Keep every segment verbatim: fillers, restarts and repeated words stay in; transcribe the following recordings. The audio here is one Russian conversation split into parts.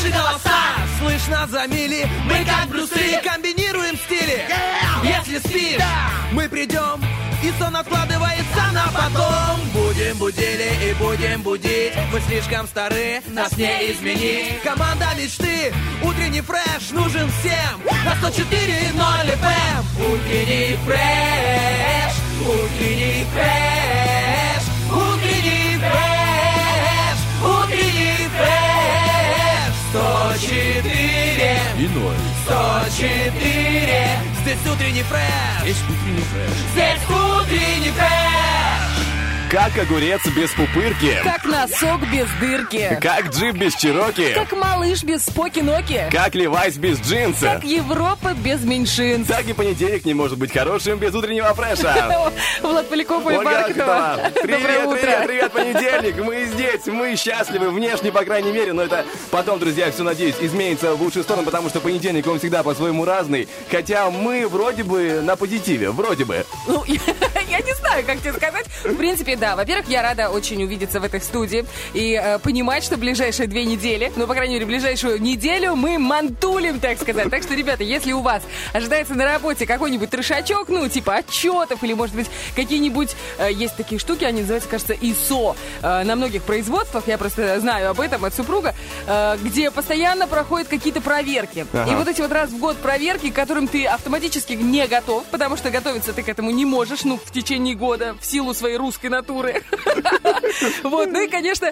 наши голоса слышно за мили. Мы как Брюсы комбинируем стили. Если спишь, мы придем, и сон откладывается на потом. Будем будили и будем будить. Мы слишком стары, нас не изменить. Команда мечты, утренний фреш нужен всем. На сто четыре ноль эф эм. Утренний фреш, утренний фреш, утренний фреш, утренний фреш. Сто четыре и ноль. Сто четыре. Здесь утренний фреш. Здесь утренний фреш. Здесь утренний фреш. Как огурец без пупырки. Как носок без дырки. Как джип без чероки. Как малыш без споки-ноки. Как Левайс без джинса. Как Европа без меньшинств. Так и понедельник не может быть хорошим без утреннего фреша. Влад Поляков и Бархатова. Привет, привет, привет, понедельник. Мы здесь, мы счастливы, внешне, по крайней мере. Но это потом, друзья, все, надеюсь, изменится в лучшую сторону, потому что понедельник, он всегда по-своему разный. Хотя мы вроде бы на позитиве, вроде бы. Ну, я не знаю, как тебе сказать. В принципе, да. Во-первых, я рада очень увидеться в этой студии и э, понимать, что ближайшие две недели, ну, по крайней мере, ближайшую неделю мы мантулим, так сказать. Так что, ребята, если у вас ожидается на работе какой-нибудь трешачок, ну, типа отчетов или, может быть, какие-нибудь... Э, есть такие штуки, они называются, кажется, ай эс о. Э, на многих производствах, я просто знаю об этом от супруга, э, где постоянно проходят какие-то проверки. Ага. И вот эти вот раз в год проверки, к которым ты автоматически не готов, потому что готовиться ты к этому не можешь, ну, в течение года, в силу своей русской натуры. Вот, ну и, конечно,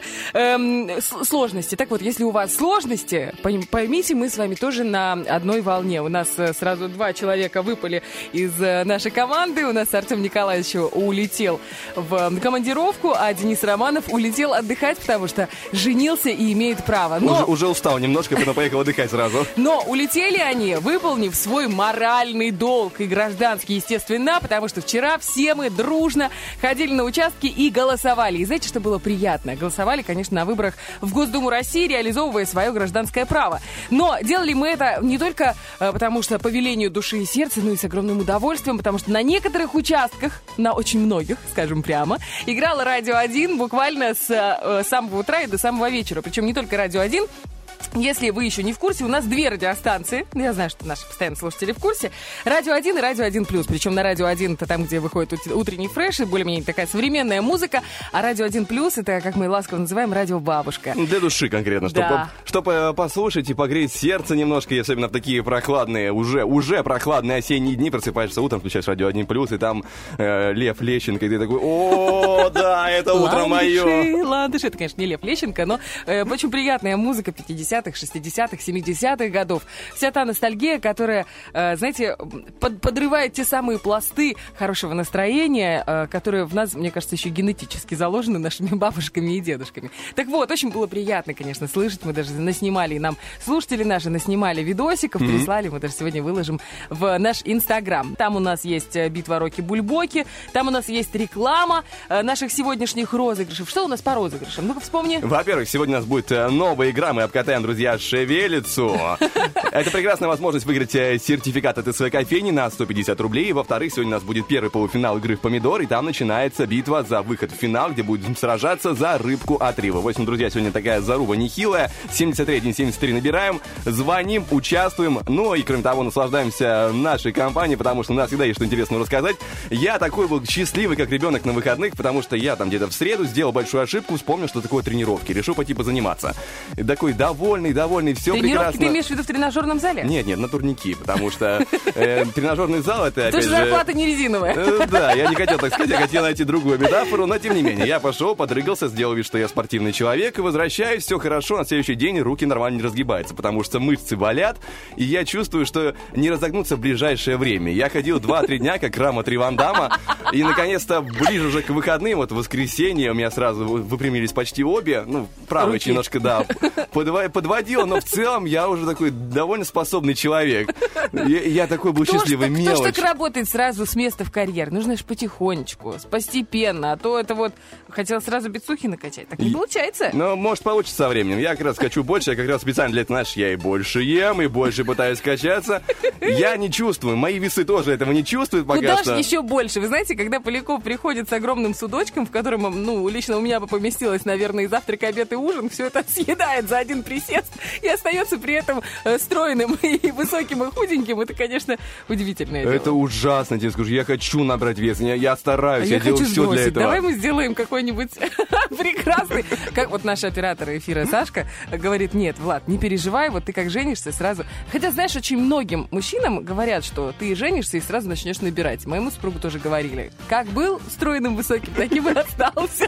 сложности. Так вот, если у вас сложности, поймите, мы с вами тоже на одной волне. У нас сразу два человека выпали из нашей команды. У нас Артем Николаевич улетел в командировку, а Денис Романов улетел отдыхать, потому что женился и имеет право. Но... Уже, уже устал немножко, поэтому поехал отдыхать сразу. Но улетели они, выполнив свой моральный долг и гражданский, естественно, потому что вчера все мы дружно ходили на участки и голосовали. И знаете, что было приятно? Голосовали, конечно, на выборах в Госдуму России, реализовывая свое гражданское право. Но делали мы это не только э, потому, что по велению души и сердца, но и с огромным удовольствием, потому что на некоторых участках, на очень многих, скажем прямо, играло Радио один буквально с э, самого утра и до самого вечера. Причем не только Радио один. Если вы еще не в курсе, у нас две радиостанции. Я знаю, что наши постоянные слушатели в курсе. Радио один и Радио один плюс. Причем на Радио один это там, где выходит утренний фреш и более-менее такая современная музыка. А Радио один плюс это, как мы ласково называем, Радио Бабушка. Для души конкретно. Да. Чтобы, чтобы послушать и погреть сердце немножко, особенно в такие прохладные, уже, уже прохладные осенние дни. Просыпаешься утром, включаешь Радио один плюс, и там э, Лев Лещенко, и ты такой: о, да, это утро мое. Ландыши, это, конечно, не Лев Лещенко, но э, очень приятная музыка пятидесятых, шестидесятых, семидесятых годов. Вся та ностальгия, которая, э, знаете, под, подрывает те самые пласты хорошего настроения, э, которые в нас, мне кажется, еще генетически заложены нашими бабушками и дедушками. Так вот, очень было приятно, конечно, слышать. Мы даже наснимали, и нам слушатели наши наснимали видосиков, mm-hmm. прислали. Мы даже сегодня выложим в наш Инстаграм. Там у нас есть битва Роки-Бульбоки, там у нас есть реклама э, наших сегодняшних розыгрышев. Что у нас по розыгрышам? Ну-ка, вспомни. Во-первых, сегодня у нас будет новая игра. Мы обкатаем, друзья, шевелицу. Это прекрасная возможность выиграть сертификат от СВ кофейни на сто пятьдесят рублей. Во-вторых, сегодня у нас будет первый полуфинал игры в помидор, и там начинается битва за выход в финал, где будем сражаться за рыбку от Рива. В общем, друзья, сегодня такая заруба нехилая. семьдесят три один семьдесят три набираем, звоним, участвуем. Ну и, кроме того, наслаждаемся нашей компанией, потому что у нас всегда есть что интересного рассказать. Я такой был счастливый, как ребенок на выходных, потому что я там где-то в среду сделал большую ошибку, вспомнил, что такое тренировки, решил пойти позаниматься. И такой довольный, довольный, все тренировки прекрасно. Ты имеешь в виду в тренажерном зале? Нет, нет, на турники, потому что э, тренажерный зал это, опять же... Потому что зарплата не резиновая. Э, да, я не хотел так сказать, я хотел найти другую метафору, но тем не менее, я пошел, подрыгался, сделал вид, что я спортивный человек, и возвращаюсь, все хорошо, на следующий день руки нормально не разгибаются, потому что мышцы болят, и я чувствую, что не разогнуться в ближайшее время. Я ходил два-три дня, как рама Три Ван Дамма, и наконец-то ближе уже к выходным, вот в воскресенье у меня сразу выпрямились почти обе, ну, правая немножко, да, подводила, но в целом я уже такой довольно способный человек. Я, я такой был кто счастливый, что, мелочь. Кто ж так работает сразу с места в карьер? Нужно же потихонечку, постепенно, а то это вот хотел сразу бицухи накачать. Так не и, получается. Ну, может, получится со временем. Я как раз хочу больше, я как раз специально для этого, знаешь, я и больше ем, и больше пытаюсь качаться. Я не чувствую, мои весы тоже этого не чувствуют пока Куда что. Куда ж еще больше? Вы знаете, когда Поляков приходит с огромным судочком, в котором, ну, лично у меня бы поместилось, наверное, и завтрак, обед, и ужин, все это съедает за один присест. присест и остается при этом э, стройным и высоким, и худеньким, это, конечно, удивительное дело. Это ужасно, тебе скажу. Я хочу набрать вес, я, я стараюсь, а я, я делаю все для этого. Давай мы сделаем какой-нибудь прекрасный... Как вот наш оператор эфира Сашка говорит, нет, Влад, не переживай, вот ты как женишься сразу... Хотя, знаешь, очень многим мужчинам говорят, что ты женишься и сразу начнешь набирать. Моему супругу тоже говорили. Как был стройным, высоким, таким и остался.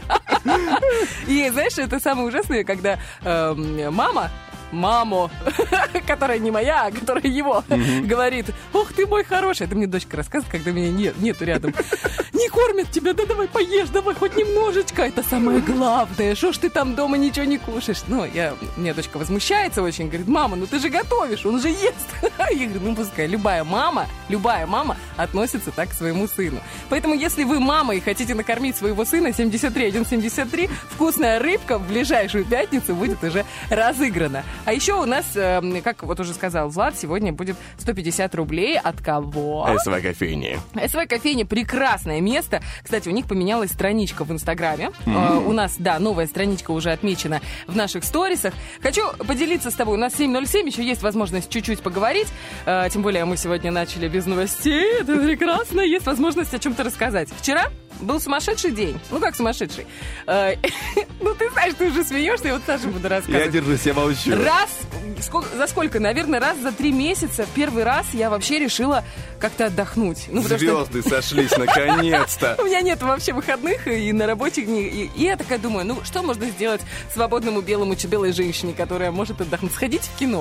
И, знаешь, это самое ужасное, когда э, мама... маму, которая не моя, а которая его, mm-hmm. говорит, ох, ты мой хороший. Это мне дочка рассказывает, когда меня нет, нету рядом. Не кормят тебя, да давай поешь, давай хоть немножечко. Это самое главное. Что ж ты там дома ничего не кушаешь? Ну, я, мне дочка возмущается очень, говорит, мама, ну ты же готовишь, он же ест. Я говорю, ну пускай, любая мама, любая мама относится так к своему сыну. Поэтому, если вы мама и хотите накормить своего сына, семьдесят три один семьдесят три, вкусная рыбка в ближайшую пятницу будет уже разыграна. А еще у нас, э, как вот уже сказал Влад, сегодня будет сто пятьдесят рублей от кого? СВ кофейни. СВ кофейни прекрасное место. Кстати, у них поменялась страничка в Инстаграме. Mm-hmm. Э, у нас, да, новая страничка уже отмечена в наших сторисах. Хочу поделиться с тобой. У нас семь ноль семь, еще есть возможность чуть-чуть поговорить. Э, тем более мы сегодня начали без новостей. Это прекрасно. Есть возможность о чем-то рассказать. Вчера был сумасшедший день. Ну, как сумасшедший? Э, ну, ты знаешь, ты уже смеешься, и вот Саша буду рассказывать. Я держусь, я молчу. Раз, сколько, за сколько? Наверное, раз за три месяца, первый раз я вообще решила как-то отдохнуть. Ну, Звезды что... сошлись наконец-то. У меня нет вообще выходных и на рабочих днях. И, и я такая думаю, ну, что можно сделать свободному белому белой женщине, которая может отдохнуть? Сходить в кино.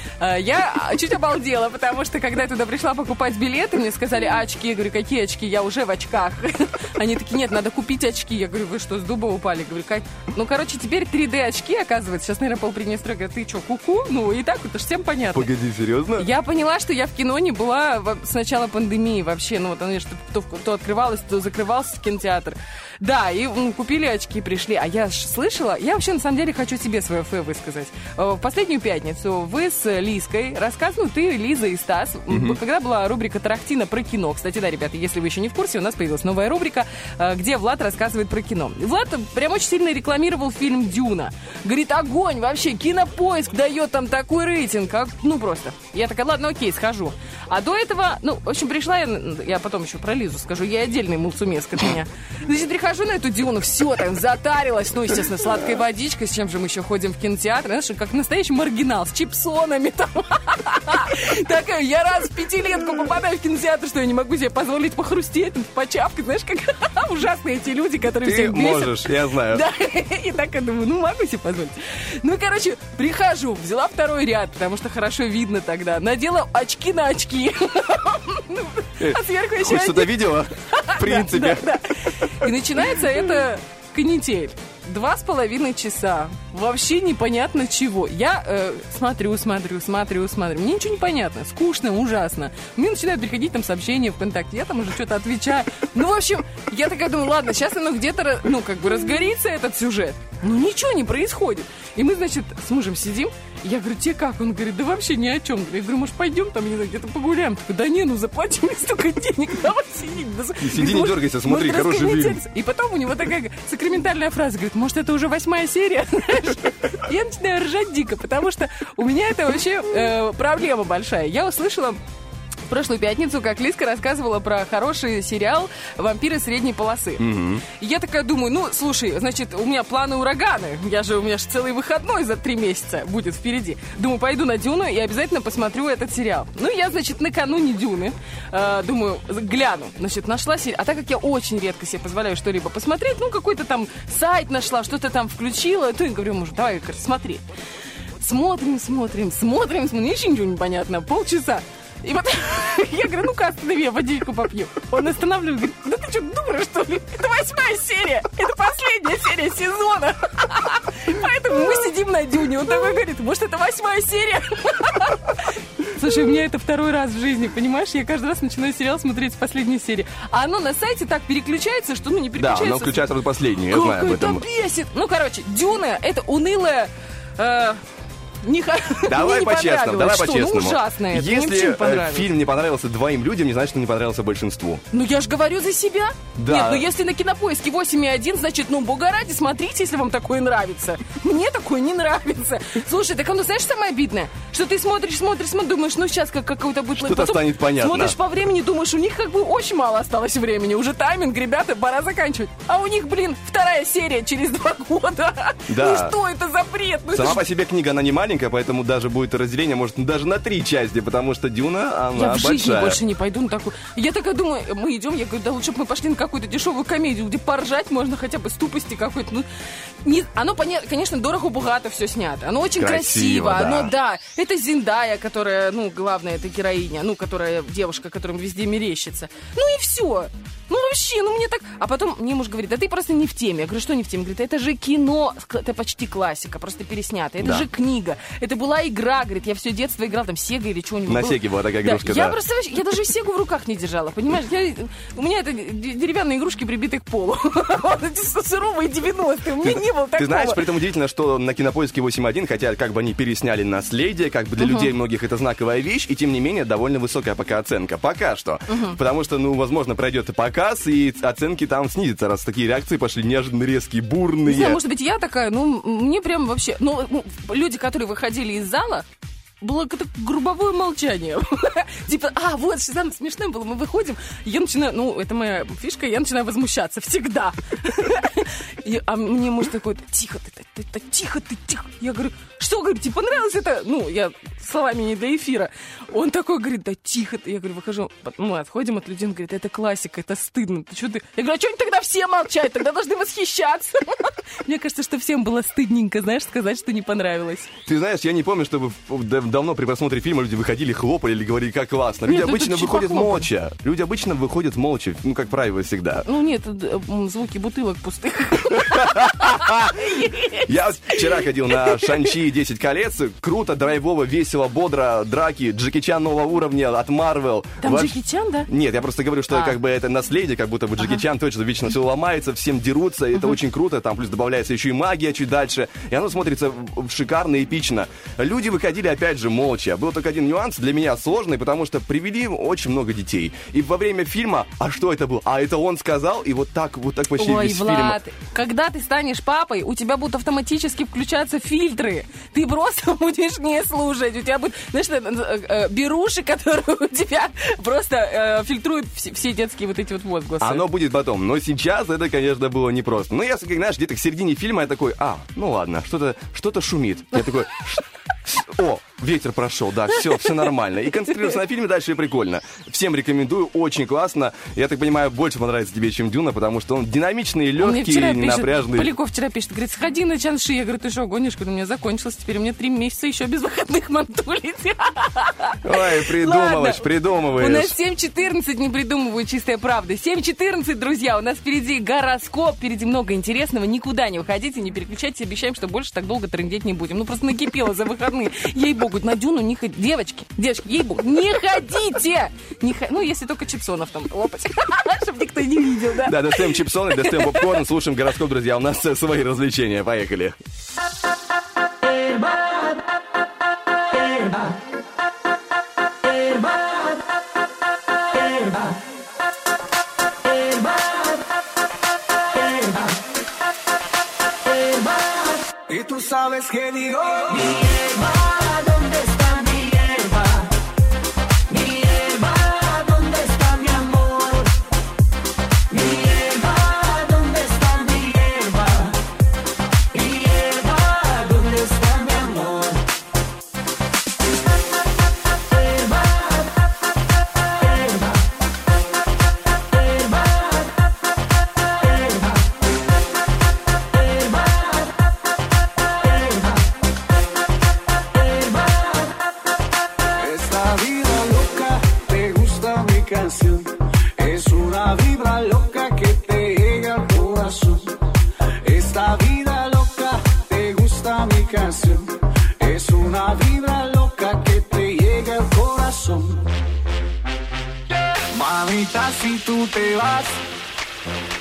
Я чуть обалдела, потому что, когда я туда пришла покупать билеты, мне сказали, а очки? Я говорю, какие очки? Я уже в очках. Они такие, нет, надо купить очки. Я говорю, вы что, с дуба упали? Говорю, как? Ну, короче, теперь три дэ очки, оказывается. Сейчас, наверное, полприднестровья говорят, ты что, ку-ку? Ну, и так, это же всем понятно. Погоди, серьезно? Я поняла, что я в кино не была с начала пандемии вообще. Ну, вот, что то, то открывалось, то закрывался кинотеатр. Да, и ну, купили очки, пришли. А я ж слышала, я вообще, на самом деле, хочу себе свое фэ высказать. В последнюю пятницу вы с Лизкой рассказывали, ты, Лиза и Стас, mm-hmm. когда была рубрика «Тарахтина» про кино. Кстати, да, ребята, если вы еще не в курсе, у нас появилась новая рубрика, где Влад рассказывает про кино. Влад прям очень сильно рекламировал фильм «Дюна». Говорит, огонь, вообще, Кинопоиск дает там такой рейтинг. Как... Ну, просто. Я такая, ладно, окей, схожу. А до этого, ну, в общем, пришла я, я потом еще про Лизу скажу, я отдельный мулцумеск от меня. Значит, прихожу на эту Дюну, все, там, затарилась, ну, естественно, сладкой водичкой, с чем же мы еще ходим в кинотеатр, знаешь, как настоящий маргинал, с чипсонами там. Такая, я раз в пятилетку попадаю в кинотеатр, что я не могу себе позволить похрустеть, почавкать, знаешь, как ужасные эти люди, которые всех бесят. Ты можешь, я знаю. Да, и так я думаю, ну, могу себе позволить. Ну, короче, прихожу, взяла второй ряд, потому что хорошо видно тогда, надела очки на очки. А сверху еще хоть что-то видела? В принципе. И начинается это канитель. Два с половиной часа. Вообще непонятно чего. Я э, смотрю, смотрю, смотрю, смотрю. Мне ничего не понятно. Скучно, ужасно. Мне начинают приходить там сообщения ВКонтакте. Я там уже что-то отвечаю. Ну, в общем, я такая думаю, ладно, сейчас оно где-то, ну, как бы разгорится этот сюжет. Но ничего не происходит. И мы, значит, с мужем сидим. Я говорю, тебе как? Он говорит, да вообще ни о чем. Я говорю, может, пойдем там, не знаю, где-то погуляем? Такой, да не, ну заплати мне столько денег, давай сидеть. И сиди, не дергайся, смотри, хороший фильм. И потом у него такая сакраментальная фраза, говорит, может, это уже восьмая серия? Я начинаю ржать дико, потому что у меня это вообще э, проблема большая. Я услышала в прошлую пятницу, как Лизка рассказывала про хороший сериал «Вампиры средней полосы». Mm-hmm. И я такая думаю, ну, слушай, значит, у меня планы ураганы. Я же, у меня же целый выходной за три месяца будет впереди. Думаю, пойду на Дюну и обязательно посмотрю этот сериал. Ну, я, значит, накануне Дюны, э, думаю, гляну. Значит, нашла сериал. А так как я очень редко себе позволяю что-либо посмотреть, ну, какой-то там сайт нашла, что-то там включила, то я говорю, мужу, давай, короче, смотри. Смотрим, смотрим, смотрим, смотрим, еще ничего не понятно, полчаса. И вот я говорю, ну-ка останови, я водичку попью. Он останавливает, говорит, да ты что, дура, что ли? Это восьмая серия, это последняя серия сезона. Поэтому мы сидим на Дюне. Он такой говорит, может, это восьмая серия? Слушай, у меня это второй раз в жизни, понимаешь? Я каждый раз начинаю сериал смотреть с последней серии. А оно на сайте так переключается, что ну не переключается. Да, оно включается сразу последнее, я знаю об этом. Как это бесит. Ну, короче, Дюна — это унылая... Э- Не х... Давай по-честному, давай что? по-честному. Ну, ужасно это. Если э, фильм не понравился двоим людям, не значит, что не понравился большинству. Ну, я же говорю за себя. Да. Нет, ну если на Кинопоиске восемь и один, значит, ну, бога ради, смотрите, если вам такое нравится. Мне такое не нравится. Слушай, так оно, знаешь, самое обидное? Что ты смотришь, смотришь, смотришь, думаешь, ну, сейчас как какой-то будет... Что-то Потом станет понятно. Смотришь по времени, думаешь, у них как бы очень мало осталось времени. Уже тайминг, ребята, пора заканчивать. А у них, блин, вторая серия через два года. Да. Ну, что это за бред? Ну, Сама это по себе книга, она не маленькая, поэтому даже будет разделение, может, даже на три части, потому что Дюна, она Я в большая. жизни больше не пойду на такую. Я такая думаю, мы идем, я говорю, да лучше бы мы пошли на какую-то дешевую комедию, где поржать можно хотя бы с тупости какой-то. Ну, не, оно, конечно, дорого-богато все снято. Оно очень Красиво, красиво. да. Оно, да. Это Зендая, которая, ну, главная, это героиня, ну, которая девушка, которая везде мерещится. Ну и все. Ну, вообще, ну, мне так... А потом мне муж говорит, да ты просто не в теме. Я говорю, что не в теме? Говорит, это же кино, это почти классика, просто переснятая. Это да. же книга. Это была игра, говорит, я все детство играл, там, Сега или чего-нибудь. На было. Сеге была такая Да. игрушка, Я да. просто, я даже Сегу в руках не держала, понимаешь? Я, у меня это деревянные игрушки, прибитые к полу. Эти суровые девяностые, у меня не было такого. Ты знаешь, при этом удивительно, что на Кинопоиске восемь один, хотя как бы они пересняли «Наследие», как бы для uh-huh. людей многих это знаковая вещь, и тем не менее довольно высокая пока оценка. Пока что. Uh-huh. Потому что, ну, возможно, пройдет и показ, и оценки там снизятся, раз такие реакции пошли неожиданно резкие, бурные. Не знаю, может быть, я такая, ну, мне прям вообще... Ну, ну люди, которые выходили из зала, было какое-то грубовое молчание. Типа, а, вот, что самое смешное было, мы выходим, я начинаю, ну, это моя фишка, я начинаю возмущаться всегда. И, а мне муж такой, тихо ты, ты, ты, тихо ты, тихо. Я говорю, что, говорит, тебе понравилось это? Ну, я словами не до эфира. Он такой говорит, да тихо ты. Я говорю, выхожу, мы отходим от людей, он говорит, это классика, это стыдно. Ты что ты? Я говорю, а что они тогда все молчат? Тогда должны восхищаться. Мне кажется, что всем было стыдненько, знаешь, сказать, что не понравилось. Ты знаешь, я не помню, чтобы давно при просмотре фильма люди выходили, хлопали или говорили, как классно. Люди нет, обычно выходят молча. Люди обычно выходят молча, ну, как правило, всегда. Ну, нет, звуки бутылок пустых. Я вчера ходил на Шан-Чи десять колец. Круто, драйвово, весело, бодро, драки, Джеки Чан нового уровня от Марвел. Там Ваш... Джеки Чан, да? Нет, я просто говорю, что а. как бы это наследие, как будто бы Джеки ага. Чан точно вечно все ломается, всем дерутся, и это uh-huh. очень круто. Там плюс добавляется еще и магия чуть дальше. И оно смотрится шикарно, эпично. Люди выходили, опять же, молча. Был только один нюанс для меня сложный, потому что привели очень много детей. И во время фильма, а что это было? А это он сказал, и вот так, вот так почти Ой, весь Влад, фильм. когда ты станешь папой, у тебя будут автоматически включаться фильтры. Ты просто будешь не слушать. У тебя будет, знаешь, э, э, беруши, которые у тебя просто э, фильтруют все, все детские вот эти вот возгласы. Оно будет потом. Но сейчас это, конечно, было непросто. Ну, я, как знаешь, где-то к середине фильма я такой, а, ну ладно, что-то, что-то шумит. Я такой, о, ветер прошел, да, все, все нормально. И концентрироваться на фильме дальше и прикольно. Всем рекомендую, очень классно. Я так понимаю, больше понравится тебе, чем Дюна, потому что он динамичный, легкий, напряжный. Поляков вчера пишет, говорит, сходи на Чанши. Я говорю, ты что, гонишь? Говорю, у меня закончилось, теперь у меня три месяца еще без выходных мантулить. Ой, придумываешь, Ладно. придумываешь. У нас семь четырнадцать, не придумываю, чистая правда. семь четырнадцать, друзья, у нас впереди гороскоп, впереди много интересного. Никуда не уходите, не переключайтесь, обещаем, что больше так долго трындеть не будем. Ну, просто накипело за выходные. Ей-богу, на Дюну не ходите. Девочки, девочки, ей-богу, не ходите! Не х... Ну, если только чипсонов там лопать, чтобы никто не видел, да? Да, достаем чипсоны, достаем попкорн, слушаем гороскоп, друзья. У нас свои развлечения. Поехали. Y tú sabes que digo mi hierba, ¿dónde está mi hierba? Mi hierba, ¿dónde está mi amor? Mi hierba, ¿dónde está mi hierba? Mi hierba, ¿dónde está mi amor? Hierba, hierba, hierba, esta vida loca, te gusta mi canción. Es una vibra loca que te llega al corazón. Esta vida loca, te gusta mi canción. Es una vibra loca que te llega al corazón. Mamita, si tú te vas,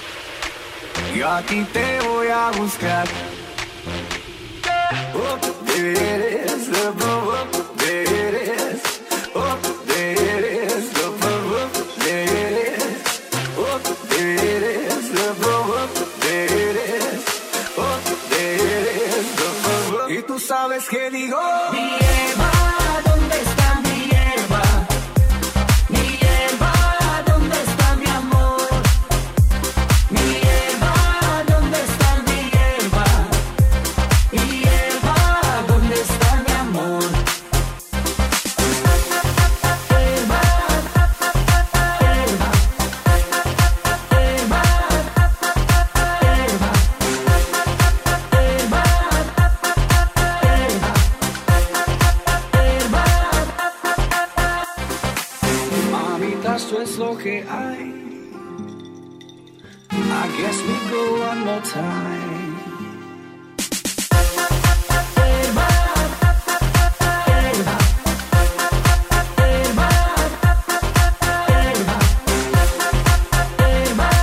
yo aquí te voy a buscar. Oh, there it is. Up, up, up, there it is. Up, there it is. Up, up, up, there it is. Up, there it is. Up, up, up, there it is. Up, there it is. Up, up, up. Y tú sabes que digo, mi Eva, ¿dónde está mi Eva? Mi Eva, ¿dónde está mi amor? Mi Eva, ¿dónde está mi Eva? Mi Eva, ¿dónde está mi amor? Eva, Eva, Eva, Mamita, eso es lo que hay. I guess we go one more time. Eva, Eva, Eva, Eva, Eva,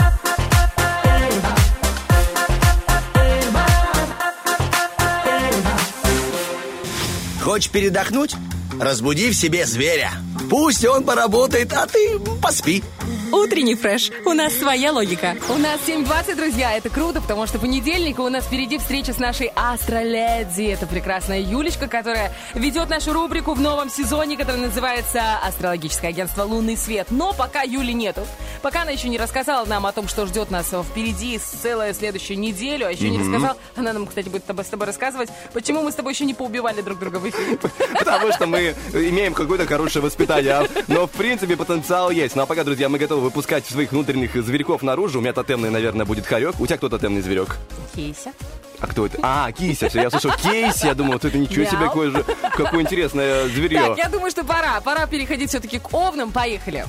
Eva, Eva. Хочешь передохнуть? Разбуди в себе зверя. Пусть он поработает, а ты поспи. Утренний фреш. У нас своя логика. У нас семь двадцать, друзья, это круто, потому что понедельник, и у нас впереди встреча с нашей астроледи. Это прекрасная Юлечка, которая ведет нашу рубрику в новом сезоне, который называется «Астрологическое агентство «Лунный свет». Но пока Юли нету, пока она еще не рассказала нам о том, что ждет нас впереди целую следующую неделю, а еще не рассказала, она нам, кстати, будет с тобой рассказывать, почему мы с тобой еще не поубивали друг друга в эфире. Потому что мы имеем какое-то хорошее воспитание. Но, в принципе, потенциал есть. Ну, а пока, друзья, мы готовы выпускать своих внутренних зверьков наружу. У меня тотемный, наверное, будет хорек. У тебя кто тотемный зверек? Кейся. А кто это? А, кися. Я слышал Кейси. Я думал, вот это ничего себе, какое же, какое интересное зверье. Так, я думаю, что пора. Пора переходить все-таки к овнам. Поехали.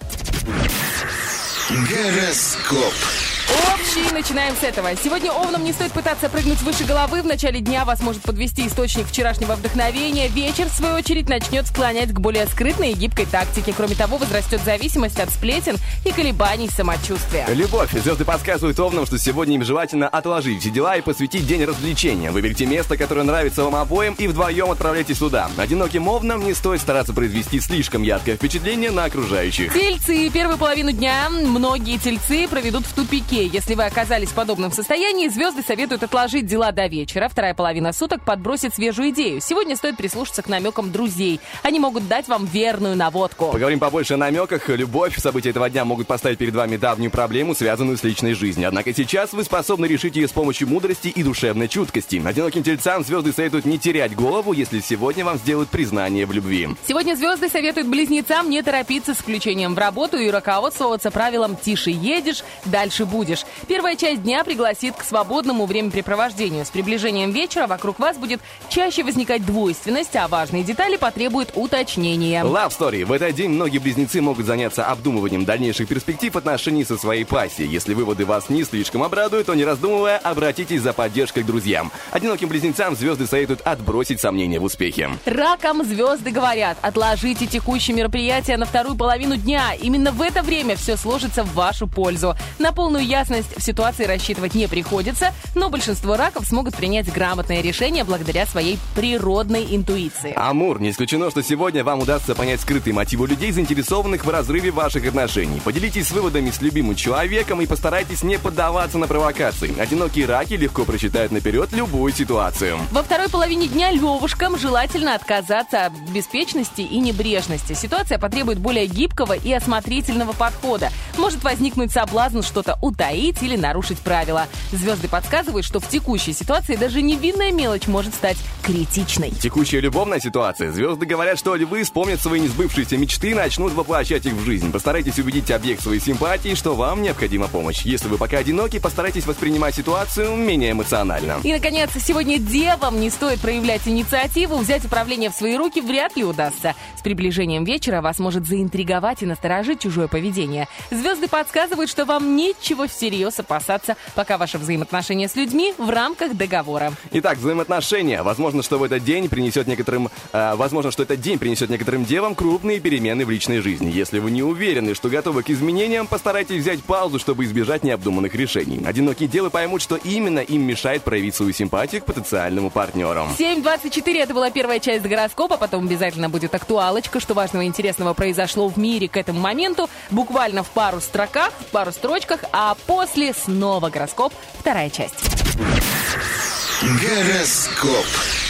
Гороскоп. Общий, начинаем с этого. Сегодня овнам не стоит пытаться прыгнуть выше головы. В начале дня вас может подвести источник вчерашнего вдохновения. Вечер, в свою очередь, начнет склонять к более скрытной и гибкой тактике. Кроме того, возрастет зависимость от сплетен и колебаний самочувствия. Любовь. Звезды подсказывают овнам, что сегодня им желательно отложить все дела и посвятить день развлечениям. Выберите место, которое нравится вам обоим, и вдвоем отправляйтесь туда. Одиноким овнам не стоит стараться произвести слишком яркое впечатление на окружающих. Тельцы. Первую половину дня многие тельцы проведут в тупике. Если вы оказались в подобном состоянии, звезды советуют отложить дела до вечера. Вторая половина суток подбросит свежую идею. Сегодня стоит прислушаться к намекам друзей. Они могут дать вам верную наводку. Поговорим побольше о намеках. Любовь. События этого дня могут поставить перед вами давнюю проблему, связанную с личной жизнью. Однако сейчас вы способны решить ее с помощью мудрости и душевной чуткости. Одиноким тельцам звезды советуют не терять голову, если сегодня вам сделают признание в любви. Сегодня звезды советуют близнецам не торопиться с включением в работу и руководствоваться правилом «тише едешь, дальше будешь». Первая часть дня пригласит к свободному времяпрепровождению. С приближением вечера вокруг вас будет чаще возникать двойственность, а важные детали потребуют уточнения. Love Story. В этот день многие близнецы могут заняться обдумыванием дальнейших перспектив отношений со своей пассией. Если выводы вас не слишком обрадуют, то не раздумывая, обратитесь за поддержкой к друзьям. Одиноким близнецам звезды советуют отбросить сомнения в успехе. Ракам звезды говорят: отложите текущие мероприятия на вторую половину дня. Именно в это время все сложится в вашу пользу. На полную ясность в ситуации рассчитывать не приходится, но большинство раков смогут принять грамотное решение благодаря своей природной интуиции. Амур. Не исключено, что сегодня вам удастся понять скрытые мотивы людей, заинтересованных в разрыве ваших отношений. Поделитесь с выводами с любимым человеком и постарайтесь не поддаваться на провокации. Одинокие раки легко просчитают наперед любую ситуацию. Во второй половине дня левушкам желательно отказаться от беспечности и небрежности. Ситуация потребует более гибкого и осмотрительного подхода. Может возникнуть соблазн что-то утаить или нарушить правила. Звезды подсказывают, что в текущей ситуации даже невинная мелочь может стать критичной. Текущая любовная ситуация. Звезды говорят, что львы вспомнят свои несбывшиеся мечты и начнут воплощать их в жизнь. Постарайтесь убедить объект своей симпатии, что вам необходима помощь. Если вы пока одиноки, постарайтесь воспринимать ситуацию менее эмоционально. И, наконец, сегодня девам не стоит проявлять инициативу. Взять управление в свои руки вряд ли удастся. С приближением вечера вас может заинтриговать и насторожить чужое поведение. Звезды подсказывают, что вам нечего всерьез опасаться, пока ваши взаимоотношения с людьми в рамках договора. Итак, взаимоотношения. Возможно, что в этот день принесет некоторым, э, возможно, что этот день принесет некоторым девам крупные перемены в личной жизни. Если вы не уверены, что готовы к изменениям, постарайтесь взять паузу, чтобы избежать необдуманных решений. Одинокие девы поймут, что именно им мешает проявить свою симпатию к потенциальному партнеру. семь двадцать четыре, это была первая часть гороскопа, потом обязательно будет актуалочка, что важного и интересного произошло в мире к этому моменту, буквально в пару строках, в пару строчках, а после снова гороскоп, вторая часть. Гороскоп.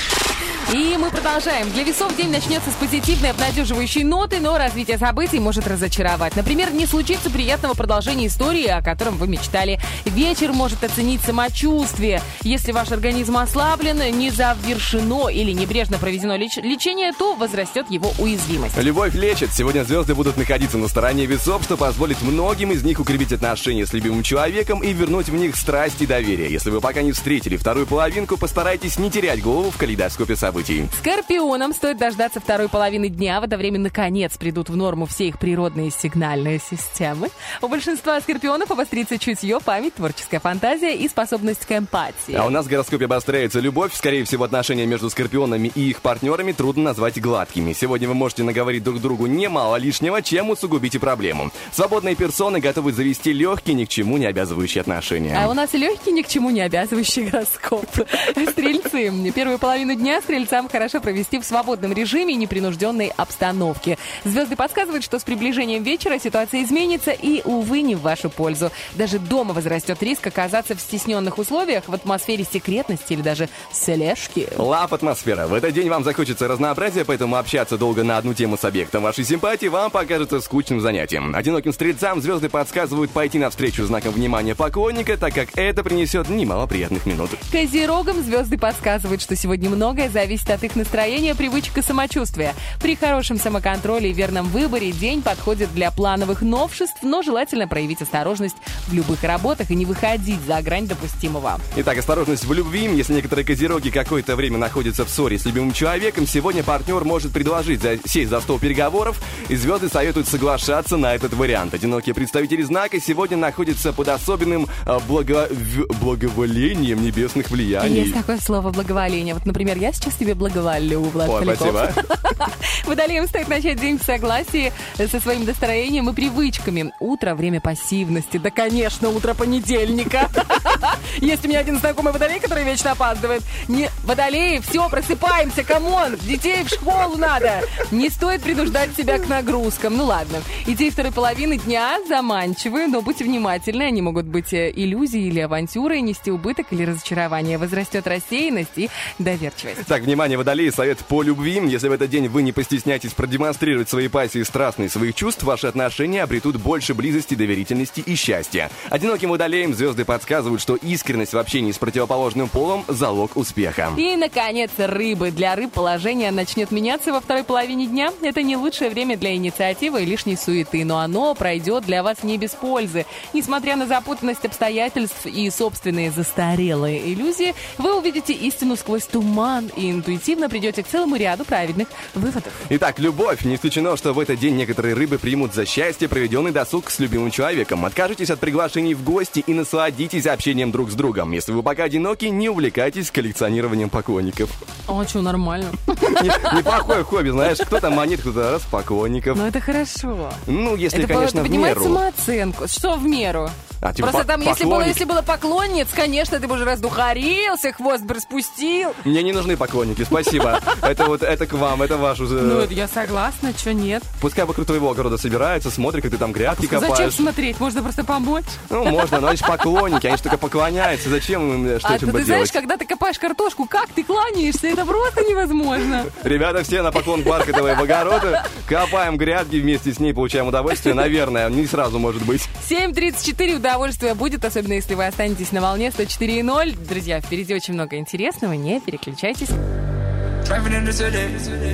И мы продолжаем. Для весов день начнется с позитивной, обнадеживающей ноты, но развитие событий может разочаровать. Например, не случится приятного продолжения истории, о котором вы мечтали. Вечер может оценить самочувствие. Если ваш организм ослаблен, не завершено или небрежно проведено леч- лечение, то возрастет его уязвимость. Любовь лечит. Сегодня звезды будут находиться на стороне весов, что позволит многим из них укрепить отношения с любимым человеком и вернуть в них страсть и доверие. Если вы пока не встретили вторую половинку, постарайтесь не терять голову в калейдоскопе событий. Скорпионам стоит дождаться второй половины дня. В это время, наконец, придут в норму все их природные сигнальные системы. У большинства скорпионов обострится чутье, память, творческая фантазия и способность к эмпатии. А у нас в гороскопе обостряется любовь. Скорее всего, отношения между скорпионами и их партнерами трудно назвать гладкими. Сегодня вы можете наговорить друг другу немало лишнего, чем усугубите проблему. Свободные персоны готовы завести легкие, ни к чему не обязывающие отношения. А у нас легкий, ни к чему не обязывающий гороскоп. Стрельцы. Первую половину дня стрельцам хорошо провести в свободном режиме и непринужденной обстановке. Звезды подсказывают, что с приближением вечера ситуация изменится и, увы, не в вашу пользу. Даже дома возрастет риск оказаться в стесненных условиях, в атмосфере секретности или даже слежки. Лав-атмосфера. В этот день вам захочется разнообразия, поэтому общаться долго на одну тему с объектом вашей симпатии вам покажется скучным занятием. Одиноким стрельцам звезды подсказывают пойти навстречу знаком внимания поклонника, так как это принесет немало приятных минут. Козерогам звезды подсказывают, что сегодня многое зависит от их настроения, привычек и самочувствия. При хорошем самоконтроле и верном выборе день подходит для плановых новшеств, но желательно проявить осторожность в любых работах и не выходить за грань допустимого. Итак, осторожность в любви. Если некоторые козероги какое-то время находятся в ссоре с любимым человеком, сегодня партнер может предложить за... сесть за стол переговоров, и звезды советуют соглашаться на этот вариант. Одинокие представители знака сегодня находятся под особенным э, благо... в... благоволением небесных влияний. Есть такое слово «благоволение». Вот, например, я сейчас тебе благоволю, Влад Ой, Поляков. спасибо. Водолеям стоит начать день в согласии со своим настроением и привычками. Утро — время пассивности. Да, конечно, утро понедельника. Есть у меня один знакомый водолей, который вечно опаздывает. Не, водолеи, все, просыпаемся, камон, детей в школу надо. Не стоит принуждать себя к нагрузкам. Ну ладно. Идеи второй половины дня заманчивые, но будьте внимательны. Они могут быть иллюзией или авантюрой, нести убыток или разочарование. Возрастет рассеянность и доверчивость. Так, внимание, водолеи, совет по любви. Если в этот день вы не постесняетесь продемонстрировать своей пассии страстные своих чувств, ваши отношения обретут больше близости, доверительности и счастья. Одиноким водолеям звезды подсказывают, что искренность в общении с противоположным полом – залог успеха. И, наконец, рыбы. Для рыб положение начнет меняться во второй половине дня. Это не лучшее время для инициативы и лишней суеты, но оно пройдет для вас не без пользы. Несмотря на запутанность обстоятельств и собственные застарелые иллюзии, вы увидите истину сквозь туман и интуитивно придете к целому ряду правильных выводов. Итак, любовь. Не исключено, что в этот день некоторые рыбы примут за счастье проведенный досуг с любимым человеком. Откажитесь от приглашений в гости и насладитесь общением друг с другом. Если вы пока одиноки, не увлекайтесь коллекционированием поклонников. А что, нормально? Не- Неплохое хобби, знаешь, кто-то монет, кто-то раз поклонников. Ну, это хорошо. Ну, если, Это конечно, в поднимает меру. самооценку. Что в меру? А, типа, Просто по- там, если было, поклонник. если было поклонниц, конечно, ты бы уже раздухарился, хвост бы распустил. Мне не нужны поклонники, спасибо. Это вот, это к вам, это ваш уже. Ну, это я согласна, что нет. Пускай вокруг твоего огорода собираются, смотрят, как ты там грядки Зачем копаешь. смотреть? Можно просто помочь. Ну, можно, но они же поклонники, они же только поклоняются. Зачем им что А этим ты, ты делать? знаешь, когда ты копаешь картошку, как ты кланяешься, это просто невозможно. Ребята, все на поклон Бархатовой в огороды. Копаем грядки, вместе с ней получаем удовольствие. Наверное, не сразу, может быть. семь тридцать четыре удовольствие будет, особенно если вы останетесь на волне сто четыре ноль. Друзья, впереди очень много интересного, не переключайтесь. Driving in the city,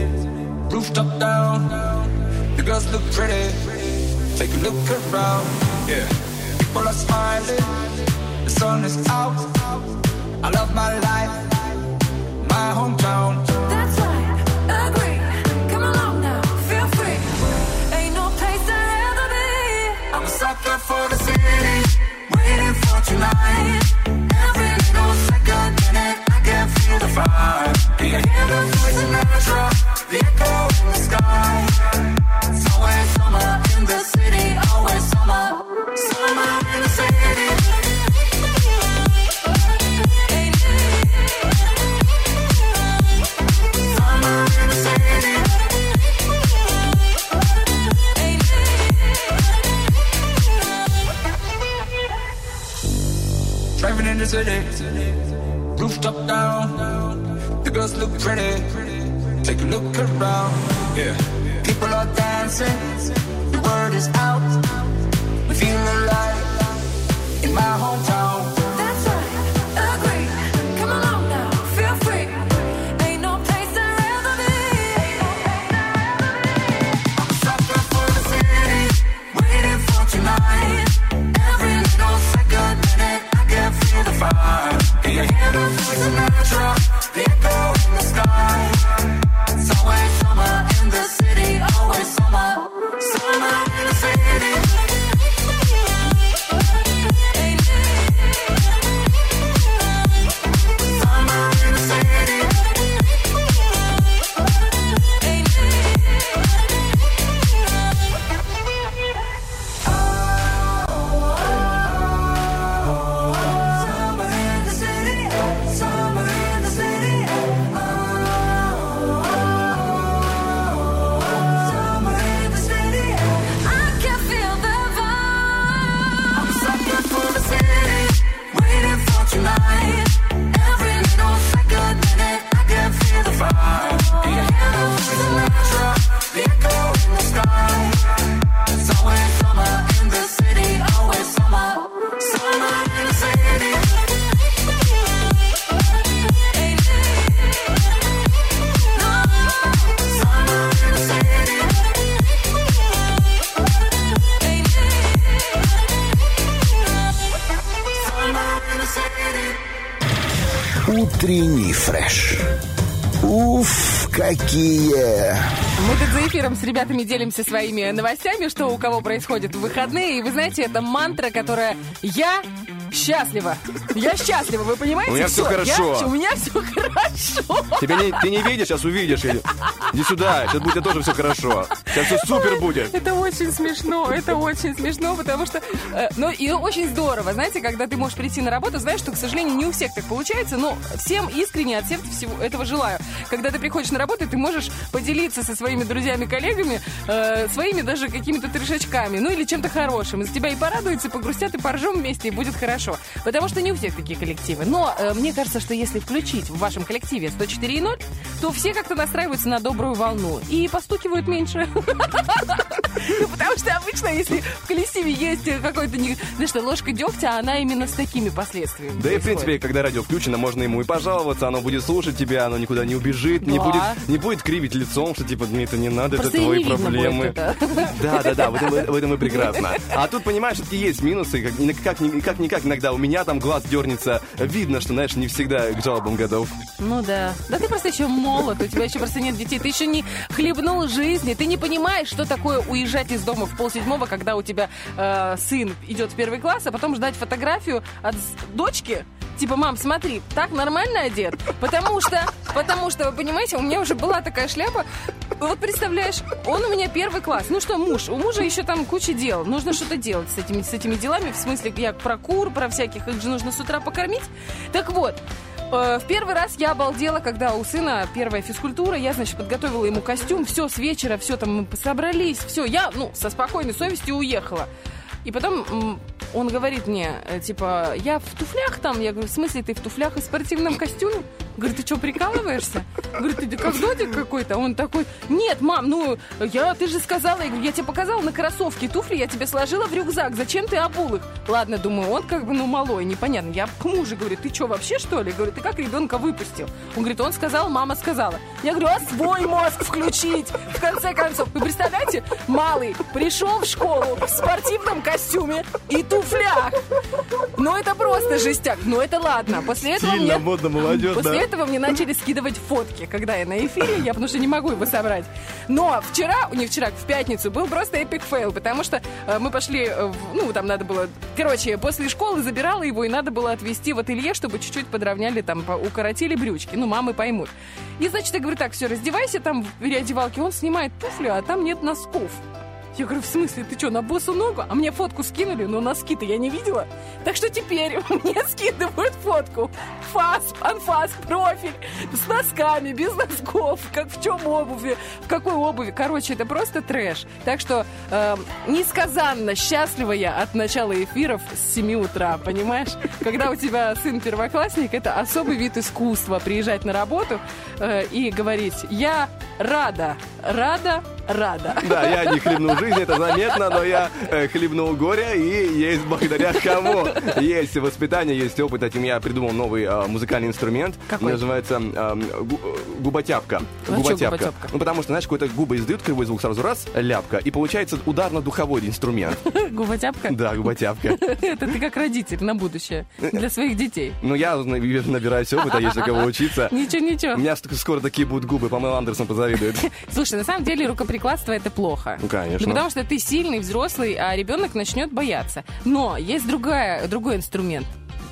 rooftop down. The girls look pretty. Take a look around. Yeah, people are smiling. The sun is out. I love my life, my hometown. That's right, agree. Come along now, feel free. Ain't no place I'd rather be. I'm a sucker for the city. Waiting city. Rooftop down, the girls look pretty. Take a look around, yeah. People are dancing, the word is out. We feel alive in my hometown. That's right, agree. Come along now, feel free. Ain't no place I'd rather be. I'm a sucker for the city, waiting for tonight. Every little second minute, I can feel the fire. Can you hear the voice of natural? The echo in the sky. It's always summer in the city, always summer. Summer in the city. Утренний фреш. Уф, какие! Мы тут за эфиром с ребятами делимся своими новостями, что у кого происходит в выходные. И вы знаете, это мантра, которая «Я счастлива». Я счастлива, вы понимаете? У меня все хорошо. Я, у меня все хорошо. Тебя не, ты не видишь, сейчас увидишь. Иди, иди сюда, сейчас будет тоже все хорошо. Сейчас все супер будет. Это очень смешно, это очень смешно, потому что... Э, ну, и очень здорово, знаете, когда ты можешь прийти на работу, знаешь, что, к сожалению, не у всех так получается, но всем искренне от сердца всего этого желаю. Когда ты приходишь на работу, ты можешь поделиться со своими друзьями, коллегами, э, своими даже какими-то трешачками, ну или чем-то хорошим. Из тебя и порадуются, и погрустят, и поржем вместе, и будет хорошо. Потому что не у всех такие коллективы. Но э, мне кажется, что если включить в вашем коллективе сто четыре и ноль, то все как-то настраиваются на добрую волну и постукивают меньше. Потому что обычно, если в коллективе есть какой-то, знаешь что, ложка дегтя, она именно с такими последствиями. Да и, в принципе, когда радио включено, можно ему и пожаловаться, оно будет слушать тебя, оно никуда не убежит, не Да. будет, не будет кривить лицом, что типа, мне это не надо, Просто это и твои не видно проблемы. будет это. Да, да, да, в этом, в этом и прекрасно. А тут, понимаешь, все-таки есть минусы, как, как, как никак иногда у меня там глаз дернется, видно, что, знаешь, не всегда к жалобам готов. Ну да. Да ты просто еще молод, у тебя еще просто нет детей, ты еще не хлебнул жизни, ты не понимаешь, что такое уезжать из дома в полседьмого, когда у тебя э, сын идет в первый класс, а потом ждать фотографию от дочки. Типа, мам, смотри, так нормально одет? Потому что, потому что, вы понимаете, у меня уже была такая шляпа. Вот представляешь, он у меня первый класс. Ну что, муж? У мужа еще там куча дел. Нужно что-то делать с этими, с этими делами. В смысле, я про кур, про всяких. Их же нужно с утра покормить. Так вот, э, в первый раз я обалдела, когда у сына первая физкультура. Я, значит, подготовила ему костюм. Все, с вечера, все там мы собрались. Все, я, ну, со спокойной совестью уехала. И потом м, он говорит мне, э, типа, я в туфлях там. Я говорю, в смысле, ты в туфлях и спортивном костюме? Говорю, ты что, прикалываешься? Говорю, ты как додик какой-то? Он такой, нет, мам, ну, я, ты же сказала, я, говорю, я тебе показала на кроссовки туфли, я тебе сложила в рюкзак, зачем ты обул их? Ладно, думаю, он как бы, ну, малой, непонятно. Я к мужу говорю, ты что, вообще, что ли? Говорю, ты как ребенка выпустил? Он говорит, он сказал, мама сказала. Я говорю, а свой мозг включить, в конце концов. Вы представляете, малый пришел в школу в спортивном костюме и туфлях. Ну, это просто жестяк. Ну, это ладно. После этого Сильно мне... модно, молодежь, После да? этого мне начали скидывать фотки, когда я на эфире, я потому что не могу его собрать. Но вчера, не вчера, в пятницу был просто эпик фейл, потому что э, мы пошли, э, в, ну, там надо было... Короче, после школы забирала его, и надо было отвезти в ателье, чтобы чуть-чуть подровняли, там, по- укоротили брючки. Ну, мамы поймут. И, значит, я говорю, так, все, раздевайся, там, в переодевалке. Он снимает туфли, а там нет носков. Я говорю, в смысле, ты что, на босу ногу? А мне фотку скинули, но носки-то я не видела. Так что теперь мне скидывают фотку фотку. Фас, анфас, профиль, с носками, без носков, как в чем обуви, в какой обуви. Короче, это просто трэш. Так что э, несказанно счастлива я от начала эфиров с семи утра, понимаешь? Когда у тебя сын первоклассник, это особый вид искусства приезжать на работу э, и говорить: я рада, рада, рада. Да, я не хлебнул жизнь, это заметно, но я э, хлебнул горе, и есть благодаря кому. Есть воспитание, есть опыт. Этим я придумал новый э, музыкальный инструмент. Какой? Называется э, гу- губотяпка. А чё губотяпка? Ну, потому что, знаешь, какой-то губы издают кривой звук сразу раз, ляпка, и получается ударно-духовой инструмент. Губотяпка? Да, губотяпка. Это ты как родитель на будущее для своих детей. Ну, я набираюсь опыта, есть у кого учиться. Ничего, ничего. У меня скоро такие будут губы, Памела Андерсон позавидует. Слушай, на самом деле рукоприкладство — это плохо. Ну, конечно. Ну, потому что ты сильный, взрослый, а ребенок начнет бояться. Но есть другая, другой инструмент.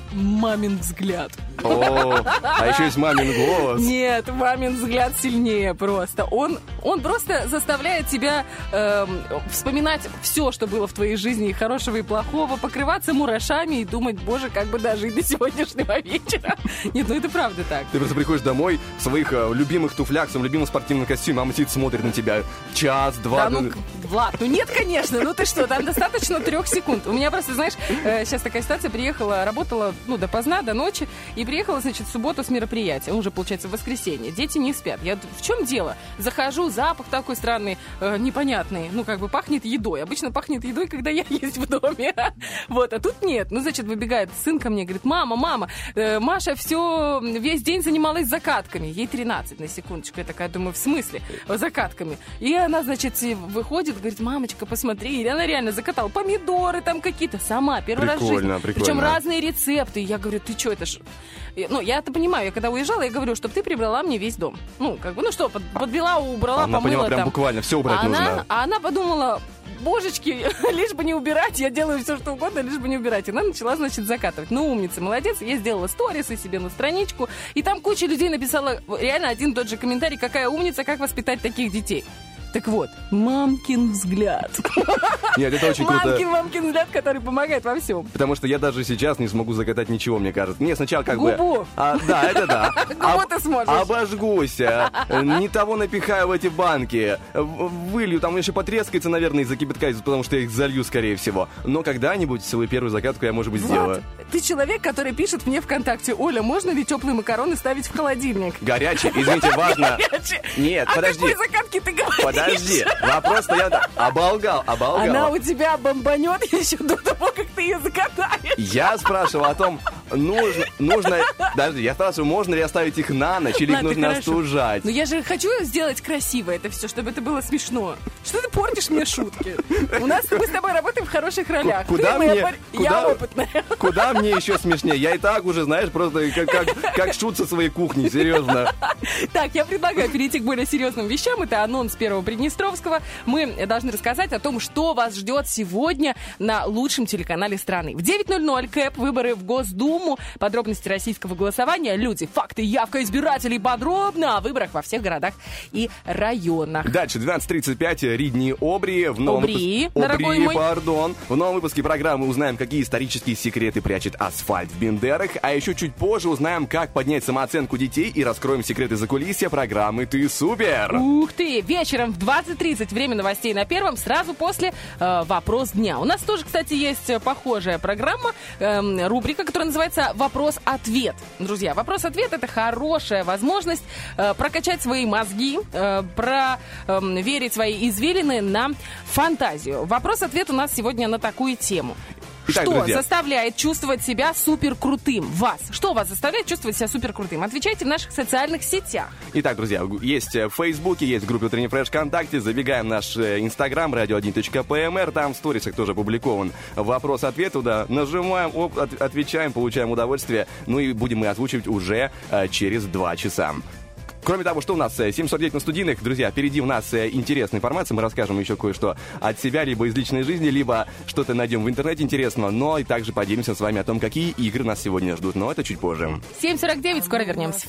Мамин взгляд. О, а еще есть мамин голос. Нет, мамин взгляд сильнее просто. Он, он просто заставляет тебя эм, вспоминать все, что было в твоей жизни, и хорошего, и плохого, покрываться мурашами и думать: боже, как бы дожить до сегодняшнего вечера. Нет, ну это правда так. Ты просто приходишь домой в своих э, любимых туфлях, в своем любимом спортивном костюме, мама сидит, смотрит на тебя час, два. Да, ну, Влад, ну нет, конечно, ну ты что, там достаточно трех секунд. У меня просто, знаешь, э, сейчас такая ситуация, приехала, работала, ну, допоздна, до ночи, и приехала, значит, в субботу с мероприятия, уже, получается, в воскресенье. Дети не спят. Я, в чем дело? Захожу, запах такой странный, э, непонятный, ну, как бы пахнет едой. Обычно пахнет едой, когда я есть в доме. Вот, а тут нет. Ну, значит, выбегает сын ко мне, говорит: мама, мама, э, Маша все, весь день занималась закатками. Ей тринадцать, на секундочку. Я такая думаю: в смысле? Закатками. И она, значит, выходит, говорит: мамочка, посмотри. И она реально закатала помидоры там какие-то сама, первый раз в жизни. Прикольно, прикольно. Причем разные рецепты. И я говорю: ты что, это ж... Ну, я это понимаю. Я когда уезжала, я говорю, чтобы ты прибрала мне весь дом. Ну, как бы, ну что, под, подбила, убрала, она помыла. поняла, прям там. буквально все убрать а нужно. Она, а она подумала: божечки, лишь бы не убирать, я делаю все, что угодно, лишь бы не убирать. И она начала, значит, закатывать. Ну, умница, молодец. Я сделала сторисы себе на страничку, и там куча людей написала реально один и тот же комментарий: какая умница, как воспитать таких детей. Так вот, мамкин взгляд. Нет, это очень круто. Мамкин, мамкин взгляд, который помогает во всем. Потому что я даже сейчас не смогу закатать ничего, мне кажется. Не, сначала как Губу. бы... А, да, это да. Губу ты сможешь. Обожгусь. а, Не того напихаю в эти банки. в- Вылью, там еще потрескается, наверное, из-за кипятка, потому что я их залью, скорее всего. Но когда-нибудь свою первую закатку я, может быть, Влад, сделаю. ты человек, который пишет мне ВКонтакте: Оля, можно ли теплые макароны ставить в холодильник? Горячий, извините, важно... Горячие. Нет, а подожди. какой закатки ты говоришь? Подожди, вопрос-то я оболгал, оболгал. Она у тебя бомбанет еще до того, как ты ее закатаешь. Я спрашивал о том, нужно, нужно, подожди, я спрашиваю, можно ли оставить их на ночь или их Ладно, нужно хорошо. остужать? Но я же хочу сделать красиво это все, чтобы это было смешно. Что ты портишь мне шутки? У нас мы с тобой работаем в хороших ролях. Куда Ты моя мне- пар- куда- Я опытная. Куда мне еще смешнее? Я и так уже, знаешь, просто как, как, как шут со своей кухни, серьезно. Так, я предлагаю перейти к более серьезным вещам. Это анонс Первого Приднестровского. Мы должны рассказать о том, что вас ждет сегодня на лучшем телеканале страны. В девять ноль ноль КЭП, выборы в Госдуму, подробности российского голосования, люди, факты, явка избирателей подробно о выборах во всех городах и районах. Дальше, двенадцать тридцать пять, Ридни Обри. В новом Обри, выпуске- дорогой Обри, мой. пардон. В новом выпуске программы узнаем, какие исторические секреты прячет асфальт в Бендерах. А еще чуть позже узнаем, как поднять самооценку детей и раскроем секреты закулисья программы «Ты супер». Ух ты! Вечером в двадцать тридцать время новостей на Первом, сразу после э, «Вопрос дня». У нас тоже, кстати, есть э, похожая программа, э, рубрика, которая называется «Вопрос-ответ». Друзья, «Вопрос-ответ» — это хорошая возможность э, прокачать свои мозги, э, проверить свои извилины на фантазию. «Вопрос-ответ» у нас сегодня на такую тему. Итак, Что друзья. заставляет чувствовать себя супер крутым? Вас. Что вас заставляет чувствовать себя супер крутым? Отвечайте в наших социальных сетях. Итак, друзья, есть в Фейсбуке, есть в группе «Утренний фреш» ВКонтакте. Забегаем в наш Инстаграм, радио один точка пэ эм эр. Там в сторисах тоже опубликован вопрос-ответ. Туда нажимаем, оп, от- отвечаем, получаем удовольствие. Ну и будем мы озвучивать уже э, через два часа. Кроме того, что у нас семь сорок девять на студийных, друзья, впереди у нас э, интересная информация, мы расскажем еще кое-что от себя, либо из личной жизни, либо что-то найдем в интернете интересного, но и также поделимся с вами о том, какие игры нас сегодня ждут, но это чуть позже. семь сорок девять, скоро вернемся.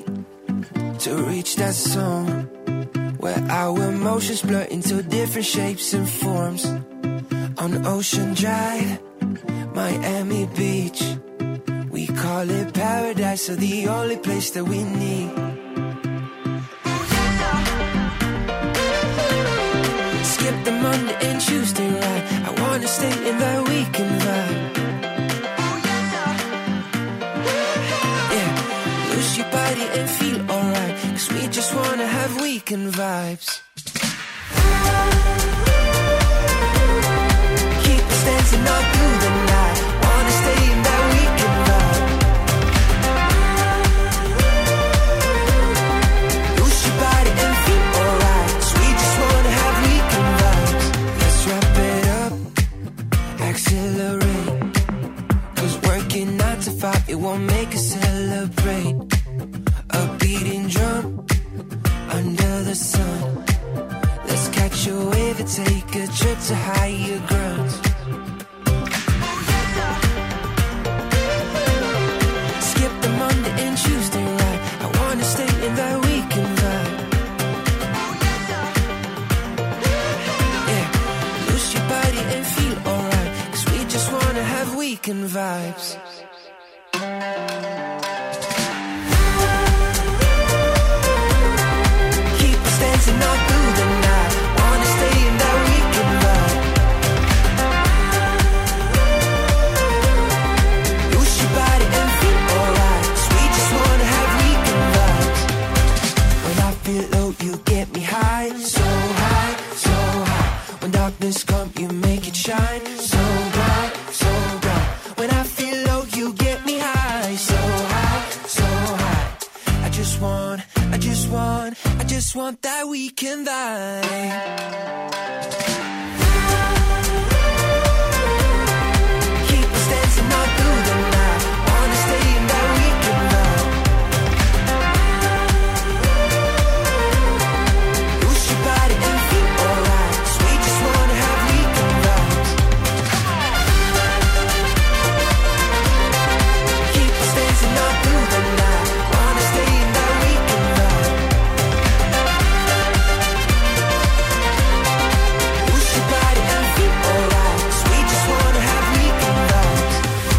To reach that zone where our emotions blur into different shapes and forms. On Ocean Drive, Miami Beach, we call it paradise or the only place that we need. Skip the Monday and Tuesday ride. I wanna stay in that weekend vibe. Yeah, lose your body and feel alright, 'cause we just wanna have weekend vibes. Keep us dancing all through the night. Wanna stay in that weekend vibe. Lose your body and feel alright, 'cause we just wanna have weekend vibes. Let's wrap it up, accelerate, 'cause working nine to five, it won't make us celebrate. A beating drum under the sun. Let's catch a wave and take a trip to higher grounds. Skip the Monday and Tuesday ride. I wanna stay in that weekend vibe. Yeah, lose your body and feel alright, 'cause we just wanna have weekend vibes. Keep us dancing all through the night. Wanna stay in that weekend vibe. Lose your body and feel alright, 'cause we just wanna have weekend vibes. When I feel low, you get me high, so high, so high. When darkness comes, you make it shine, so bright, so bright. When I feel low, you get me high, so high, so high. I just want, I just want, I just want that weekend vibe. Keep us dancing all through the night. Wanna stay in that weekend vibe. Lose your body and feel alright, 'cause we just wanna have weekend vibes. Keep us dancing all through the night. Wanna stay in that weekend vibe. Lose your body and feel alright, 'cause we just wanna have weekend vibes.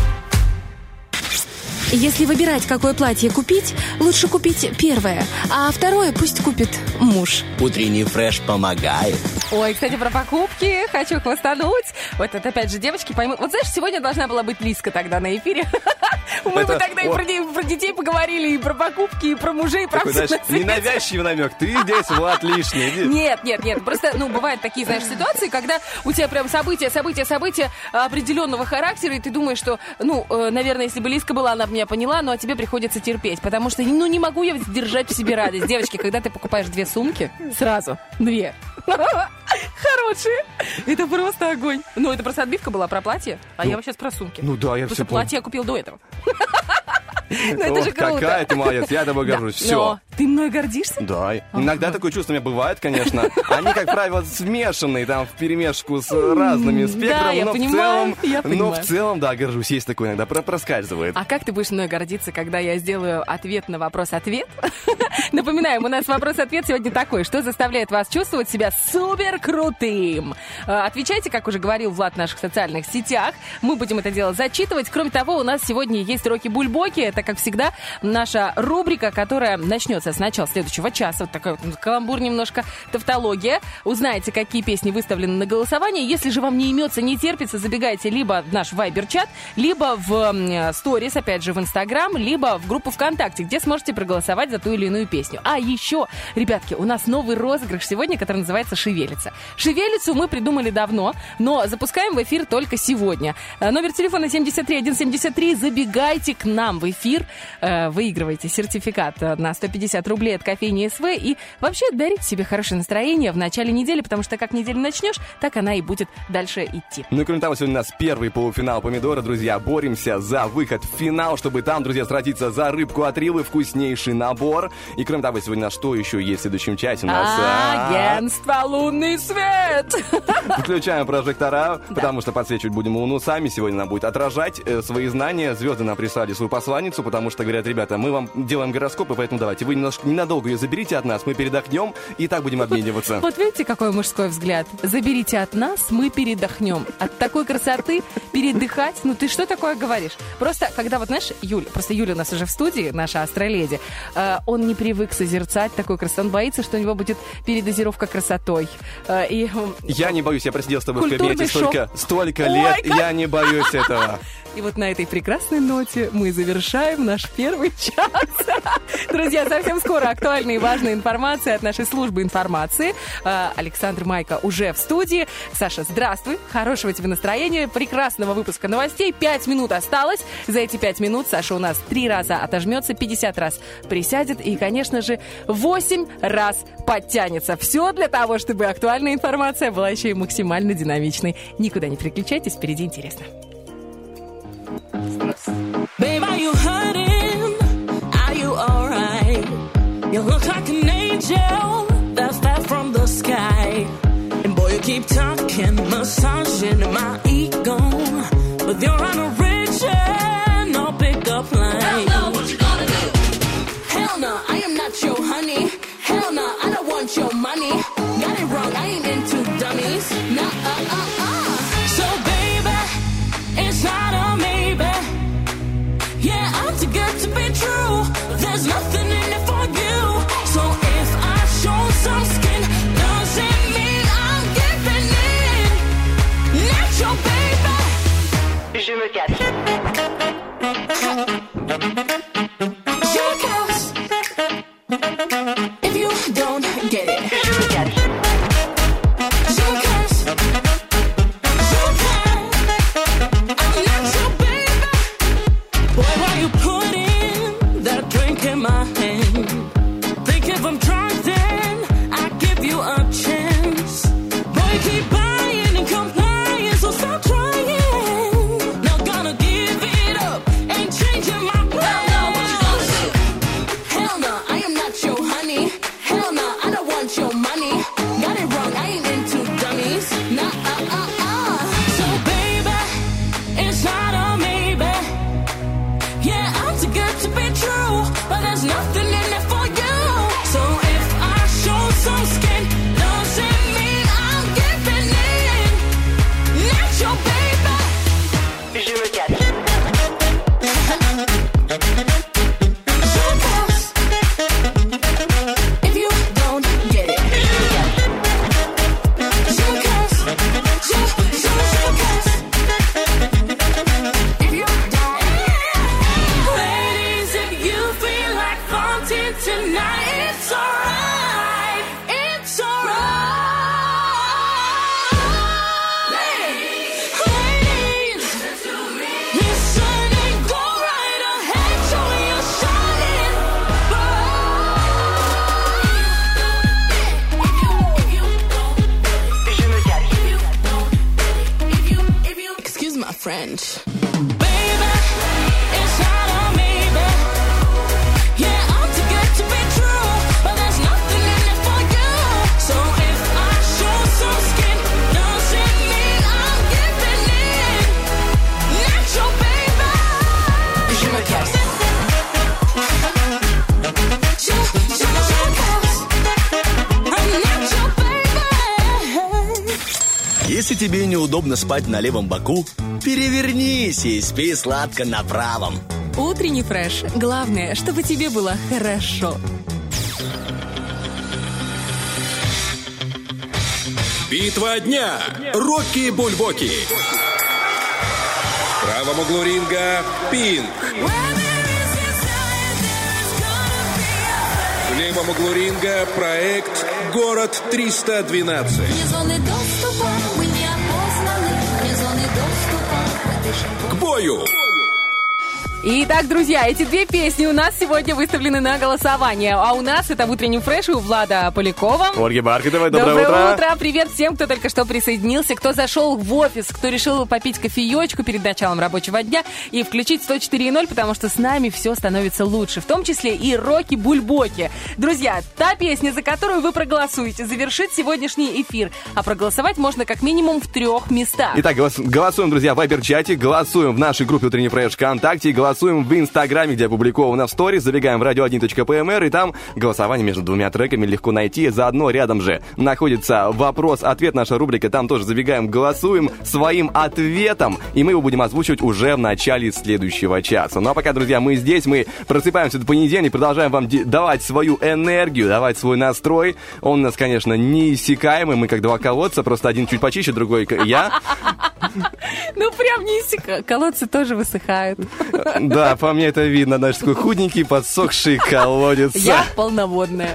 Если выбирать, какое платье купить, лучше купить первое, а второе пусть купит муж. Утренний фреш помогает. Ой, кстати, про покупки хочу хвастануть. Вот это опять же девочки поймут. Вот знаешь, сегодня должна была быть Лизка тогда на эфире. Мы бы Это- тогда и о. про де- про детей поговорили, и про покупки, и про мужей, и про Такой, всё знаешь, на свете. ненавязчивый намек. Ты здесь, Влад, лишний. Иди. Нет, нет, нет. Просто, ну, бывают такие, знаешь, ситуации, когда у тебя прям события, события, события определенного характера, и ты думаешь, что, ну, э, наверное, если бы Лизка была, она бы меня поняла, но а тебе приходится терпеть, потому что, ну, не могу я держать в себе радость. Девочки, когда ты покупаешь две сумки, сразу, две, хорошие, это просто огонь. Ну, это просто отбивка была про платье, а я вообще про сумки. Ну да, я Потому все что платье я купил до этого. Ну, это Ох, же круто. какая ты молодец, я тобой Да, горжусь. Все. но ты мной гордишься? Да, иногда такое чувство у меня бывает, конечно. Они, как правило, смешанные, там, в перемешку с разными спектрами, я но понимаю, в целом, я но понимаю. в целом, да, горжусь, есть такое иногда, про- проскальзывает. А как ты будешь мной гордиться, когда я сделаю ответ на вопрос-ответ? Напоминаем, у нас вопрос-ответ сегодня такой. Что заставляет вас чувствовать себя супер крутым? Э, Отвечайте, как уже говорил Влад, в наших социальных сетях. Мы будем это дело зачитывать. Кроме того, у нас сегодня есть Роки-Бульбоки. Это, как всегда, наша рубрика, которая начнется с начала следующего часа. Вот такой вот каламбур немножко, тавтология. Узнаете, какие песни выставлены на голосование. Если же вам не имется, не терпится, забегайте либо в наш Вайбер-чат, либо в м, сторис, опять же, в Инстаграм, либо в группу ВКонтакте, где сможете проголосовать за ту или иную песню. А еще, ребятки, у нас новый розыгрыш сегодня, который называется «Шевелится». «Шевелицу» мы придумали давно, но запускаем в эфир только сегодня. Э, Номер телефона семьдесят три сто семьдесят три. Забегайте к нам в эфир. Э, Выигрывайте сертификат э, на сто пятьдесят рублей от кофейни СВ. И вообще дарите себе хорошее настроение в начале недели, потому что как неделю начнешь, так она и будет дальше идти. Ну и кроме того, сегодня у нас первый полуфинал помидора, друзья. Боремся за выход в финал, чтобы там, друзья, сразиться за рыбку от Рилы, вкуснейший набор. И кроме того, сегодня на что еще есть в следующем часе у нас? а, Агентство «Лунный свет». Включаем прожектора, потому что подсвечивать будем Луну сами. Сегодня она будет отражать э, свои знания. Звезды нам прислали свою посланницу, потому что говорят, ребята, мы вам делаем гороскопы, поэтому давайте вы немножко немножко, ненадолго ее заберите от нас, мы передохнем и так будем обмениваться. Вот видите, какой мужской взгляд. Заберите от нас, мы передохнем. От такой красоты передыхать, ну ты что такое говоришь? Просто, когда вот, знаешь, Юля, просто Юля у нас уже в студии, наша астроледи, э, он не привык созерцать такой красоты, он боится, что у него будет передозировка красотой. Э, и, я не боюсь, я просидел с тобой в культурный кабинете столько, столько лет, Ой, как... я не боюсь этого. И вот на этой прекрасной ноте мы завершаем наш первый час. Друзья, совсем скоро актуальная и важная информация от нашей службы информации. Александр Майко уже в студии. Саша, здравствуй. Хорошего тебе настроения, прекрасного выпуска новостей. Пять минут осталось. За эти пять минут Саша у нас три раза отожмется, пятьдесят раз присядет и, конечно же, восемь раз подтянется. Все для того, чтобы актуальная информация была еще и максимально динамичной. Никуда не переключайтесь, впереди интересно. Babe, are you hurting? Are you alright? You look like an angel that fell from the sky. And boy, you keep talking, massaging my ego. But you're on a rich and no pickup line. Hell no, what you gonna do? Hell no, I am not your honey. Hell no, I don't want your money. Got it wrong, I ain't into dummies. Nah, uh, uh, uh. So baby, it's not a maybe. Yeah, I'm too good to be true. There's nothing in it for you. So if I show some skin, doesn't mean I'm giving in. Not your baby. Je me cache. Je cache. If you don't get it. Je me cache. Je cache. Je cache. I'm not your baby. Boy, why you putting that drink in my hand? Think if I'm drunk, then I give you a chance. Boy, you keep buying and complying, so stop trying. Not gonna give it up, ain't changing my plan. Hell no, what you gonna do? Hell no, I am not your honey. Hell no, I don't want your money. Got it wrong, I ain't into dummies. Nah, uh, uh, uh. So baby, it's not a maybe. Yeah, I'm too good to be true, but there's nothing in it for you. So if I show some skin, doesn't mean I'm giving in. Not your baby. Je me cache. Je cache. If you don't get it. Je cache. Je, je, je cache. If you don't. Ladies, if you feel like fronting tonight, it's alright. It's alright. Ladies, ladies, listen and go right ahead, show your shining. Excuse my French. Baby, it's not a maybe. Yeah, I'm too good to be true, but there's nothing in it for you. So if I show some skin, doesn't mean I'm giving in. Not your baby. Je me casse. Je, je, je casse. I'm not your baby. Если тебе неудобно спать на левом боку, перевернись и спи сладко на правом. Утренний фреш. Главное, чтобы тебе было хорошо. Битва дня. Рокки Бульбоки. В правом углу ринга Пинк. В левом углу ринга проект «Город триста двенадцать». К бою! Итак, друзья, эти две песни у нас сегодня выставлены на голосование. А у нас это в утреннем фреше у Влада Полякова. Ольги Бархатовой, доброе, доброе утро. утро. Привет всем, кто только что присоединился, кто зашел в офис, кто решил попить кофеечку перед началом рабочего дня и включить сто четыре ноль, потому что с нами все становится лучше, в том числе и Рокки Бульбоки. Друзья, та песня, за которую вы проголосуете, завершит сегодняшний эфир. А проголосовать можно как минимум в трех местах. Итак, голос- голосуем, друзья, в Вайбер-чате, голосуем в нашей группе «Утренний фреш» ВКонтакте, голосуем голосуем в Инстаграме, где опубликовано в сторис. Забегаем в радио один точка пэ эм эр, и там голосование между двумя треками легко найти. Заодно рядом же находится вопрос-ответ, наша рубрика. Там тоже забегаем, голосуем своим ответом, и мы его будем озвучивать уже в начале следующего часа. Ну а пока, друзья, мы здесь, мы просыпаемся до понедельника, продолжаем вам де- давать свою энергию, давать свой настрой. Он у нас, конечно, неиссякаемый, мы как два колодца, просто один чуть почище, другой к- я. Ну, прям не иссяка- колодцы тоже высыхают. Да, по мне это видно, наш такой худенький, подсохший колодец. Я полноводная.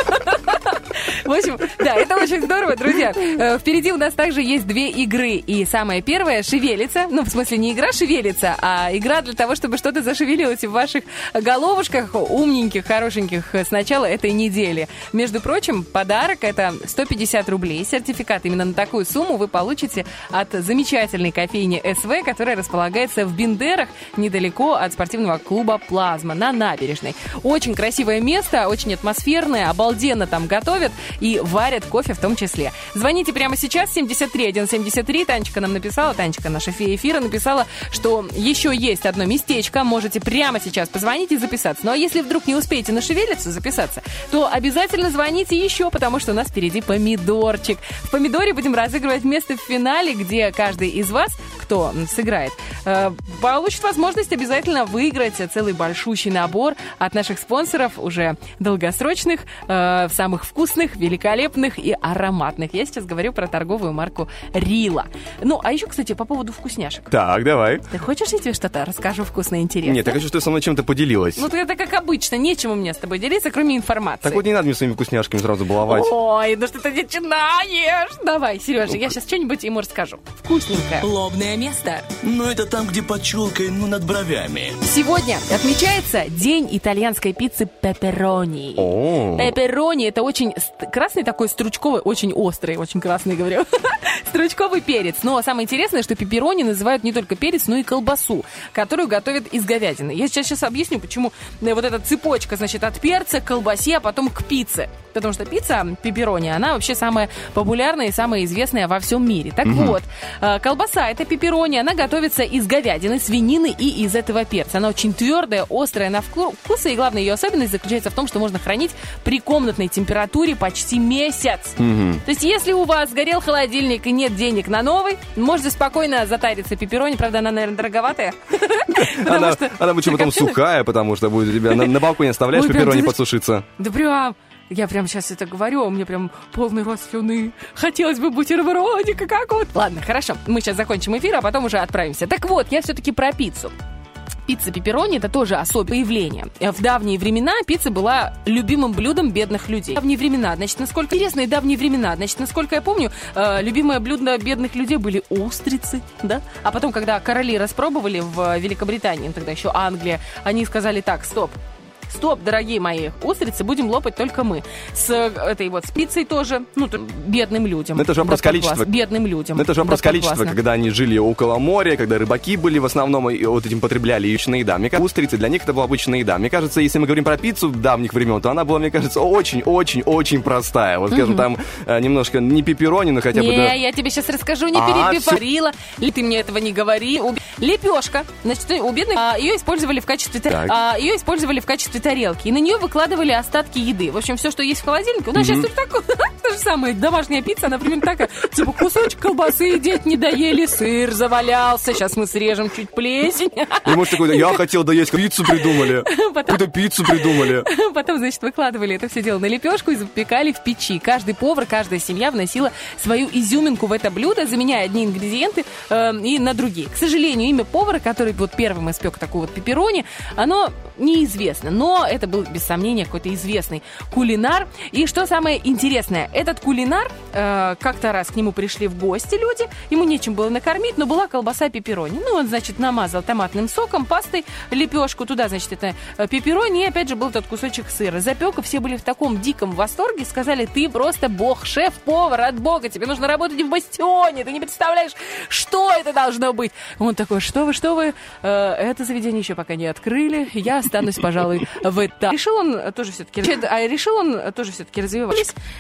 В общем, да, это очень здорово, друзья. Э, Впереди у нас также есть две игры. И самая первая — «Шевелится». Ну, в смысле, не игра «Шевелится», а игра для того, чтобы что-то зашевелилось в ваших головушках, умненьких, хорошеньких, с начала этой недели. Между прочим, подарок — это сто пятьдесят рублей. Сертификат именно на такую сумму вы получите от замечательной кофейни эс вэ, которая располагается в Бендерах, недалеко от спортивного клуба «Плазма» на набережной. Очень красивое место, очень атмосферное, обалденно там готовят и варят кофе в том числе. Звоните прямо сейчас, семьдесят три сто семьдесят три. Танечка нам написала, Танечка, наша фея эфира, написала, что еще есть одно местечко. Можете прямо сейчас позвонить и записаться. Ну а если вдруг не успеете нашевелиться, записаться, то обязательно звоните еще, потому что у нас впереди помидорчик. В помидоре будем разыгрывать место в финале, где каждый из вас, кто сыграет, э, получит возможность обязательно выиграть целый большущий набор от наших спонсоров, уже долгосрочных, э, самых вкусных, великолепных и ароматных. Я сейчас говорю про торговую марку Рила. Ну, а еще, кстати, по поводу вкусняшек. Так, давай. Ты хочешь, я тебе что-то расскажу вкусное и интересное? Нет, я хочу, чтобы ты со мной чем-то поделилась. Ну, это как обычно, нечем у меня с тобой делиться, кроме информации. Так вот не надо мне своими вкусняшками сразу баловать. Ой, ну что ты начинаешь? Давай, Сережа, я сейчас что-нибудь ему расскажу. Вкусненькое. Лобное место. Ну, это там, где под челкой, ну, над бровями. Сегодня отмечается День итальянской пиццы пепперони. О. Пепперони — это очень ст- красный такой стручковый, очень острый, очень красный, говорю, стручковый перец. Но самое интересное, что пепперони называют не только перец, но и колбасу, которую готовят из говядины. Я сейчас, сейчас объясню, почему вот эта цепочка, значит, от перца к колбасе, а потом к пицце. Потому что пицца пепперони, она вообще самая популярная и самая известная во всем мире. Так Мгм. вот, э, колбаса — это пепперони, она готовится из говядины, свинины и из этого перца. Она очень твердая, острая на вку- вкус, и главная ее особенность заключается в том, что можно хранить при комнатной температуре почти месяц. Мгм. То есть, если у вас сгорел холодильник и нет денег на новый, можете спокойно затариться пепперони. Правда, она, наверное, дороговатая. Потому Она, что она будет потом копченая. сухая, потому что будет у тебя на, на балконе оставляешь Ой, прям, пепперони ты знаешь- подсушиться. Да прям, я прям сейчас это говорю, у меня прям полный рот слюны. Хотелось бы бутербродика какого-то. Ладно, хорошо, мы сейчас закончим эфир, а потом уже отправимся. Так вот, я все-таки про пиццу. Пицца пепперони — это тоже особое явление. В давние времена пицца была любимым блюдом бедных людей. В давние времена, значит, насколько интересные давние времена, значит, насколько я помню, э, любимое блюдо бедных людей были устрицы, да? А потом, когда короли распробовали в Великобритании, ну, тогда еще Англия, они сказали так: стоп. Стоп, дорогие мои, устрицы будем лопать только мы. С этой вот с пиццей тоже, ну, т- бедным людям. Ну, это же вопрос Да, подглаз. количества. Бедным людям. Ну, это же вопрос Да, количества, подгласно. когда они жили около моря, когда рыбаки были в основном, и вот этим потребляли обычная еда. Мне кажется, устрицы для них это была обычная еда. Мне кажется, если мы говорим про пиццу давних времен, то она была, мне кажется, очень-очень-очень простая. Вот, скажем, Мгм. там э, немножко не пепперони, но хотя бы... Не, да. я тебе сейчас расскажу, не А, перебиварила. Ли ты мне этого не говори. У- Лепешка. Значит, у бедных а, ее использовали в качестве та- Так. а, ее использовали в качестве тарелки. И на нее выкладывали остатки еды. В общем, все, что есть в холодильнике. У нас Мгм. сейчас тут такое, то же самое. Домашняя пицца, например, такая. Типа кусочек колбасы, дети не доели, сыр завалялся. Сейчас мы срежем чуть плесень. И может такой, я хотел доесть, пиццу придумали. Какую-то пиццу придумали. Потом, значит, выкладывали это все дело на лепешку и запекали в печи. Каждый повар, каждая семья вносила свою изюминку в это блюдо, заменяя одни ингредиенты э, и на другие. К сожалению, имя повара, который вот первым испек такую вот пепперони, оно неизвестно. Но это был, без сомнения, какой-то известный кулинар. И что самое интересное, этот кулинар, э, как-то раз к нему пришли в гости люди, ему нечем было накормить, но была колбаса пепперони. Ну, он, значит, намазал томатным соком, пастой лепешку, туда, значит, это э, пепперони, и опять же был тот кусочек сыра. Запек, и все были в таком диком восторге, сказали: ты просто бог, шеф-повар от бога, тебе нужно работать в бастионе, ты не представляешь, что это должно быть. Он такой: что вы, что вы, э, это заведение еще пока не открыли, я останусь, пожалуй, в этапе. Решил он тоже все-таки, а решил он тоже все-таки развиваться. Да,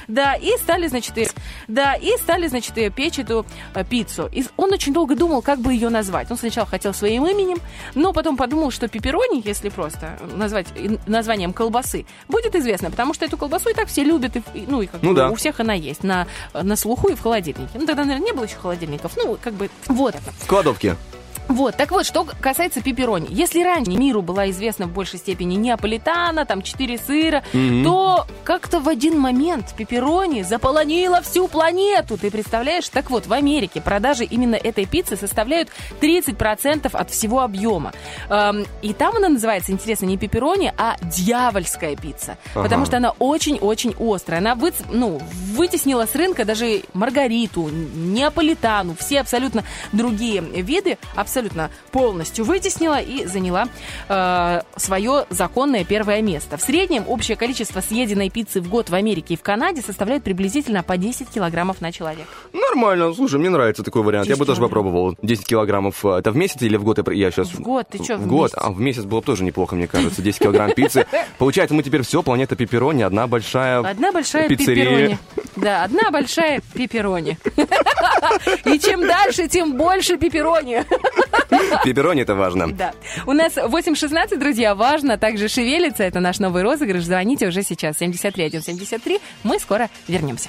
и стали, значит, и, да, и стали, значит, и печь эту э, пиццу. И он очень долго думал, как бы ее назвать. Он сначала хотел своим именем, но потом подумал, что пепперони, если просто назвать названием колбасы, будет известно, потому что эту колбасу и так все любят, и, и, ну, и как ну бы да. у всех она есть на, на слуху и в холодильнике. Ну, тогда, наверное, не было еще холодильников. Ну, как бы, вот. В кладовке. Вот, так вот, что касается пепперони. Если раньше миру была известна в большей степени неаполитана, там, четыре сыра, mm-hmm. то как-то в один момент пепперони заполонила всю планету. Ты представляешь? Так вот, в Америке продажи именно этой пиццы составляют тридцать процентов от всего объема. Эм, и там она называется, интересно, не пепперони, а дьявольская пицца. Ага. Потому что она очень-очень острая. Она вы, ну, вытеснила с рынка даже маргариту, неаполитану, все абсолютно другие виды, абсолютно полностью вытеснила и заняла э, свое законное первое место. В среднем общее количество съеденной пиццы в год в Америке и в Канаде составляет приблизительно по десять килограммов на человека. Нормально, слушай, мне нравится такой вариант. Я бы тоже попробовал. десять килограммов. Это в месяц или в год? Я сейчас... В год, ты что, в, в год? месяц? А в месяц было бы тоже неплохо, мне кажется. десять килограмм пиццы. Получается, мы теперь все, планета пепперони, одна большая Одна большая пиццерия. пепперони. Да, одна большая пепперони. И чем дальше, тем больше пепперони. Пепперони — это важно. Да. У нас восемь шестнадцать, друзья, важно также шевелиться. Это наш новый розыгрыш. Звоните уже сейчас. семьдесят три один семьдесят три. Мы скоро вернемся.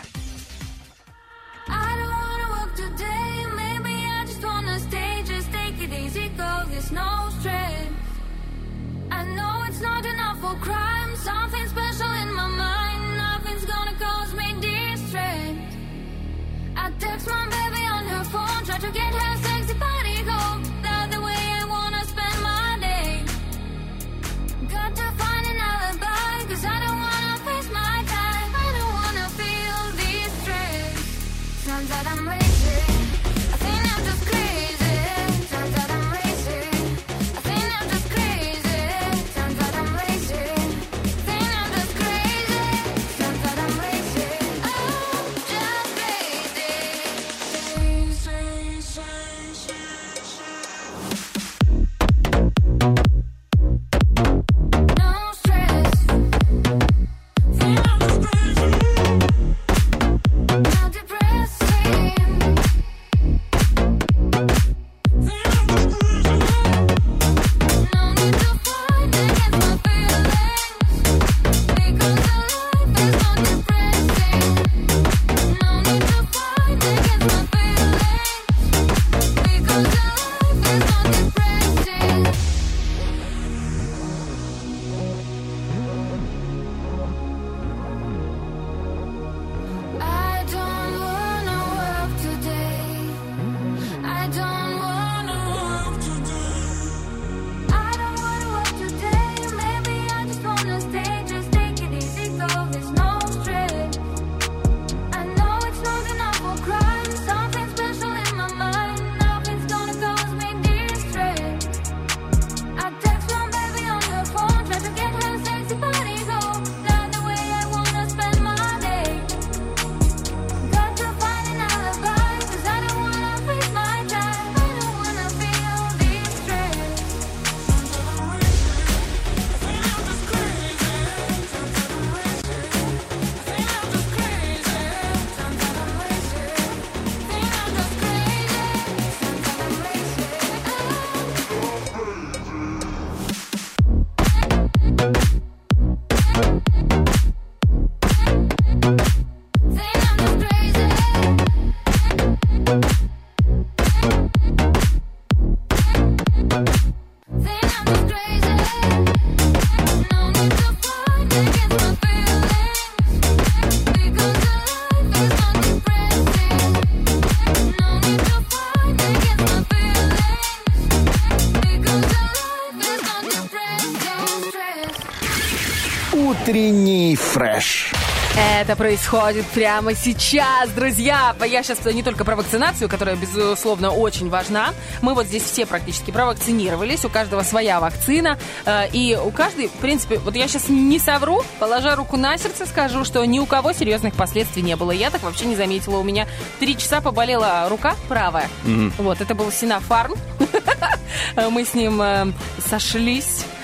Утренний фреш. Это происходит прямо сейчас, друзья. Я сейчас не только про вакцинацию, которая, безусловно, очень важна. Мы вот здесь все практически провакцинировались. У каждого своя вакцина. И у каждой, в принципе, вот я сейчас не совру, положа руку на сердце, скажу, что ни у кого серьезных последствий не было. Я так вообще не заметила. У меня три часа поболела рука правая. Mm-hmm. Вот, это был Синофарм. Мы с ним сошлись.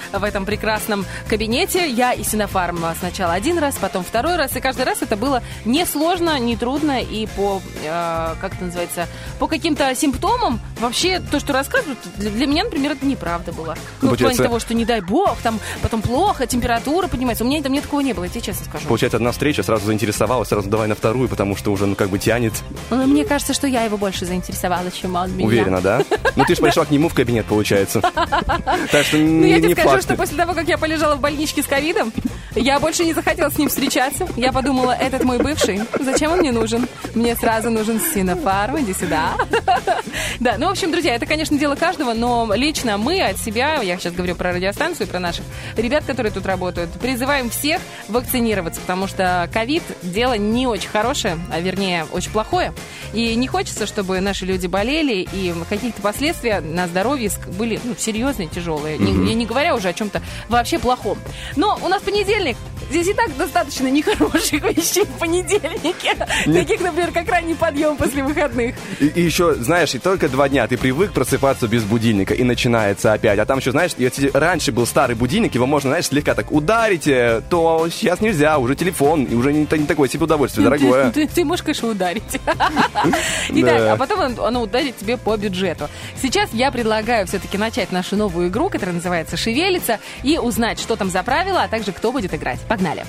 в этом прекрасном кабинете. Я и Синофарм сначала один раз, потом второй раз. И каждый раз это было несложно, не трудно. И по, э, как это называется, по каким-то симптомам вообще то, что рассказывают, для, для меня, например, это неправда было. Ну, Получается... в плане того, что не дай бог, там потом плохо, температура поднимается. У меня там мне такого не было, я тебе честно скажу. Получается, одна встреча, сразу заинтересовалась, сразу давай на вторую, потому что уже, ну, как бы тянет. Мне кажется, что я его больше заинтересовала, чем он меня. Уверена, да? Ну, ты же пришла к нему в кабинет, получается. Так что Ну, я тебе не скажу, факт. что после того, как я полежала в больничке с ковидом, я больше не захотела с ним встречаться. Я подумала, этот мой бывший, зачем он мне нужен? Мне сразу нужен Синофарм, иди сюда. Да, ну, в общем, друзья, это, конечно, дело каждого, но лично мы от себя, я сейчас говорю про радиостанцию, про наших ребят, которые тут работают, призываем всех вакцинироваться, потому что ковид – дело не очень хорошее, а вернее, очень плохое. И не хочется, чтобы наши люди болели, и какие-то последствия на здоровье были ну, серьезные, тяжелые. Не, Мгм. не, не говоря уже о чем-то вообще плохом. Но у нас понедельник. Здесь и так достаточно нехороших вещей в понедельнике. Не- Таких, например, как ранний подъем после выходных. И, и еще, знаешь, и только два дня ты привык просыпаться без будильника, и начинается опять. А там еще, знаешь, если раньше был старый будильник, его можно, знаешь, слегка так ударить, э, то сейчас нельзя, уже телефон, и уже не, не такое себе удовольствие, дорогое. Ты, ты- ты можешь, конечно, ударить. Итак, Да. а потом он- оно ударит тебе по бюджету. Сейчас я предлагаю все-таки начать нашу новую игру, которая называется «Шевелится», и узнать, что там за правила, а также кто будет играть. Погнали.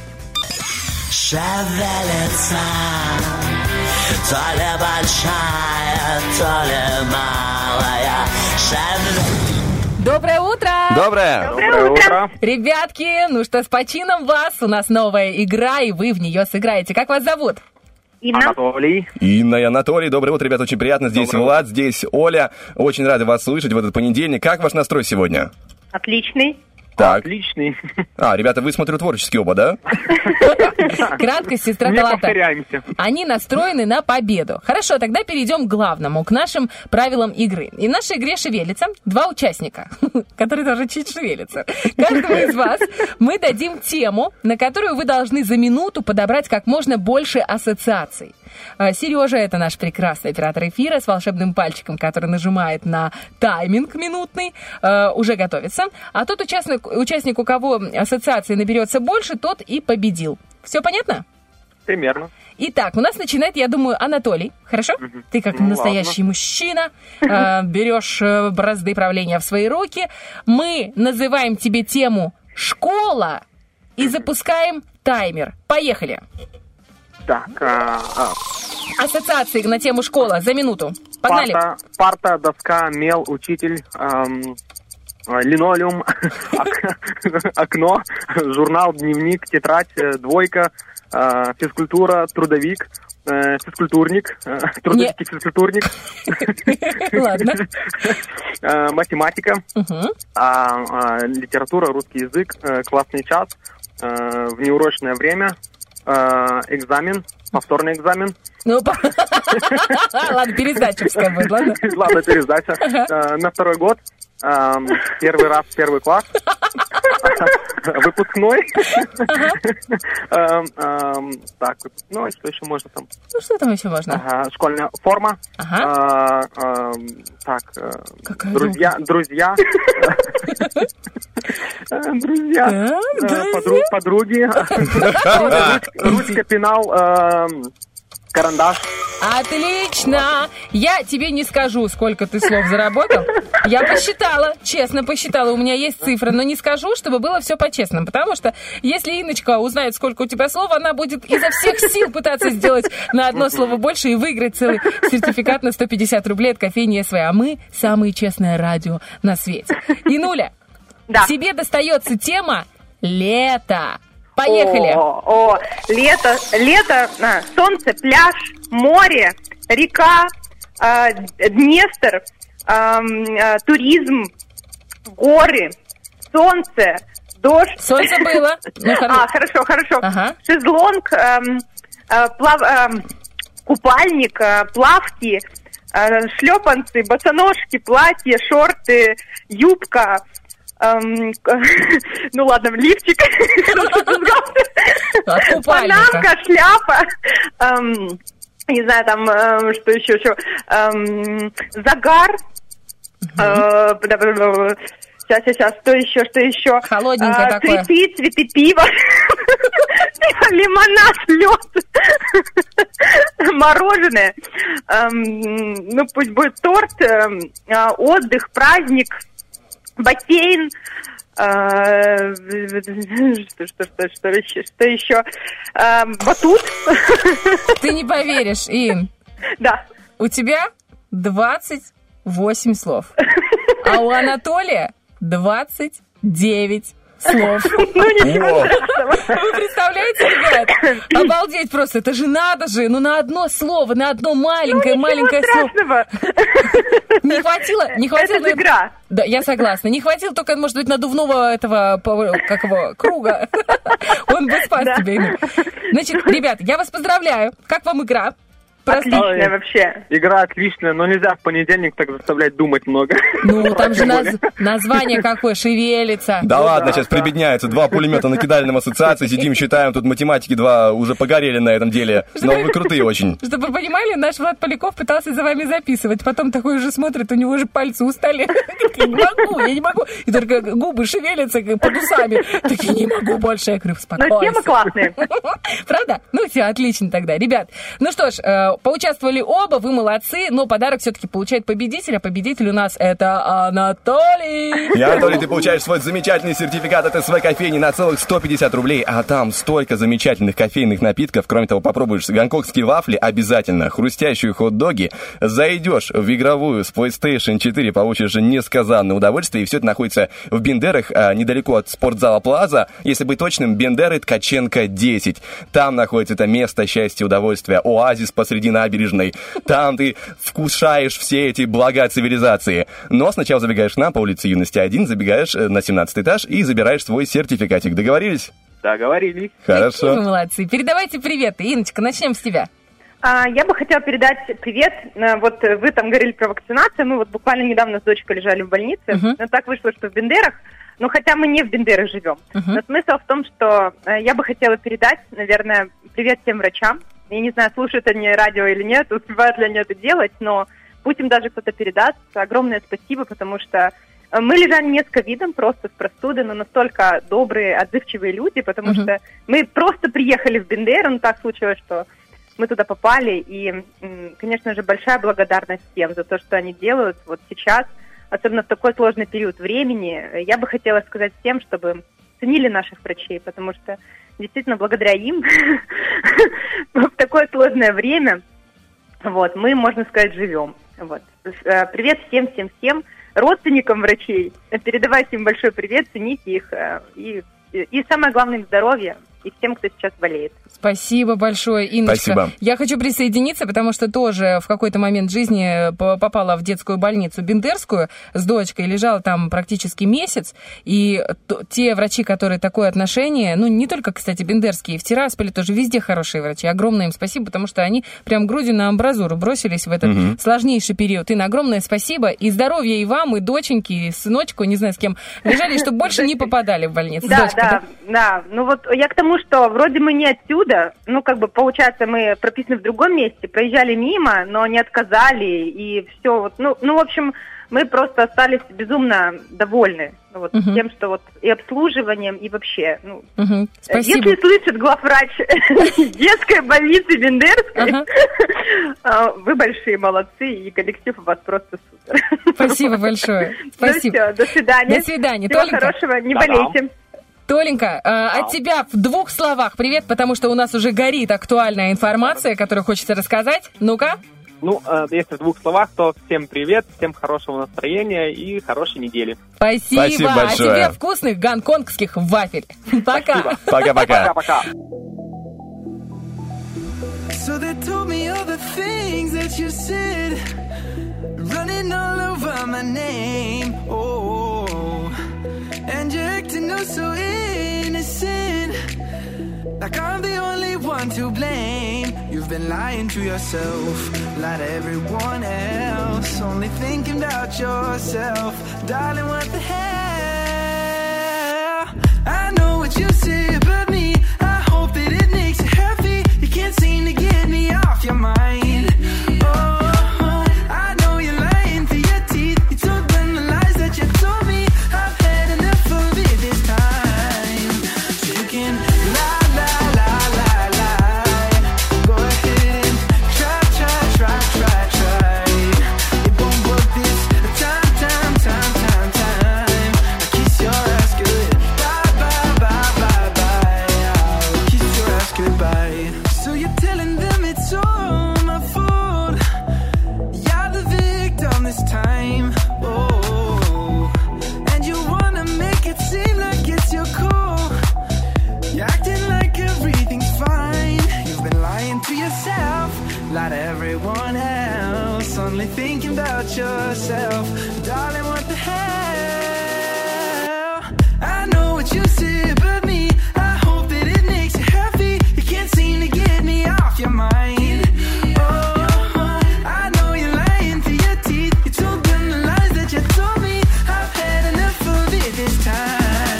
Шевелится, то ли большая, то ли малая. Шевелится. Доброе утро! Доброе! Доброе утро! Ребятки, ну что, с почином вас. У нас новая игра, и вы в нее сыграете. Как вас зовут? Анатолий. Инна и Анатолий. Доброе утро, ребята, очень приятно. Здесь Доброе Влад, здесь Оля. Очень рады вас слышать в этот понедельник. Как ваш настрой сегодня? Отличный. Так. Отличный. А, ребята, вы, смотрю, творческие оба, да? Краткость, сестра Не таланта. повторяемся. Они настроены на победу. Хорошо, тогда перейдем к главному, к нашим правилам игры. И в нашей игре «Шевелится» два участника, которые тоже чуть шевелятся. Каждому из вас мы дадим тему, на которую вы должны за минуту подобрать как можно больше ассоциаций. А, Сережа — это наш прекрасный оператор эфира с волшебным пальчиком, который нажимает на тайминг минутный, а, уже готовится. А тот участник, участник, у кого ассоциаций наберется больше, тот и победил. Все понятно? Примерно. Итак, у нас начинает, я думаю, Анатолий. Хорошо? Ты как Ну, настоящий мужчина э, берешь э, бразды правления в свои руки. Мы называем тебе тему «Школа» и запускаем таймер. Поехали. Так, а, а, Ассоциации на тему «Школа» за минуту. Погнали. парта, парта, доска, мел, учитель, ам, а, линолеум, ок- окно, журнал, дневник, тетрадь, э, двойка, а, физкультура, трудовик, э, физкультурник, э, трудовик и физкультурник, Ладно. э, математика, Мгм. а, а, литература, русский язык, э, классный час, э, внеурочное время, э, экзамен, повторный экзамен. Ну, по- ладно, пересдача пускай будет, ладно? Ладно, пересдача. Э, На второй год. эм, Первый раз, первый класс. Выпускной. Эм, эм, Так, выпускной, что еще можно там? Ну, что там еще можно? Ага, школьная форма. Ага. Э, эм, Так, э, Какая друзья, друзья. Э, Друзья. Так, Э, друзья. подру- Подруги. Ручка, ручка, пенал, эм, карандаш. Отлично! Я тебе не скажу, сколько ты слов заработал. Я посчитала, честно посчитала. У меня есть цифры, но не скажу, чтобы было все по-честному. Потому что если Инночка узнает, сколько у тебя слов, она будет изо всех сил пытаться сделать на одно слово больше и выиграть целый сертификат на сто пятьдесят рублей от кофейни СВ. А мы самое честное радио на свете. Инуля, тебе достается тема «Лето». Поехали! О, о, лето, лето, а, солнце, пляж, море, река, а, Днестр, ам, а, туризм, горы, солнце, дождь. Солнце было. Ну, хоро- А, хорошо, хорошо. Ага. Шезлонг, ам, а, плав- ам, купальник, а, плавки, а, шлепанцы, босоножки, платье, шорты, юбка. Эм, ну ладно, лифчик, панамка, шляпа, эм, не знаю, там, эм, что еще, еще, эм, загар, э, Сейчас, сейчас, сейчас, что еще, что еще? Холодненькое А, такое. Цветы, цветы, пиво. Лимонад, лед. Мороженое. Эм, Ну, пусть будет торт, эм, а, отдых, праздник, бассейн. А, Что, что, что, что еще? Что еще? А, Батут. Ты не поверишь, Ин. Да. У тебя двадцать восемь слов. А у Анатолия двадцать девять слов. Ну, ничего страшного. Вы представляете, ребят? Обалдеть просто. Это же надо же. Ну, на одно слово, на одно маленькое, Ну, маленькое ничего слово. Не хватило, не хватило. Это же игра. Да, я согласна. Не хватило только, может быть, надувного этого, по- как его, круга. Он бы спас Да. тебя. Инна. Значит, ребят, я вас поздравляю. Как вам игра? Просто- Отлично вообще. Игра отличная, но нельзя в понедельник так заставлять думать много. Ну, там же наз- название какое, шевелится. Да ладно, сейчас прибедняется. Два пулемета накидали нам ассоциации, сидим, считаем, тут математики два уже погорели на этом деле. Но вы крутые очень. Чтобы вы понимали, наш Влад Поляков пытался за вами записывать. Потом такой уже смотрит, у него уже пальцы устали. Я не могу, я не могу. И только губы шевелятся как под усами. Так я не могу больше. Я говорю, успокойся. Но темы классные. Правда? Ну все, отлично тогда. Ребят, ну что ж, э, поучаствовали оба, вы молодцы, но подарок все-таки получает победитель, а победитель у нас это Анатолий. И, Анатолий, ты получаешь свой замечательный сертификат от СВ кофейни на целых сто пятьдесят рублей, а там столько замечательных кофейных напитков. Кроме того, попробуешь гонконгские вафли обязательно, хрустящие хот-доги, зайдешь в игровую с PlayStation четыре, получишь несказанное удовольствие, и все это находится в Бендерах, а, недалеко от спортзала Плаза, если быть точным, Бендеры Ткаченко десять. Там находится это место счастья и удовольствия, оазис посреди набережной. Там ты вкушаешь все эти блага цивилизации. Но сначала забегаешь к нам по улице Юности один, забегаешь э, на семнадцатый этаж и забираешь свой сертификатик. Договорились? Договорились. Какие Хорошо. вы молодцы. Передавайте привет. Инночка, начнем с тебя. А, Я бы хотела передать привет. А, Вот э, вы там говорили про вакцинацию. Мы вот буквально недавно с дочкой лежали в больнице. Мгм. Но так вышло, что в Бендерах. Но хотя мы не в Бендерах живем. Мгм. Но смысл в том, что э, я бы хотела передать, наверное, привет всем врачам. Я не знаю, слушают они радио или нет, успевают ли они это делать, но пусть им даже кто-то передаст. Огромное спасибо, потому что э, мы лежали не с ковидом, просто с простудой, но настолько добрые, отзывчивые люди, потому Мгм. что мы просто приехали в Бендеры, ну так случилось, что мы туда попали, и, м, конечно же, большая благодарность всем за то, что они делают вот сейчас, особенно в такой сложный период времени. Я бы хотела сказать всем, чтобы ценили наших врачей, потому что действительно благодаря им в такое сложное время вот, мы, можно сказать, живем. Вот. Э, Привет всем-всем-всем родственникам врачей. Передавайте им большой привет, цените их. э, И, и самое главное, им здоровья. И всем, кто сейчас болеет. Спасибо большое, Инночка. Спасибо. Я хочу присоединиться, потому что тоже в какой-то момент жизни по- попала в детскую больницу Бендерскую с дочкой, лежала там практически месяц, и т- те врачи, которые такое отношение, ну, не только, кстати, бендерские, в Тирасполе тоже везде хорошие врачи. Огромное им спасибо, потому что они прям грудью на амбразуру бросились в этот Мгм. сложнейший период. Инна, огромное спасибо, и здоровья и вам, и доченьке, и сыночку, не знаю, с кем лежали, чтобы больше не попадали в больницу. Да, Дочка, да, да. Ну вот я к тому, что вроде мы не отсюда, ну как бы получается мы прописаны в другом месте, проезжали мимо, но не отказали, и все вот, ну, ну в общем, мы просто остались безумно довольны вот, Мгм. тем, что вот и обслуживанием, и вообще, ну, Мгм. Спасибо. если слышит главврач детской больницы Бендерской, Ага. а, вы большие молодцы, и коллектив у вас просто супер. Спасибо большое. Спасибо. Ну все, до свидания. До свидания. Всего Толенька. хорошего, не Да-да. болейте. Толенька, э, от тебя в двух словах привет, потому что у нас уже горит актуальная информация, которую хочется рассказать. Ну-ка. Ну, э, если в двух словах, то всем привет, всем хорошего настроения и хорошей недели. Спасибо. Спасибо А большое. тебе вкусных гонконгских вафель. Пока. Пока-пока. Пока-пока. So they told me all the things that you said, running all over my name. Oh, and you're acting oh so innocent, like I'm the only one to blame. You've been lying to yourself, lie to everyone else, only thinking about yourself. Darling, what the hell? I know what you say about me, I hope that it makes you happy. You can't seem to get me off your mind. Oh, I know you're lying through your teeth. You told them the lies that you told me. I've Like everyone else, only thinking about yourself. Darling, what the hell? I know what you said, but me, I hope that it makes you happy. You can't seem to get me off your mind. Oh, I know you're lying through your teeth. You told them the lies that you told me. I've had enough of it this time.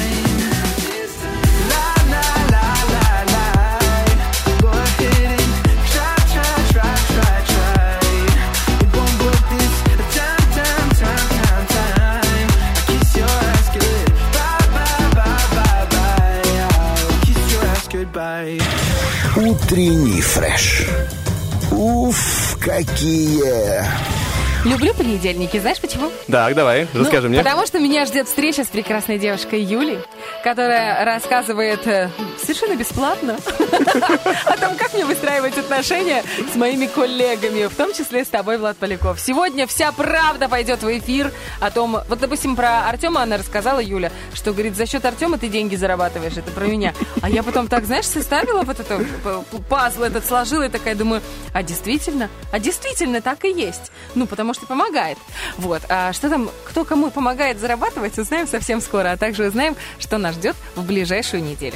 Утренний фреш. Уф, какие... Люблю понедельники, знаешь почему? Так, давай, расскажи ну, мне. Потому что меня ждет встреча с прекрасной девушкой Юлей, которая рассказывает э, совершенно бесплатно о том, как мне выстраивать отношения с моими коллегами, в том числе с тобой, Влад Поляков. Сегодня вся правда пойдет в эфир о том... Вот, допустим, про Артема она рассказала, Юля, что, говорит, за счет Артема ты деньги зарабатываешь, это про меня. А я потом так, знаешь, составила вот это, пазл этот сложила и такая думаю, а действительно? А действительно так и есть. Ну, потому что помогает. Вот. А что там, кто кому помогает зарабатывать, узнаем совсем скоро. А также узнаем, что нас ждет в ближайшую неделю.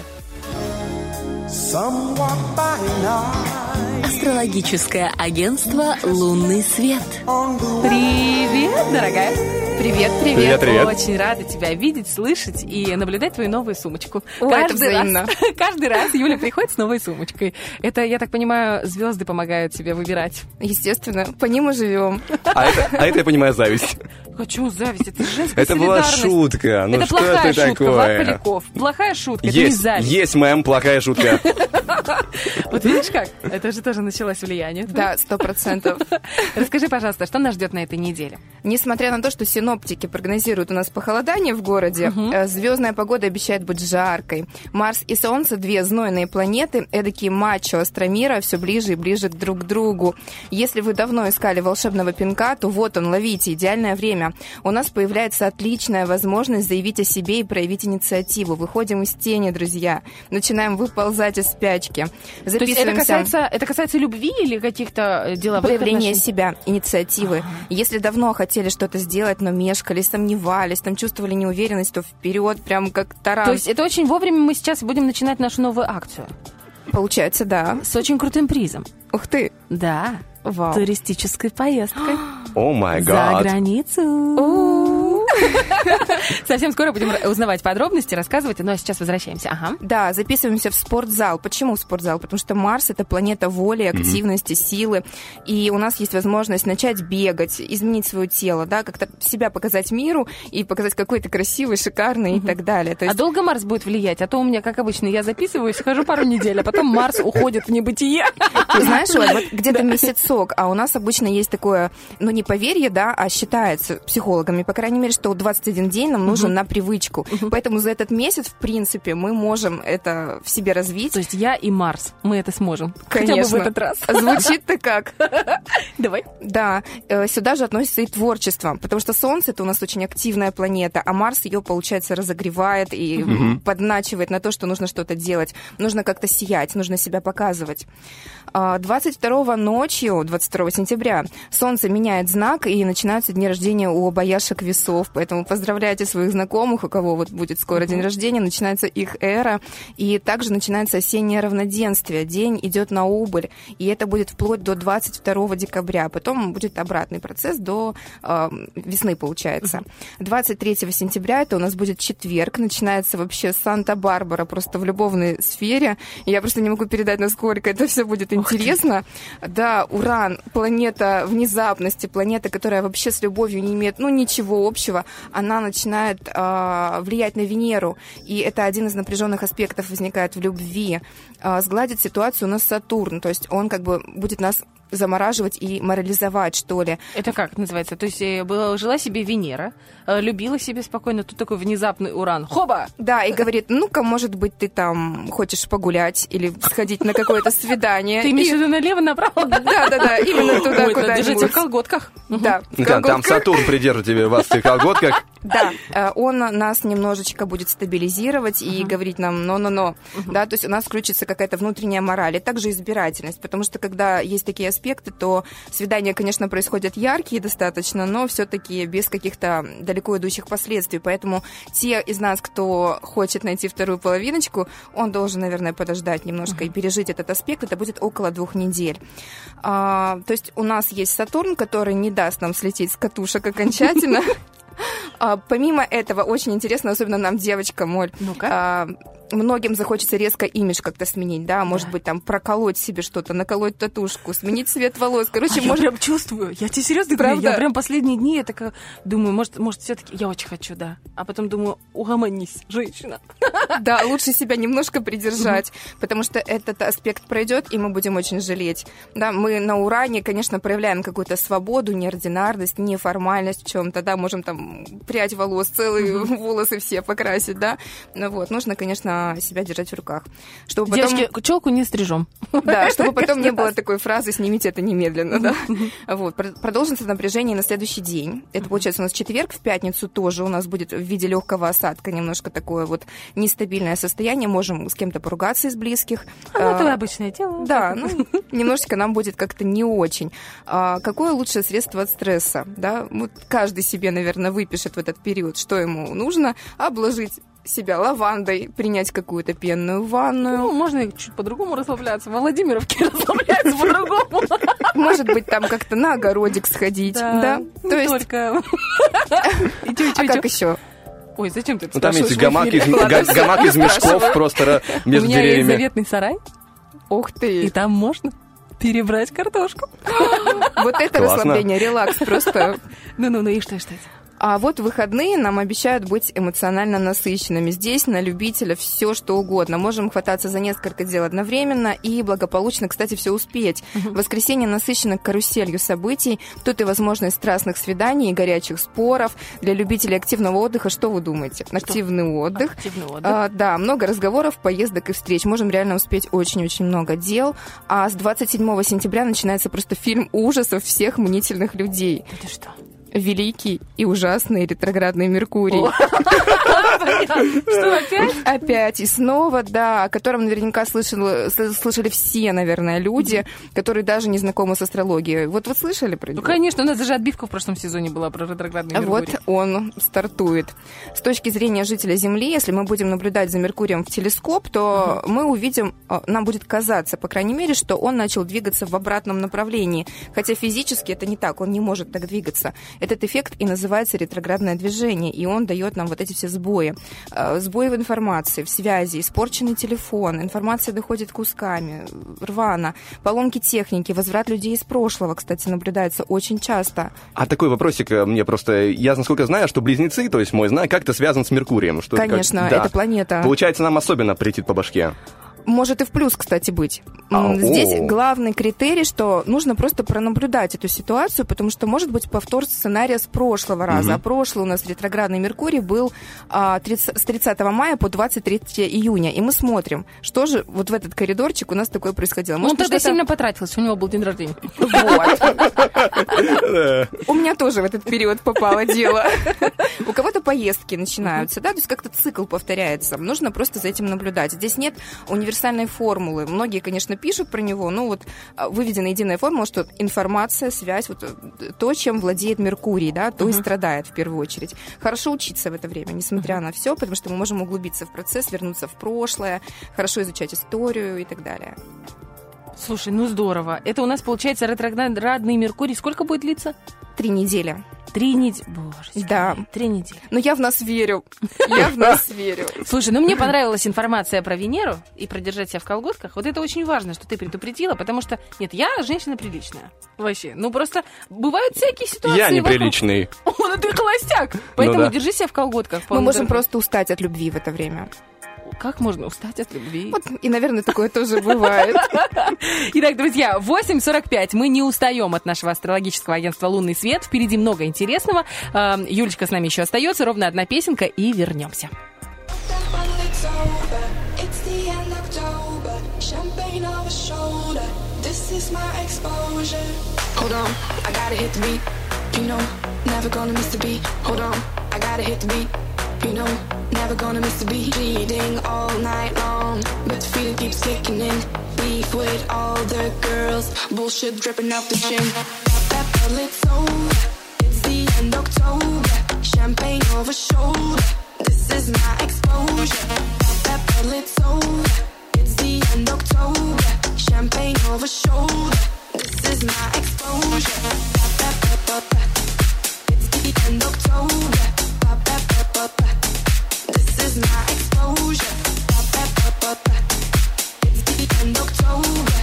Астрологическое агентство «Лунный свет». Привет, дорогая. Привет, привет. Привет, привет. Очень рада тебя видеть, слышать и наблюдать твою новую сумочку. Ой, это взаимно. Раз, каждый раз Юля приходит с новой сумочкой. Это, я так понимаю, звезды помогают тебе выбирать. Естественно, по ним и живем. А это, а это я понимаю, зависть. Хочу зависть, это женская Это была солидарность. шутка. Ну это что плохая это шутка, такое? Влад Поляков. Плохая шутка, это не Есть, зависть. есть мэм, плохая шутка. Вот видишь как? Это же тоже началось влияние. Да, сто процентов. Расскажи, пожалуйста, что нас ждет на этой неделе? Несмотря на то, что синоптики прогнозируют у нас похолодание в городе, uh-huh. звездная погода обещает быть жаркой. Марс и Солнце, две знойные планеты, эдакие мачо Астромира, все ближе и ближе друг к другу. Если вы давно искали волшебного пинка, то вот он, ловите, идеальное время. У нас появляется отличная возможность заявить о себе и проявить инициативу. Выходим из тени, друзья. Начинаем выползать из спячки. То есть это касается, это касается любви или каких-то деловых проявления отношений? себя, инициативы. Ага. Если давно хотели что-то сделать, но мешкали, сомневались, там чувствовали неуверенность, то вперед, прям как таран. То есть это очень вовремя мы сейчас будем начинать нашу новую акцию? Получается, да. С очень крутым призом. Ух ты! Да. Вау. Туристической поездкой. О май гад. За границу. Совсем скоро будем узнавать подробности, рассказывать, ну а сейчас возвращаемся. Ага. Да, записываемся в спортзал. Почему в спортзал? Потому что Марс — это планета воли, активности, mm-hmm. силы, и у нас есть возможность начать бегать, изменить свое тело, да, как-то себя показать миру и показать, какой ты красивый, шикарный mm-hmm. и так далее. То есть... А долго Марс будет влиять? А то у меня, как обычно, я записываюсь, хожу пару недель, а потом Марс уходит в небытие. Знаешь, Оль, вот где-то месяцок, а у нас обычно есть такое, ну не поверье, да, а считается психологами, по крайней мере, что двадцать один день нам нужен uh-huh. на привычку. Uh-huh. Поэтому за этот месяц, в принципе, мы можем это в себе развить. То есть я и Марс, мы это сможем. Конечно. Хотя бы в этот раз. Звучит-то как? Давай. Да. Сюда же относится и творчество, потому что Солнце — это у нас очень активная планета, а Марс ее, получается, разогревает и uh-huh. подначивает на то, что нужно что-то делать. Нужно как-то сиять, нужно себя показывать. двадцать второго ночью, двадцать второго сентября, Солнце меняет знак, и начинаются дни рождения у обаяшек весов. Поэтому поздравляйте своих знакомых, у кого вот будет скоро день рождения, начинается их эра. И также начинается осеннее равноденствие. День идет на убыль, и это будет вплоть до двадцать второго декабря. Потом будет обратный процесс до э, весны, получается. двадцать третьего сентября, это у нас будет четверг, начинается вообще Санта-Барбара, просто в любовной сфере. Я просто не могу передать, насколько это все будет интересно. Да, Уран, планета внезапности, планета, которая вообще с любовью не имеет, ну, ничего общего, она начинает э, влиять на Венеру, и это один из напряженных аспектов возникает в любви. Э, сгладит ситуацию у нас Сатурн, то есть он как бы будет нас замораживать и морализовать, что ли. Это как называется? То есть была, жила себе Венера, любила себе спокойно, тут такой внезапный Уран. Хоба! Да, и говорит, ну-ка, может быть, ты там хочешь погулять или сходить на какое-то свидание. Ты имеешь в виду налево-направо? Да-да-да, именно туда, куда-нибудь. Держите в колготках. Да, Там Сатурн придержит тебе вас в колготках. Да, э, он нас немножечко будет стабилизировать и uh-huh. говорить нам «но-но-но». Uh-huh. Да, то есть у нас включится какая-то внутренняя мораль, и также избирательность, потому что когда есть такие аспекты, то свидания, конечно, происходят яркие достаточно, но все-таки без каких-то далеко идущих последствий. Поэтому те из нас, кто хочет найти вторую половиночку, он должен, наверное, подождать немножко uh-huh. и пережить этот аспект. Это будет около двух недель. А, то есть у нас есть Сатурн, который не даст нам слететь с катушек окончательно. А, помимо этого, очень интересно, особенно нам, девочкам, Моль, а, многим захочется резко имидж как-то сменить, да, может да. быть, там, проколоть себе что-то, наколоть татушку, сменить цвет волос, короче, а может... я прям чувствую, я тебе серьезно говорю, я прям последние дни, я такая думаю, может, может все-таки, я очень хочу, да, а потом думаю, угомонись, женщина. Да, лучше себя немножко придержать, потому что этот аспект пройдет, и мы будем очень жалеть. Да, мы на Уране, конечно, проявляем какую-то свободу, неординарность, неформальность в чем-то, да, можем там прядь волос, целые волосы все покрасить, да, ну вот, нужно, конечно, себя держать в руках. Чтобы потом... Девочки, челку не стрижем. Да, чтобы потом не было такой фразы «снимите это немедленно», да. Вот, продолжится напряжение на следующий день. Это, получается, у нас четверг, в пятницу тоже у нас будет в виде легкого осадка немножко такое вот нестабильное состояние. Можем с кем-то поругаться из близких. А, ну, это обычное дело. Да, ну, немножечко нам будет как-то не очень. А, какое лучшее средство от стресса? Да? Вот каждый себе, наверное, выпишет в этот период, что ему нужно. Обложить себя лавандой, принять какую-то пенную ванную. Ну, можно и чуть по-другому расслабляться. Во Владимировке расслабляться по-другому. Может быть, там как-то на огородик сходить. Да, да? Не То есть... только. И чё, и чё, а и как чё? еще? Ой, зачем ты это ну, там спрашиваешь? есть гамак из, га- гамак из мешков просто между деревьями. У меня деревьями. есть заветный сарай. Ух ты. И там можно перебрать картошку. Вот это расслабление, релакс просто. Ну-ну-ну, и что, и что это? А вот выходные нам обещают быть эмоционально насыщенными. Здесь на любителя все что угодно. Можем хвататься за несколько дел одновременно и благополучно, кстати, все успеть. Uh-huh. Воскресенье насыщено каруселью событий. Тут и возможность страстных свиданий, и горячих споров. Для любителей активного отдыха что вы думаете? Что? Активный отдых. Активный отдых. А, да, много разговоров, поездок и встреч. Можем реально успеть очень-очень много дел. А с двадцать седьмого сентября начинается просто фильм ужасов всех мнительных людей. Это что? Великий и ужасный ретроградный Меркурий. Что, опять? Опять. И снова, да, о котором наверняка слышали, слышали все, наверное, люди, которые даже не знакомы с астрологией. Вот вы слышали про него? Ну, конечно, у нас даже отбивка в прошлом сезоне была про ретроградный Меркурий. Вот он стартует. С точки зрения жителя Земли, если мы будем наблюдать за Меркурием в телескоп, то uh-huh. мы увидим, нам будет казаться, по крайней мере, что он начал двигаться в обратном направлении. Хотя физически это не так, он не может так двигаться. Этот эффект и называется ретроградное движение, и он дает нам вот эти все сбои. Сбои в информации, в связи, испорченный телефон, информация доходит кусками, рвано, поломки техники, возврат людей из прошлого, кстати, наблюдается очень часто. А такой вопросик мне просто... Я, насколько знаю, что близнецы, то есть мой знак, как-то связан с Меркурием. Что Конечно, как... да. это планета. Получается, нам особенно претит по башке. Может и в плюс, кстати, быть. А, Здесь о. главный критерий, что нужно просто пронаблюдать эту ситуацию, потому что может быть повтор сценария с прошлого раза. Угу. А прошлый у нас ретроградный Меркурий был а, тридцать, с тридцатого мая по двадцать третьего июня. И мы смотрим, что же вот в этот коридорчик у нас такое происходило. Может, он тогда сильно потратился, у него был день рождения. Вот. У меня тоже в этот период попало дело. У кого-то поездки начинаются, да, то есть как-то цикл повторяется. Нужно просто за этим наблюдать. Здесь нет универсального универсальной формулы. Многие, конечно, пишут про него, но вот выведена единая формула, что информация, связь, вот то, чем владеет Меркурий, да, то uh-huh. и страдает в первую очередь. Хорошо учиться в это время, несмотря uh-huh. на все, потому что мы можем углубиться в процесс, вернуться в прошлое, хорошо изучать историю и так далее. Слушай, ну здорово. Это у нас получается ретроградный Меркурий. Сколько будет длиться? Три недели. Три недели. Боже, да. Три недели. Но я в нас верю. Я в нас верю. Слушай, ну мне понравилась информация про Венеру и про держать себя в колготках. Вот это очень важно, что ты предупредила, потому что, нет, я женщина приличная. Вообще. Ну просто бывают всякие ситуации. Я неприличный. О, ну ты холостяк. Поэтому ну, да. держи себя в колготках. Мы можем просто устать от любви в это время. Как можно устать от любви? Вот, и, наверное, такое тоже бывает. Итак, друзья, восемь сорок пять. Мы не устаем от нашего астрологического агентства «Лунный свет». Впереди много интересного. Юлечка с нами еще остается. Ровно одна песенка, и вернемся. I gotta hit the beat. You know, never gonna miss a beat. Bleeding all night long, but the feeling keeps kicking in. Beef with all the girls, bullshit dripping out the chin. That bottle, it's over. It's the end of October. Champagne over shoulder. This is my exposure. That bottle, it's over. It's the end of October. Champagne over shoulder. This is my exposure. It's the end of October. This is my exposure. It's the end of October.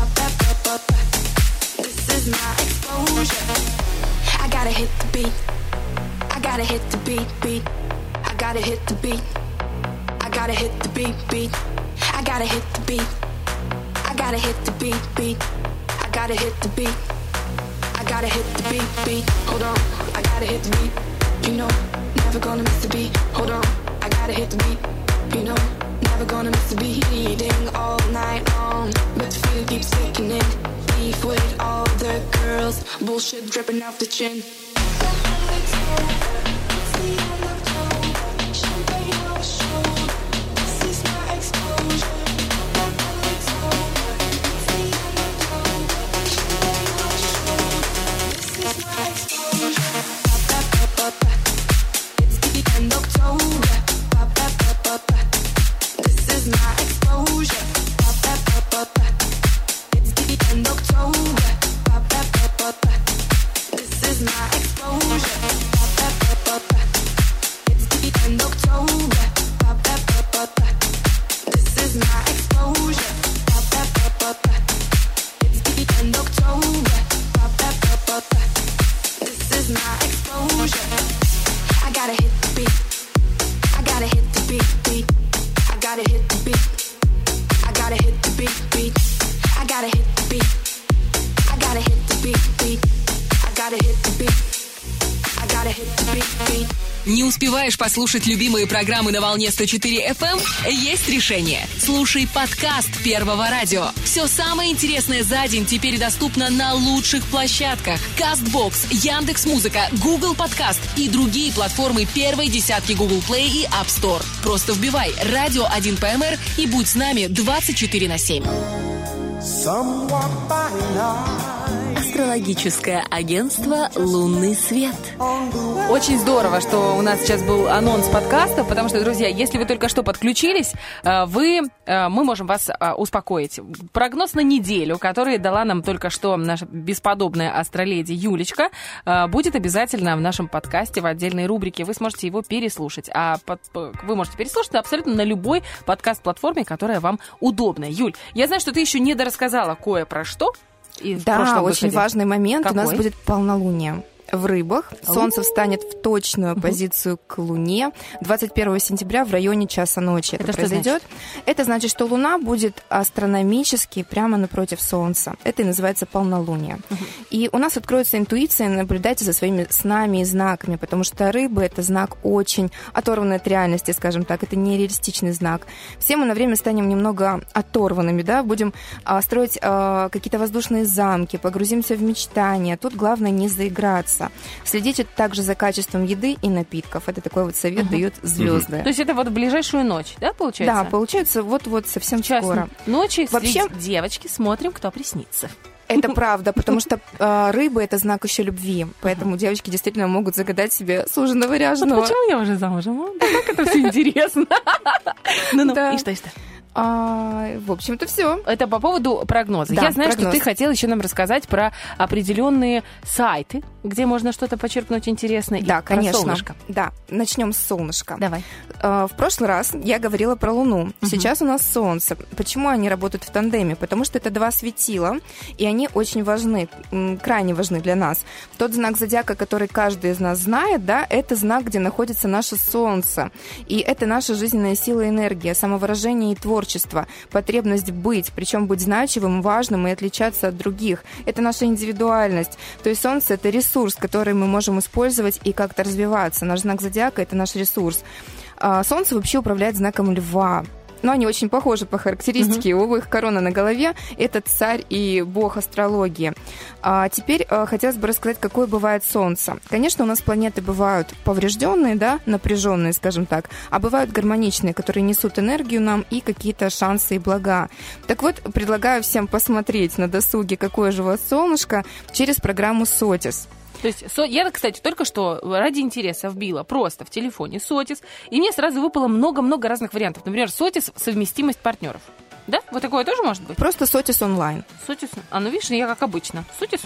This is my exposure. I gotta hit the beat. I gotta hit the beat, beat. I gotta hit the beat. I gotta hit the beat, beat. I gotta hit the beat. I gotta hit the beat, beat. I gotta hit the beat. I gotta hit the beat, beat. Hold on, I gotta hit the beat. You know, never gonna miss the beat. Hold on, I gotta hit the beat. You know, never gonna miss the beat. Bleeding all night long, but the feeling keeps kicking in. Beef with all the girls, bullshit dripping off the chin. Не успеваешь послушать любимые программы на волне сто четыре эф эм? Есть решение. Слушай подкаст Первого радио. Все самое интересное за день теперь доступно на лучших площадках. Castbox, Яндекс.Музыка, Google Подкаст и другие платформы первой десятки Google Play и App Store. Просто вбивай «Радио один пэ эм эр» и будь с нами двадцать четыре на семь. Астрологическое агентство «Лунный свет». Очень здорово, что у нас сейчас был анонс подкаста, потому что, друзья, если вы только что подключились, вы, мы можем вас успокоить. Прогноз на неделю, который дала нам только что наша бесподобная астроледи Юлечка, будет обязательно в нашем подкасте в отдельной рубрике. Вы сможете его переслушать. А под, вы можете переслушать абсолютно на любой подкаст-платформе, которая вам удобна. Юль, я знаю, что ты еще не дорассказала кое про что. И да, очень выходе. важный момент. Какой? У нас будет полнолуние в Рыбах. Солнце встанет в точную uh-huh. позицию к Луне двадцать первого сентября в районе часа ночи. Это, Это произойдет. Это значит, что Луна будет астрономически прямо напротив Солнца. Это и называется полнолуние. Uh-huh. И у нас откроется интуиция, наблюдайте за своими снами и знаками, потому что Рыбы — это знак очень оторванный от реальности, скажем так. Это нереалистичный знак. Все мы на время станем немного оторванными, да, будем а, строить а, какие-то воздушные замки, погрузимся в мечтания. Тут главное не заиграться. Следите также за качеством еды и напитков. Это такой вот совет uh-huh. дают звезды. Uh-huh. То есть это вот в ближайшую ночь, да, получается? Да, получается вот-вот совсем Сейчас скоро. Ночи Вообще, девочки, смотрим, кто приснится. Это правда, потому что э, рыбы — это знак еще любви. Поэтому девочки действительно могут загадать себе суженого ряженого. Вот почему я уже замужем? Да как это все интересно. Ну-ну, и что, и что? А, в общем-то, все. Это по поводу прогноза. Да, Я знаю, прогноз. что ты хотела еще нам рассказать про определенные сайты, где можно что-то почерпнуть интересное. Да, и про конечно. солнышко. Да, начнем с солнышка. Давай. А, в прошлый раз я говорила про Луну. Угу. Сейчас у нас Солнце. Почему они работают в тандеме? Потому что это два светила, и они очень важны, крайне важны для нас. Тот знак зодиака, который каждый из нас знает, да, это знак, где находится наше Солнце. И это наша жизненная сила и энергия, самовыражение и творчество. Творчество, потребность быть, причем быть значимым, важным и отличаться от других. Это наша индивидуальность. То есть Солнце — это ресурс, который мы можем использовать и как-то развиваться. Наш знак зодиака — это наш ресурс. Солнце вообще управляет знаком Льва. но они очень похожи по характеристике. У обоих корона на голове. Это царь и бог астрологии. А теперь а, хотелось бы рассказать, какое бывает Солнце. Конечно, у нас планеты бывают поврежденные, да, напряженные, скажем так, а бывают гармоничные, которые несут энергию нам и какие-то шансы и блага. Так вот, предлагаю всем посмотреть на досуге, какое же у вас солнышко, через программу «Сотис». То есть со- я, кстати, только что ради интереса вбила просто в телефоне Сотис, и мне сразу выпало много-много разных вариантов. Например, Сотис — совместимость партнеров. Да? Вот такое тоже может быть? Просто Сотис онлайн. Сотис. А, ну видишь, я как обычно. Сотис.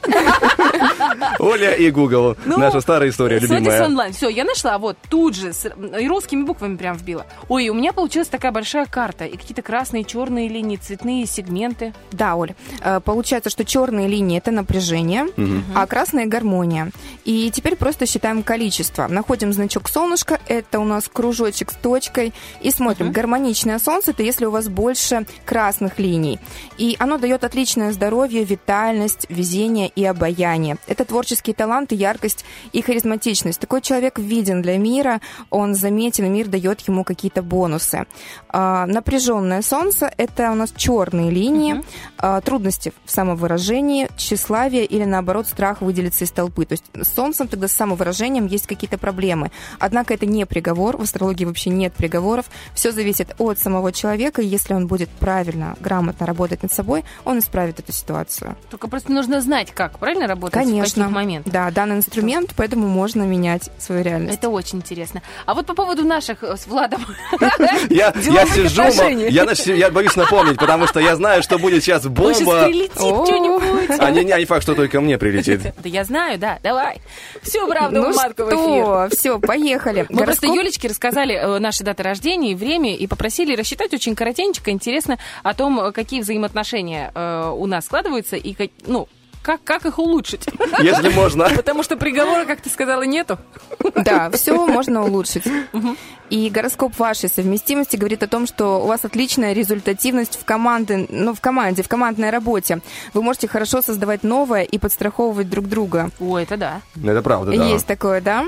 Оля и Google. Ну, Наша старая история, Сотис любимая. онлайн. Все, я нашла вот тут же с, и русскими буквами прям вбила. Ой, у меня получилась такая большая карта и какие-то красные, черные линии, цветные сегменты. Да, Оля. Э, Получается, что черные линии — это напряжение, Мгм. а красные — гармония. И теперь просто считаем количество. Находим значок солнышка, это у нас кружочек с точкой, и смотрим. Гармоничное солнце — это если у вас больше красных линий. И оно дает отличное здоровье, витальность, везение и обаяние. Это творческие таланты, яркость и харизматичность. Такой человек виден для мира, он заметен, и мир дает ему какие-то бонусы. А, напряженное солнце — это у нас черные линии, а, трудности в самовыражении, тщеславие или, наоборот, страх выделиться из толпы. То есть с солнцем тогда с самовыражением есть какие-то проблемы. Однако это не приговор, в астрологии вообще нет приговоров. Все зависит от самого человека, и если он будет правильно, грамотно работать над собой, он исправит эту ситуацию. Только просто нужно знать, как правильно работать, Конечно. в каких моментах. Да, данный инструмент, поэтому можно менять свою реальность. Это очень интересно. А вот по поводу наших э, с Владом Я, я деловых сижу, отношений. я, нач- я боюсь напомнить, потому что я знаю, что будет сейчас Ой, сейчас бомба. прилетит что-нибудь. А не, не, не факт, что только мне прилетит. Да я знаю, да, давай. Всю правду Ну матку в эфир. что, все, поехали. Мы просто Гороскоп- Юлечке рассказали э, наши даты рождения и время, и попросили рассчитать очень коротенько, интересно, о том, э, какие взаимоотношения э, у нас складываются и, как- ну, как, как их улучшить. Если можно. Потому что приговора, как ты сказала, нету. Да, все можно улучшить. И гороскоп вашей совместимости говорит о том, что у вас отличная результативность в команде, ну, в команде, в командной работе. Вы можете хорошо создавать новое и подстраховывать друг друга. О, это да. Это правда, да. Есть такое, да?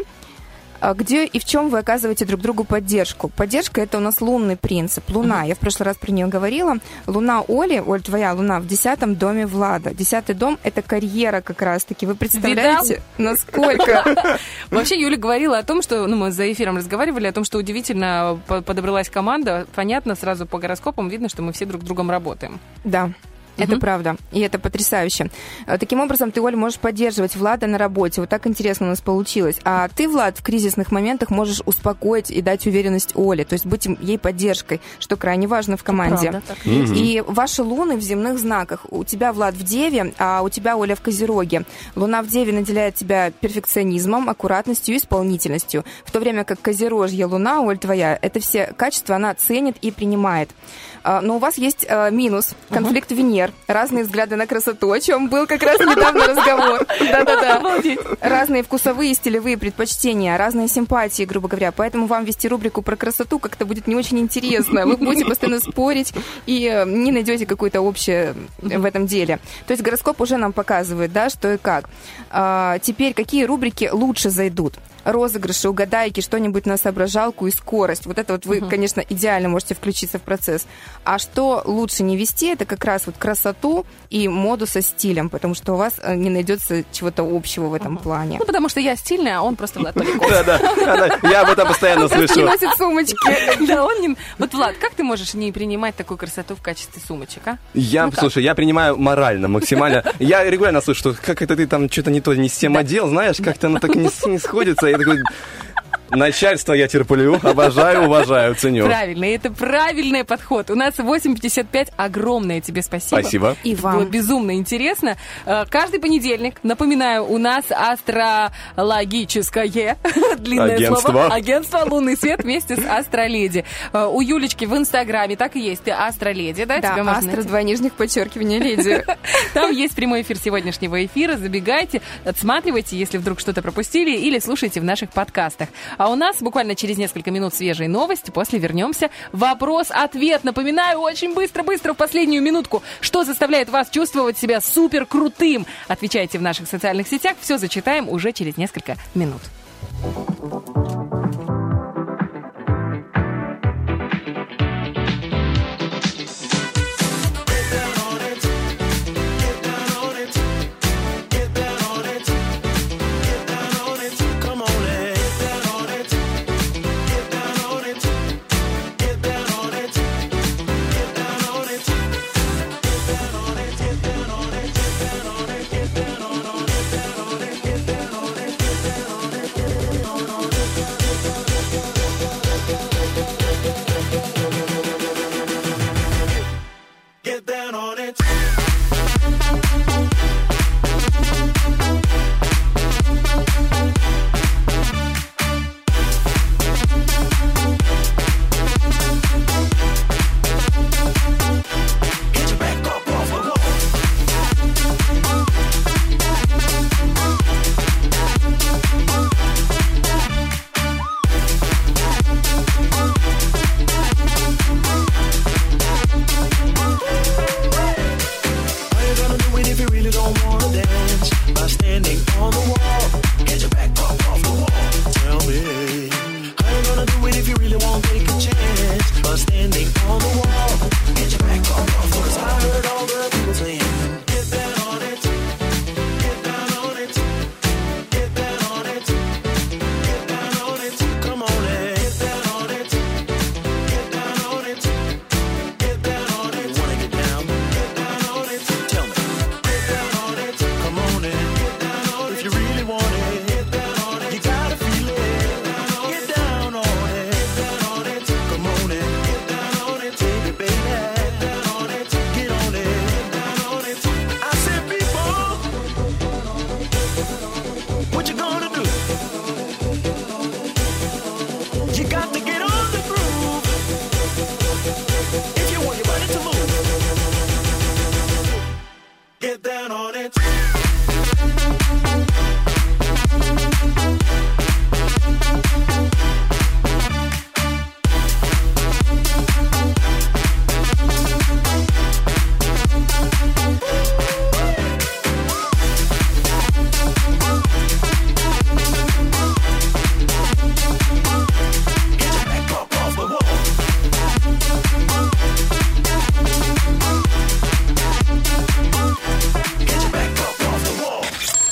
А где и в чем вы оказываете друг другу поддержку? Поддержка — это у нас лунный принцип. Луна, я в прошлый раз про нее говорила. Луна Оли, Оль, твоя луна в десятом доме Влада. Десятый дом — это карьера как раз-таки. Вы представляете, насколько... Вообще, Юля говорила о том, что, ну, мы за эфиром разговаривали, о том, что удивительно по- подобралась команда. Понятно, сразу по гороскопам видно, что мы все друг с другом работаем. Да. Это Мгм. правда, и это потрясающе. Э, Таким образом, ты, Оля, можешь поддерживать Влада на работе. Вот так интересно у нас получилось. А ты, Влад, в кризисных моментах можешь успокоить и дать уверенность Оле, то есть быть им- ей поддержкой, что крайне важно в команде. правда, так и есть. И ваши луны в земных знаках. У тебя, Влад, в Деве, а у тебя, Оля, в Козероге. Луна в Деве наделяет тебя перфекционизмом, аккуратностью и исполнительностью, в то время как Козерожья Луна, Оль, твоя, это все качества она ценит и принимает. А, Но у вас есть а, минус, конфликт Венер, разные взгляды на красоту, о чем был как раз недавно разговор. Да-да-да. Обалдеть. Разные вкусовые и стилевые предпочтения, разные симпатии, грубо говоря. Поэтому вам вести рубрику про красоту как-то будет не очень интересно. Вы будете постоянно спорить и э, не найдете какое-то общее в этом деле. То есть гороскоп уже нам показывает, да, что и как. А, Теперь какие рубрики лучше зайдут? Розыгрыши, угадайки, что-нибудь на соображалку и скорость. Вот это вот вы, конечно, идеально можете включиться в процесс. А что лучше не вести, это как раз вот красоту и моду со стилем, потому что у вас э, не найдется чего-то общего в этом плане. Ну, потому что я стильная, а он просто Влад Поляков. Да, да, да, я об этом постоянно Он просто слышу. не носит сумочки. Да, он не... Вот, Влад, как ты можешь не принимать такую красоту в качестве сумочек, а? Я, Ну как? слушай, я принимаю морально, максимально. Я регулярно слышу, что как это ты там что-то не то, не с тем одел, знаешь, как-то оно так не, с- не сходится. Я такой, начальство я терплю, обожаю, уважаю, ценю. Правильно, и это правильный подход. У нас восемь пятьдесят пять. Огромное тебе спасибо. Спасибо. И Это вам. было безумно интересно. Э, Каждый понедельник, напоминаю, у нас астрологическое длинное Агентство. слово. Агентство «Лунный свет» вместе с Астроледи. Э, У Юлечки в Инстаграме так и есть. Ты Астроледи, да? Да, Тебя можно Астра, найти? два нижних подчеркивания, леди. Там есть прямой эфир сегодняшнего эфира. Забегайте, отсматривайте, если вдруг что-то пропустили, или слушайте в наших подкастах. А у нас буквально через несколько минут свежие новости. После вернемся. Вопрос-ответ. Напоминаю, очень быстро-быстро в последнюю минутку. Что заставляет вас чувствовать себя супер крутым? Отвечайте в наших социальных сетях. Все зачитаем уже через несколько минут. Get down on it. Get your back up off the wall. How you gonna do it if you really don't wanna dance? By standing on the wall. Get your back up off the wall. Tell me. How you gonna do it if you really won't take a chance? By standing on the wall. Get your back up off the wall. I heard all the people saying, get down on it. Get down on it. Get down on it. Get down on it. Come on, eh. Get down on it. Get down on it. Get down on it. Wanna get down? Get down on it. Tell me. Get down on it. Come on, eh. Get down on it. If you really want it, get down on it. You gotta feel it. Get down on it. Get down on it. Come on, eh. Get down on it. Baby, baby. Get down on it. Get on it. Get down on it. I said, people, what you gonna do? You got to get on the groove if you want your body to move. Get down on it. Get your back up off the wall. Get your back up off the wall.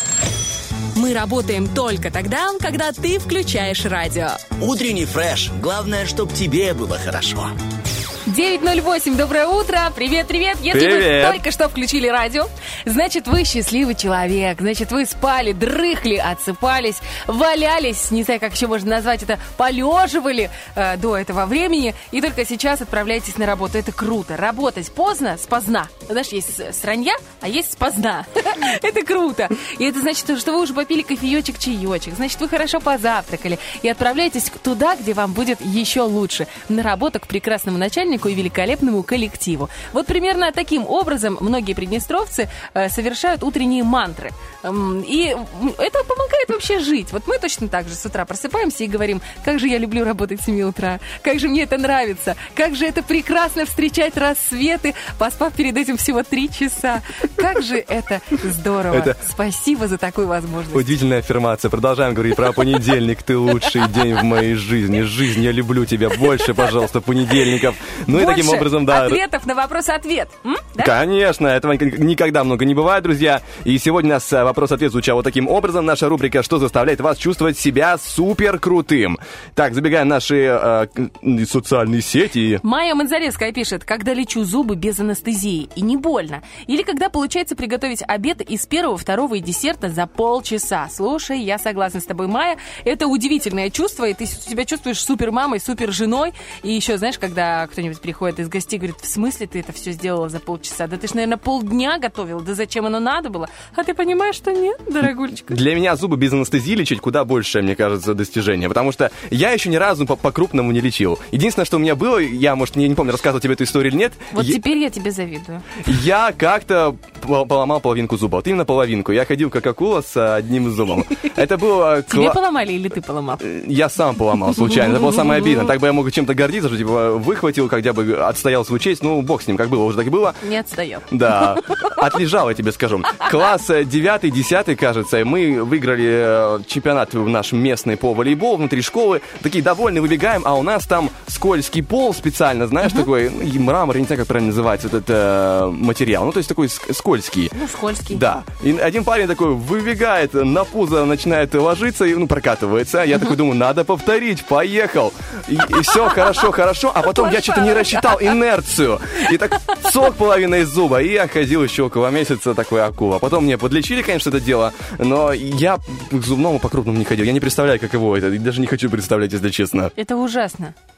Мы работаем только тогда, когда ты включаешь радио. Утренний фреш. Главное, чтобы тебе было хорошо. девять ноль восемь, доброе утро, привет-привет. Если Привет. вы только что включили радио, значит, вы счастливый человек, значит, вы спали, дрыхли, отсыпались, валялись, не знаю, как еще можно назвать это, полеживали э, до этого времени, и только сейчас отправляетесь на работу. Это круто. Работать поздно, споздна. Знаешь, есть сранья, а есть споздна. Это круто. И это значит, что вы уже попили кофеечек, чаечек, значит, вы хорошо позавтракали и отправляетесь туда, где вам будет еще лучше. На работу к прекрасному начальнику и великолепному коллективу. Вот примерно таким образом многие приднестровцы э, совершают утренние мантры. Эм, и это помогает вообще жить. Вот мы точно так же с утра просыпаемся и говорим, как же я люблю работать с семи утра, как же мне это нравится, как же это прекрасно встречать рассветы, поспав перед этим всего три часа. Как же это здорово. Это- Спасибо за такую возможность. Удивительная аффирмация. Продолжаем говорить про понедельник. Ты лучший день в моей жизни. Жизнь, я люблю тебя. Больше, пожалуйста, понедельников. Ну и таким Больше образом, да. ответов на вопрос-ответ. М? Да? Конечно, этого никогда много не бывает, друзья. И сегодня у нас а, вопрос-ответ звучал вот таким образом. Наша рубрика «Что заставляет вас чувствовать себя супер крутым?». Так, забегаем в наши а, к- социальные сети. Майя Манзаревская пишет, когда лечу зубы без анестезии и не больно. Или когда получается приготовить обед из первого, второго и десерта за полчаса. Слушай, я согласна с тобой, Майя. Это удивительное чувство, и ты себя чувствуешь супер мамой, супер женой. И еще, знаешь, когда кто-нибудь приходит из гостей и говорит, в смысле ты это все сделала за полчаса? Да ты ж, наверное, полдня готовила. Да зачем оно надо было? А ты понимаешь, что нет, дорогульчика? Для меня зубы без анестезии лечить куда больше, мне кажется, достижение. Потому что я еще ни разу по- по-крупному не лечил. Единственное, что у меня было, я, может, не, не помню, рассказывал тебе эту историю или нет. Вот я, теперь я тебе завидую. я как-то пол- поломал половинку зуба. Вот именно половинку. Я ходил как акула с одним зубом. Это было... Тебе кла- поломали или ты поломал? Я сам поломал случайно. Это было самое обидное. Так бы я мог чем-то гордиться, что типа выхватил, когда бы отстоял свою честь. Ну, бог с ним, как было, уже так и было. Не отстаем. Да, отлежал, я тебе скажу. Класс девятый, десятый, кажется, мы выиграли э, чемпионат наш местный по волейболу внутри школы. Такие довольные, выбегаем, а у нас там скользкий пол специально, знаешь, такой, ну, и мрамор, я не знаю, как правильно называется этот э, материал. Ну, то есть такой ск- скользкий. Ну, скользкий. Да. И один парень такой выбегает, на пузо начинает ложиться и, ну, прокатывается. Я такой думаю, надо повторить, поехал. И, и все, хорошо, хорошо. А потом я что-то не рассчитал инерцию. И так сок половина из зуба. И я ходил еще около месяца такой акула. Потом мне подлечили, конечно, это дело. Но я к зубному по-крупному не ходил. Я не представляю, каково это. И даже не хочу представлять, если честно. Это ужасно.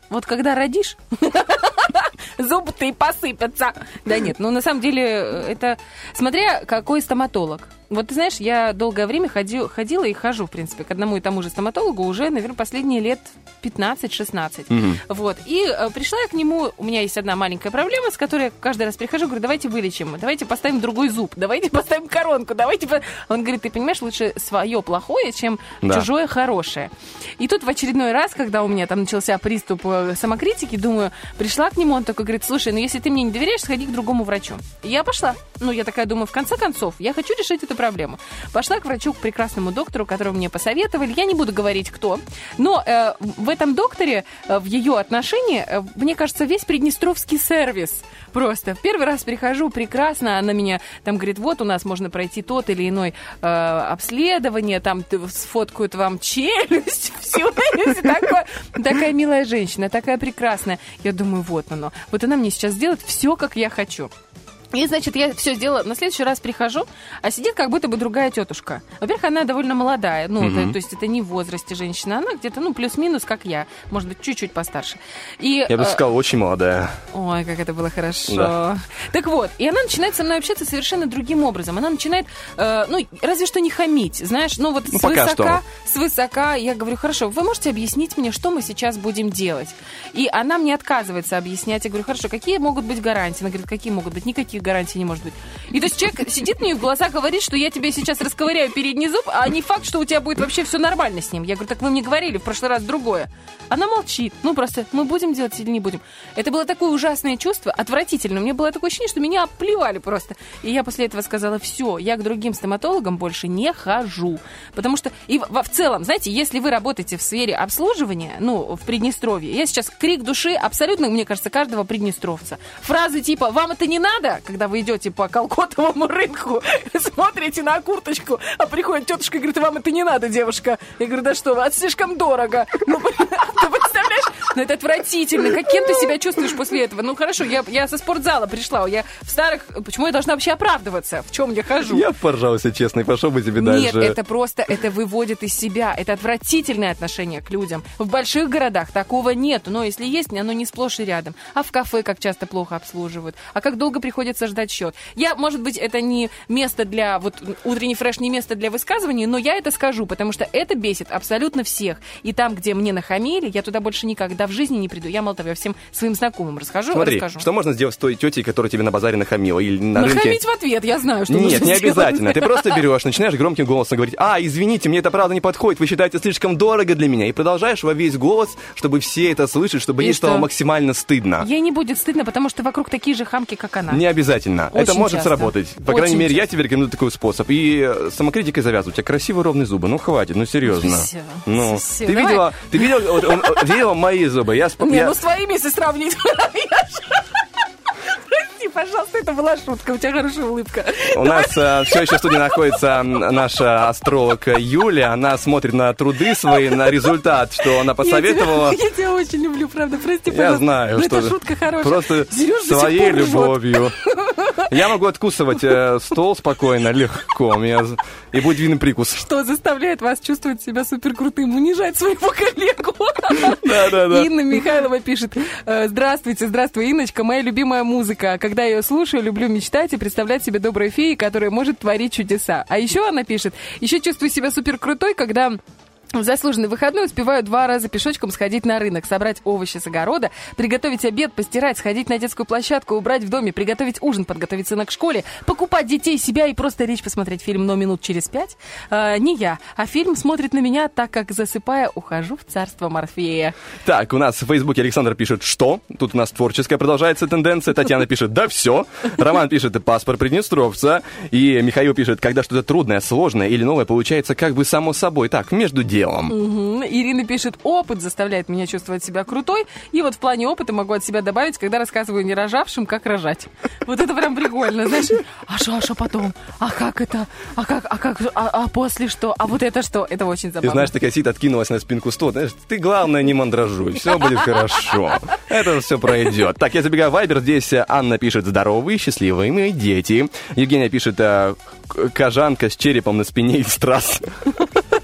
Вот когда родишь, зубы-то и посыпятся. Да нет, ну на самом деле это... Смотря какой стоматолог. Вот ты знаешь, я долгое время ходил, ходила и хожу, в принципе, к одному и тому же стоматологу уже, наверное, последние лет пятнадцать-шестнадцать. Мгм. Вот. И э, пришла я к нему, у меня есть одна маленькая проблема, с которой я каждый раз прихожу, говорю, давайте вылечим, давайте поставим другой зуб, давайте поставим коронку, давайте... по-». Он говорит, ты понимаешь, лучше свое плохое, чем Да. чужое хорошее. И тут в очередной раз, когда у меня там начался приступ э, самокритики, думаю, пришла к нему, он такой говорит, слушай, ну если ты мне не доверяешь, сходи к другому врачу. И я пошла. Ну, я такая думаю, в конце концов, я хочу решить эту проблему. Пошла к врачу, к прекрасному доктору, которого мне посоветовали. Я не буду говорить, кто. Но э, в этом докторе, э, в ее отношении, э, мне кажется, весь приднестровский сервис. Просто. В первый раз прихожу, прекрасно, она меня там говорит, вот у нас можно пройти тот или иной э, обследование, там ты- сфоткают вам челюсть, все такое. Такая милая женщина, такая прекрасная. Я думаю, вот оно. Вот она мне сейчас сделает все, как я хочу. И, значит, я все сделала. На следующий раз прихожу, а сидит как будто бы другая тетушка. Во-первых, она довольно молодая. Ну, Мгм. это- то есть это не в возрасте женщина. Она где-то, ну, плюс-минус, как я. Может быть, чуть-чуть постарше. И, Я бы э, сказал, очень молодая. Ой, как это было хорошо. Да. Так вот, и она начинает со мной общаться совершенно другим образом. Она начинает, э, ну, разве что не хамить, знаешь, ну вот Ну, пока свысока, что. свысока, я говорю, хорошо, вы можете объяснить мне, что мы сейчас будем делать? И она мне отказывается объяснять. Я говорю, хорошо, какие могут быть гарантии? Она говорит, какие могут быть? Никаких гарантий не может быть. И то есть человек сидит мне в глаза, говорит, что я тебе сейчас расковыряю передний зуб, а не факт, что у тебя будет вообще все нормально с ним. Я говорю, так вы мне говорили в прошлый раз другое. Она молчит. Ну, просто мы будем делать или не будем. Это было такое ужасное чувство, отвратительно. У меня было такое ощущение, что меня оплевали просто. И я после этого сказала, все, я к другим стоматологам больше не хожу. Потому что, и в, в целом, знаете, если вы работаете в сфере обслуживания, ну, в Приднестровье, я сейчас крик души абсолютно, мне кажется, каждого приднестровца. Фразы типа «Вам это не надо?», когда вы идете по Колкотовому рынку, смотрите на курточку, а приходит тетушка и говорит, вам это не надо, девушка. Я говорю, да что вы, это слишком дорого. Ну, ты представляешь? Ну, это отвратительно. Как кем ты себя чувствуешь после этого? Ну, хорошо, я, я со спортзала пришла, я в старых... Почему я должна вообще оправдываться? В чем я хожу? Я поржался, честно, и пошел бы тебе Нет, дальше. это просто, это выводит из себя. Это отвратительное отношение к людям. В больших городах такого нет. Но если есть, оно не сплошь и рядом. А в кафе как часто плохо обслуживают. А как долго приходится ждать счет. Я, может быть, это не место для... Вот утренний фреш не место для высказываний, но я это скажу, потому что это бесит абсолютно всех. И там, где мне нахамили, я туда больше никогда в жизни не приду. Я, мало того, я всем своим знакомым расскажу. Смотри, расскажу. что можно сделать с той тетей, которая тебе на базаре нахамила? Или на рынке? Нахамить в ответ, я знаю, что Нет, нужно не сделать. обязательно. Ты просто берешь, начинаешь громким голосом говорить, а, извините, мне это правда не подходит, вы считаете слишком дорого для меня. И продолжаешь во весь голос, чтобы все это слышали, чтобы И ей стало что? максимально стыдно. Ей не будет стыдно, потому что вокруг такие же хамки, как она. Не обязательно. Очень это может часто. сработать. По Очень крайней мере, я часто. тебе рекомендую такой способ. И э, самокритикой завязывай. У тебя красивые ровные зубы. Ну, хватит, ну, серьезно. Всё, Ну, всё, ты давай. видела, ты видела, вот, он- он- видела мои зубы? Я, сп- Не, я- ну с твоими, если сравнить. Я ж- Прости, пожалуйста, это была шутка. У тебя хорошая улыбка. У нас все еще в студии находится м, наша астролог Юля. Она смотрит на труды свои, на результат, что она посоветовала. Я тебя, я тебя очень люблю, правда. Прости, Я пожалуйста. знаю, Но что это ты- шутка хорошая. Просто Серёж до сих своей пор ржёт. любовью. Я могу откусывать э, стол спокойно, легко. У меня з- и будет видный прикус. Что заставляет вас чувствовать себя супер крутым, унижать своего коллегу. Да-да-да. Инна Михайлова пишет. э, Здравствуйте, здравствуй, Инночка. Моя любимая музыка. Когда я ее слушаю, люблю мечтать и представлять себе доброй феи, которая может творить чудеса. А еще она пишет, еще чувствую себя супер крутой, когда... В заслуженный выходной успеваю два раза пешочком сходить на рынок, собрать овощи с огорода, приготовить обед, постирать, сходить на детскую площадку, убрать в доме, приготовить ужин, подготовить сына к школе, покупать детей, себя и просто лечь посмотреть фильм, но минут через пять. А, не я, а фильм смотрит на меня, так как, засыпая, ухожу в царство Морфея. Так, у нас в Фейсбуке Александр пишет, что? Тут у нас творческая продолжается тенденция. Татьяна пишет, да все. Роман пишет, паспорт приднестровца. И Михаил пишет, когда что-то трудное, сложное или новое получается как бы само собой. Так, между делом. Мгм. Ирина пишет, опыт заставляет меня чувствовать себя крутой. И вот в плане опыта могу от себя добавить, когда рассказываю не рожавшим, как рожать. Вот это прям прикольно, знаешь. А что, а что потом? А как это? А как, а как, а, а после что? А вот это что? Это очень И забавно. знаешь, такая сидит, откинулась на спинку стула. Знаешь, ты, главное, не мандражуй. Все будет хорошо. Это все пройдет. Так, я забегаю в Вайбер. Здесь Анна пишет, здоровые, счастливые мы дети. Евгения пишет, э, к- кожанка с черепом на спине из трасс.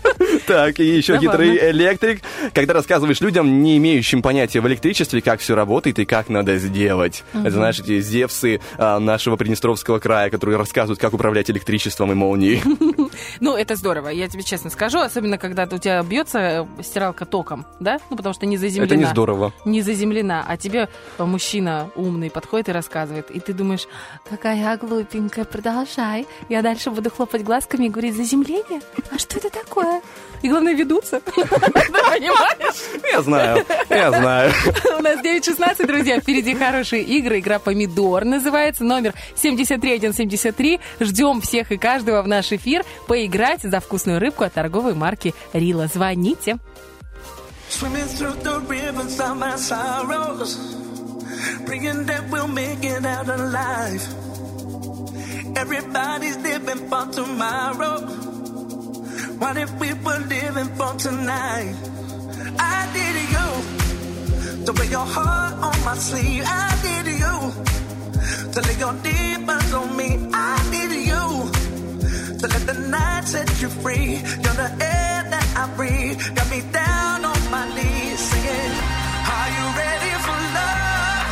Так, и еще Забавно. хитрый электрик. Когда рассказываешь людям, не имеющим понятия в электричестве, как все работает и как надо сделать. Мгм. Это, знаешь, эти зевсы а, нашего Приднестровского края, которые рассказывают, как управлять электричеством и молнией. Ну, это здорово, я тебе честно скажу. Особенно, когда у тебя бьется стиралка током, да? Ну, потому что не заземлена. Это не здорово. Не заземлена. А тебе мужчина умный подходит и рассказывает. И ты думаешь, какая я глупенькая, продолжай. Я дальше буду хлопать глазками и говорить, заземление? А что это такое? И главное, ведутся. Ты понимаешь? Я знаю, я знаю. У нас девять шестнадцать, друзья, впереди хорошие игры. Игра «Помидор» называется, номер семьдесят три сто семьдесят три. Ждем всех и каждого в наш эфир поиграть за вкусную рыбку от торговой марки «Рила». Звоните. Swimming through the rivers of my sorrows, praying that we'll make it out alive. Everybody's living for tomorrow. What if we were living for tonight? I did you to wear your heart on my sleeve. I did you to lay your demons on me. I did you to let the night set you free. You're the air that I breathe. Got me down on my knees singing. Are you ready for love?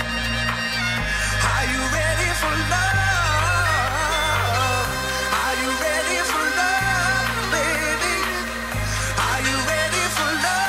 Are you ready for love? Are you ready for love, baby? Are you ready for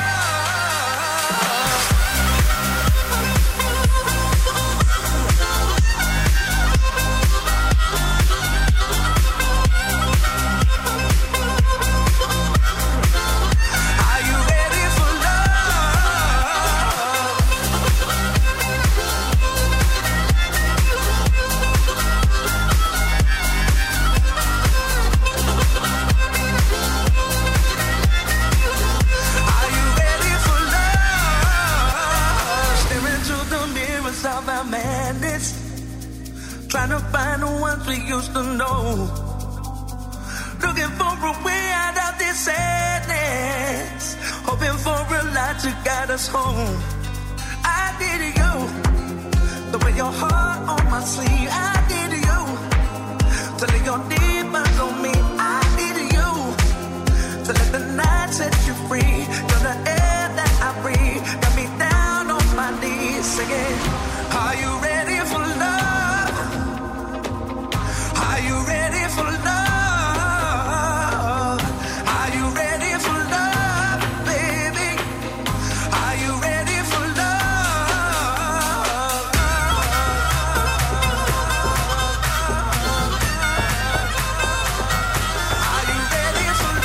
of our madness, trying to find the ones we used to know, looking for a way out of this sadness, hoping for a light to guide us home. I did you, the way your heart on my sleeve. I did you, to lay your demons on me. I did you, to let the night set you free. You're the air that I breathe, got me down on my knees singing. Are you ready for love? Are you ready for love? Are you ready for love, baby? Are you ready for love? Are you ready for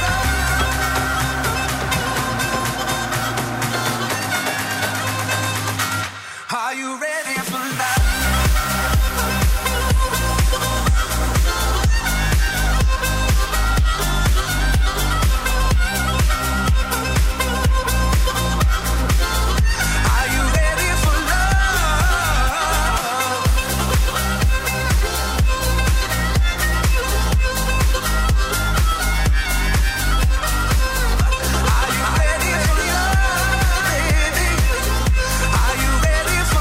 love? Are you ready for love? Are you ready for love? Are you ready for love, baby? Are you ready for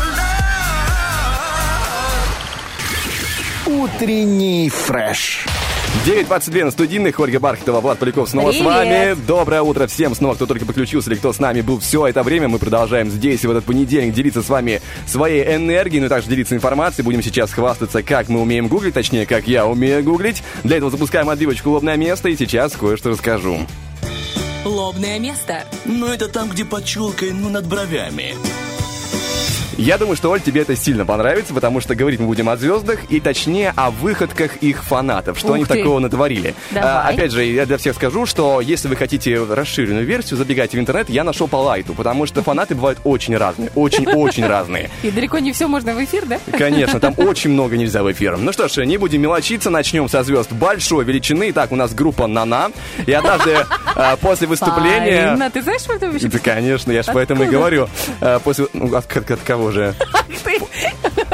love? Утренний фреш. девять двадцать два на студийных. Ольга Бархатова, Влад Поляков снова Привет. с вами. Доброе утро всем снова, кто только подключился или кто с нами был все это время. Мы продолжаем здесь, в этот понедельник, делиться с вами своей энергией, но также делиться информацией. Будем сейчас хвастаться, как мы умеем гуглить, точнее, как я умею гуглить. Для этого запускаем отбивочку «Лобное место», и сейчас кое-что расскажу. Лобное место. Ну, это там, где под челкой, ну, над бровями. Я думаю, что, Оль, тебе это сильно понравится, потому что говорить мы будем о звездах и, точнее, о выходках их фанатов, что Ух они ты. такого натворили. Давай. А, опять же, я для всех скажу, что если вы хотите расширенную версию, забегайте в интернет, я нашел по лайту, потому что фанаты бывают очень разные, очень-очень разные. И далеко не все можно в эфир, да? Конечно, там очень много нельзя в эфир. Ну что ж, не будем мелочиться, начнем со звезд большой величины. Итак, у нас группа «Нана», и однажды а, после выступления... Фаина, ты знаешь, что это вообще? Да, конечно, я же поэтому и Откуда? говорю. А, После... ну, От, от- от кого же? Ты.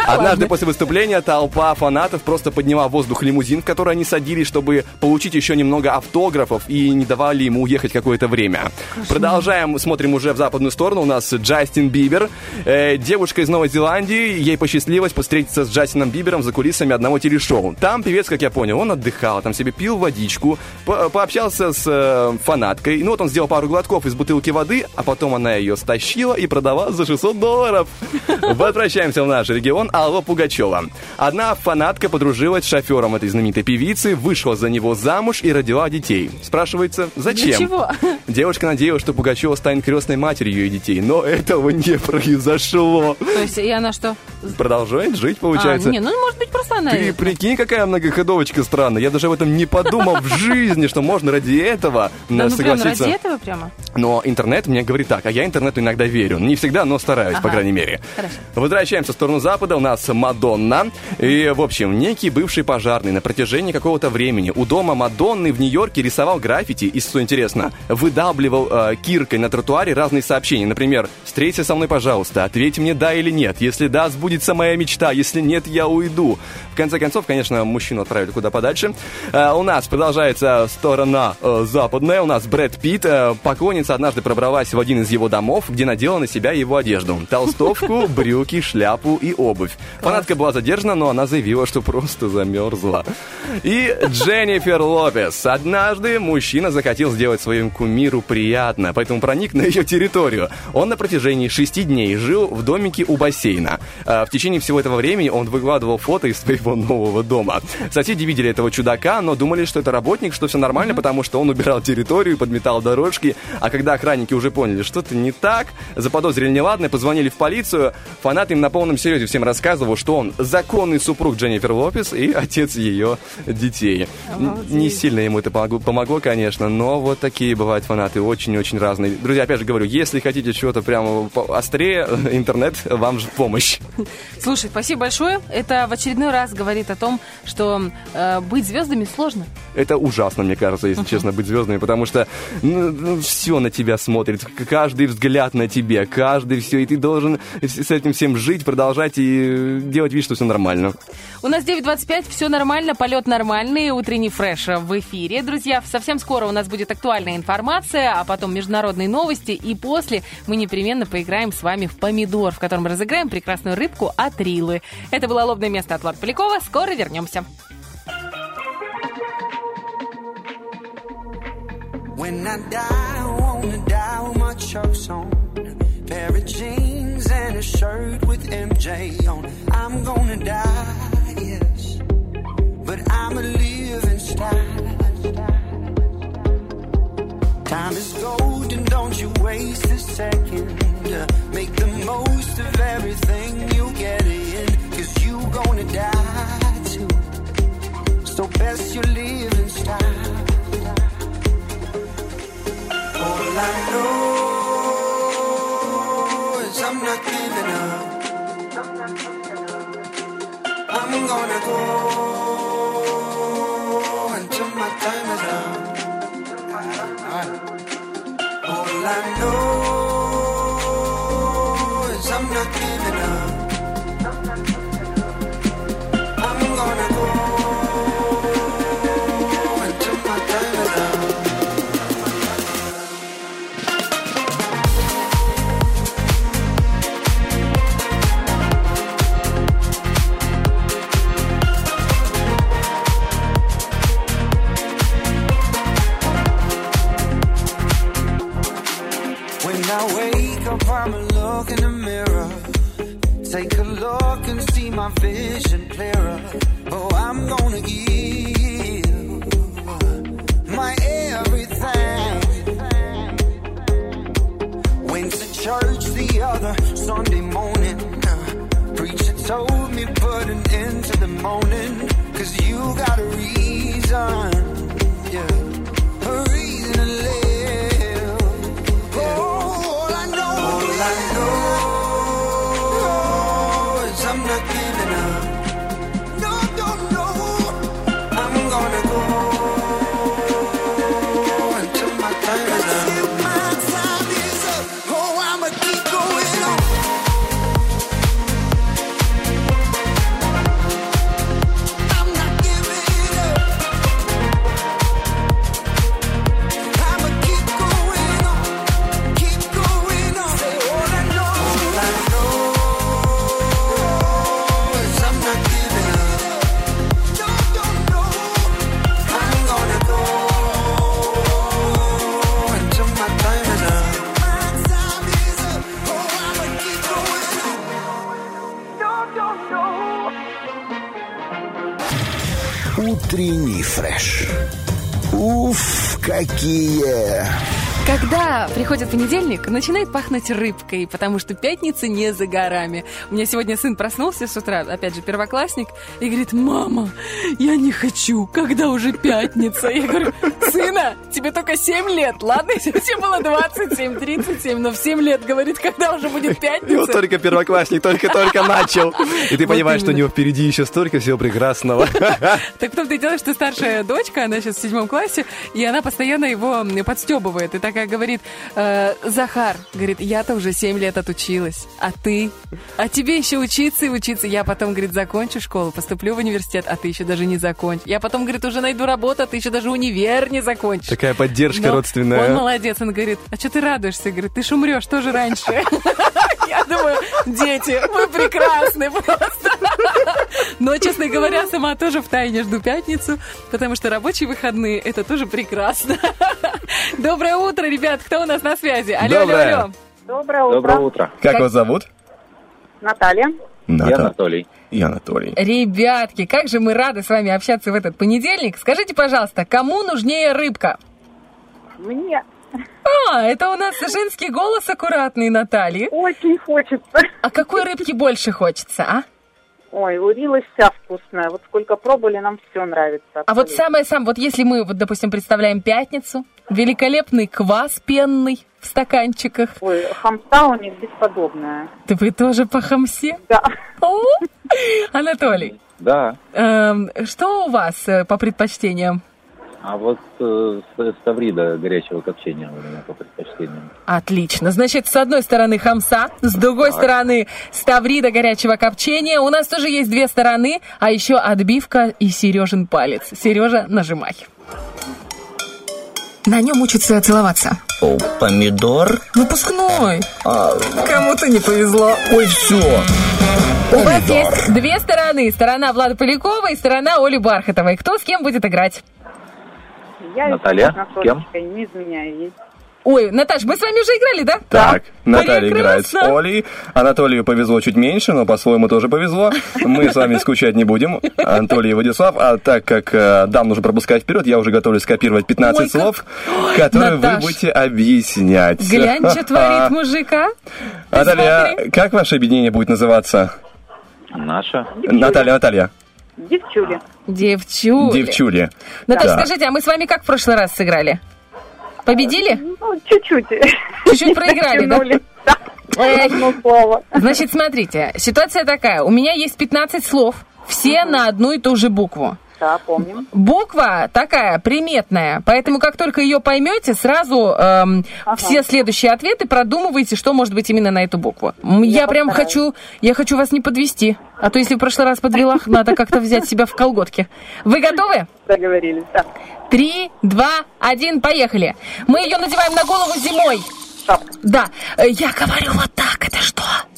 Однажды Ладно. после выступления толпа фанатов просто подняла в воздух лимузин, в который они садились, чтобы получить еще немного автографов, и не давали ему уехать какое-то время. Продолжаем, смотрим уже в западную сторону. У нас Джастин Бибер. Э, девушка из Новой Зеландии, ей посчастливилось встретиться с Джастином Бибером за кулисами одного телешоу. Там певец, как я понял, он отдыхал, там себе пил водичку, по- пообщался с э, фанаткой. Ну вот он сделал пару глотков из бутылки воды, а потом она ее стащила и продала за шестьсот долларов. Возвращаемся в наш регион. Алла Пугачева. Одна фанатка подружилась с шофером этой знаменитой певицы, вышла за него замуж и родила детей. Спрашивается, зачем? Ничего. Девушка надеялась, что Пугачева станет крестной матерью ее детей, но этого не произошло. То есть, и она что? Продолжает жить, получается. А, не, ну, может быть, просто она... Ты прикинь, какая многоходовочка странная. Я даже об этом не подумал в жизни, что можно ради этого Да, ну, прям согласиться. ради этого прямо? Но интернет мне говорит так, а я интернету иногда верю. Не всегда, но стараюсь, по Ага. крайней мере. Хорошо. Возвращаемся в сторону запада. У нас Мадонна. И, в общем, некий бывший пожарный на протяжении какого-то времени у дома Мадонны в Нью-Йорке рисовал граффити и, что интересно, выдавливал э, киркой на тротуаре разные сообщения. Например, «Встреться со мной, пожалуйста, ответь мне да или нет. Если да, сбудется моя мечта. Если нет, я уйду». В конце концов, конечно, мужчину отправили куда подальше. Э, у нас продолжается сторона э, западная. У нас Брэд Питт. Э, поклонница однажды пробралась в один из его домов, где надела на себя его одежду. Толстовку, брюки, шляпу и обувь. Фанатка была задержана, но она заявила, что просто замерзла. И Дженнифер Лопес. Однажды мужчина захотел сделать своему кумиру приятно, поэтому проник на ее территорию. Он на протяжении шести дней жил в домике у бассейна. А в течение всего этого времени он выкладывал фото из своего нового дома. Соседи видели этого чудака, но думали, что это работник, что все нормально, потому что он убирал территорию, подметал дорожки. А когда охранники уже поняли, что что-то не так, заподозрили неладное, позвонили в полицию. Фанат им на полном серьезе всем рассказывал, что он законный супруг Дженнифер Лопес и отец ее детей. Н- Не сильно ему это помогло, помогло, конечно, но вот такие бывают фанаты, очень-очень разные. Друзья, опять же говорю, если хотите чего-то прямо по- острее, интернет вам же в помощь. Слушай, спасибо большое. Это в очередной раз говорит о том, что э, быть звездами сложно. Это ужасно, мне кажется, если честно, быть звездами, потому что ну, все на тебя смотрит, к- каждый взгляд на тебя, каждый все, и ты должен с этим всем жить, продолжать и делать вид, что все нормально. У нас девять двадцать пять, все нормально, полет нормальный, утренний фреш в эфире. Друзья, совсем скоро у нас будет актуальная информация, а потом международные новости, и после мы непременно поиграем с вами в помидор, в котором разыграем прекрасную рыбку от Рилы. Это было «Лобное место» от Влада Полякова. Скоро вернемся. When I die, I wanna die with my chucks on. Pair of jeans and a shirt with M J on. I'm gonna die, yes, but I'm a living style. Time is gold and don't you waste a second. Uh, make the most of everything you get in, cause you gonna die too. So best you live in style. All I know is I'm not giving up. I'm gonna go until my time is up. All I know is I'm not giving up. I'm gonna go until my time is up. When I wake up, I'ma look in the mirror. Take a look and see my vision clearer. Oh, I'm gonna give my everything. Went to church the other Sunday morning. Preacher told me put an end to the moaning, cause you got a reason, yeah, a reason to live. All I know, all I know is I'm not giving up. No, no, no. I'm gonna go until my time is up. Until my time is up. Oh, I'ma keep going on. Утренний фреш. Уф, какие... Когда приходит понедельник, начинает пахнуть рыбкой, потому что пятница не за горами. У меня сегодня сын проснулся с утра, опять же, первоклассник, и говорит: мама, я не хочу, когда уже пятница? Я говорю: сына, тебе только семь лет, ладно? Если бы тебе было двадцать семь, тридцать семь, но в семь лет, говорит, когда уже будет пятница? Вот только первоклассник, только-только начал. И ты Вот понимаешь, что у именно. него впереди еще столько всего прекрасного. Так в том-то и дело, что старшая дочка, она сейчас в седьмом классе, и она постоянно его подстебывает. И такая говорит: «Э, Захар, говорит, я-то уже семь лет отучилась, а ты? А тебе еще учиться и учиться. Я потом, говорит, закончу школу, поступлю в университет, а ты еще даже не закончишь. Я потом, говорит, уже найду работу, а ты еще даже универ не закончишь». Такая поддержка Но родственная. Он молодец, он говорит: а что ты радуешься? Говорит: ты ж умрешь тоже раньше. Я думаю, дети, вы прекрасны просто. Но, честно говоря, сама тоже втайне жду пятницу, потому что рабочие выходные — это тоже прекрасно. Доброе утро, ребят, кто у нас на связи? Алло, Доброе. алло, алло. Доброе утро. Доброе утро. Как вас зовут? Наталья. Я Анатолий. И Анатолий. Ребятки, как же мы рады с вами общаться в этот понедельник. Скажите, пожалуйста, кому нужнее рыбка? Мне А, это у нас женский голос аккуратный, Натальи. очень хочется. А какой рыбки больше хочется, а? Ой, урилась вся вкусная. Вот сколько пробовали, нам все нравится. А вот самое-самое, вот если мы, вот, допустим, представляем пятницу, великолепный квас пенный в стаканчиках. Ой, хамса у них бесподобная. Да вы тоже по хамсе? Да. О! Анатолий, Да. эм, что у вас э, по предпочтениям? А вот э, с- ставрида горячего копчения у меня по предпочтениям. Отлично. Значит, с одной стороны хамса, с другой Так. стороны ставрида горячего копчения. У нас тоже есть две стороны, а еще отбивка и Сережин палец. Сережа, нажимай. На нем учатся целоваться. О, помидор. Выпускной. А, Кому-то не повезло. ой, все. У вас есть две стороны. Сторона Влада Полякова и сторона Оли Бархатовой. Кто с кем будет играть? Я Наталья, естественно, с кем? Солечкой, не изменяю ей. Ой, Наташ, мы с вами уже играли, да? Так, Наталья играет с Прекрасно. Олей. Анатолию повезло чуть меньше, но по-своему тоже повезло. Мы с вами скучать не будем. Анатолий и Владислав. А так как э, дам нужно пропускать вперед, я уже готовлюсь скопировать пятнадцать Ой, как- слов, которые Наташ. вы будете объяснять. Глянь, что творит мужика. Ты Наталья, смотри. как ваше объединение будет называться? Наша. Наталья, Наталья. Девчули. Девчули. Девчули. Наташ, Да. скажите, а мы с вами как в прошлый раз сыграли? Победили? Ну, чуть-чуть. Чуть-чуть проиграли, да? Тянули. Да. Эх. Одно слово. Значит, смотрите, ситуация такая. У меня есть пятнадцать слов, все на одну и ту же букву. Да, помним. Буква такая приметная, поэтому как только ее поймете, сразу эм, Ага. все следующие ответы продумывайте, что может быть именно на эту букву. М, Я, Я прям постараюсь. хочу, я хочу вас не подвести, а то если в прошлый раз подвела, надо как-то взять себя в колготки. Вы готовы? Договорились, да. Три, два, один, поехали. Мы ее надеваем на голову зимой. Шапка. Да, Э, я говорю вот так, это что?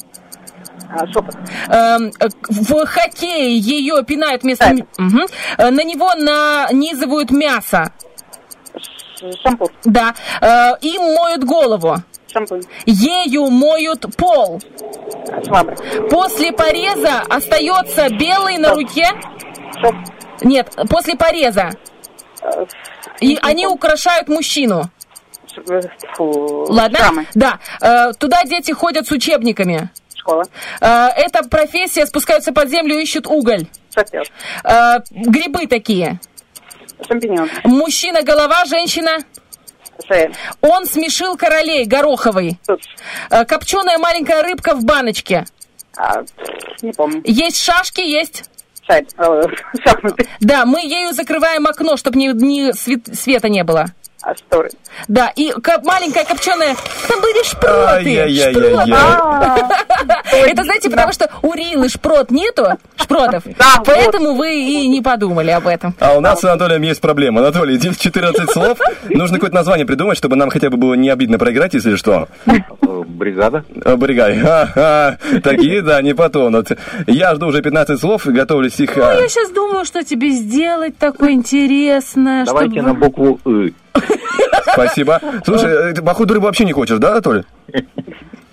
А, шепот. Эм, э, в хоккее ее пинают вместо... Шайба. Мгм. Э, На него нанизывают мясо. Ш- Шампур. Да. Э, Им моют голову. Шампунь. Ею моют пол. Швабра. После пореза остается белый на руке. Шоп. Нет, после пореза. Э, И они украшают мужчину. ш- э, фу, Ладно? Шрамы. Да. Э, Туда дети ходят с учебниками. Школа. Э, Это профессия, спускаются под землю, ищут уголь. Шофер. Э, Грибы такие. Шампиньон. Мужчина голова, женщина. Шея. Он смешил королей гороховый. Тут. Копченая маленькая рыбка в баночке. А, не помню. Есть шашки, есть. Шайб. э, Шахматы. Да, мы ею закрываем окно, чтобы ни, ни свет- света не было. А шторы. Да, и ко- маленькая копченая... Там были шпроты. Ай-яй-яй-яй-яй. Шпроты. А, Это, знаете, потому что у Рилы шпрот нету, шпротов, Да, поэтому вы и не подумали об этом. А у нас с Анатолием есть проблема. Анатолий, четырнадцать слов. Нужно какое-то название придумать, чтобы нам хотя бы было не обидно проиграть, если что. Э, Бригада. Бригай. Ха-ха. Такие, да, не потонут. Я жду уже пятнадцать слов и готовлюсь их... Ну, а, я сейчас думаю, что тебе сделать такое интересное. Давайте чтобы- на букву «ы». Спасибо. Слушай, ты, походу, рыбу вообще не хочешь, да, Анатолий?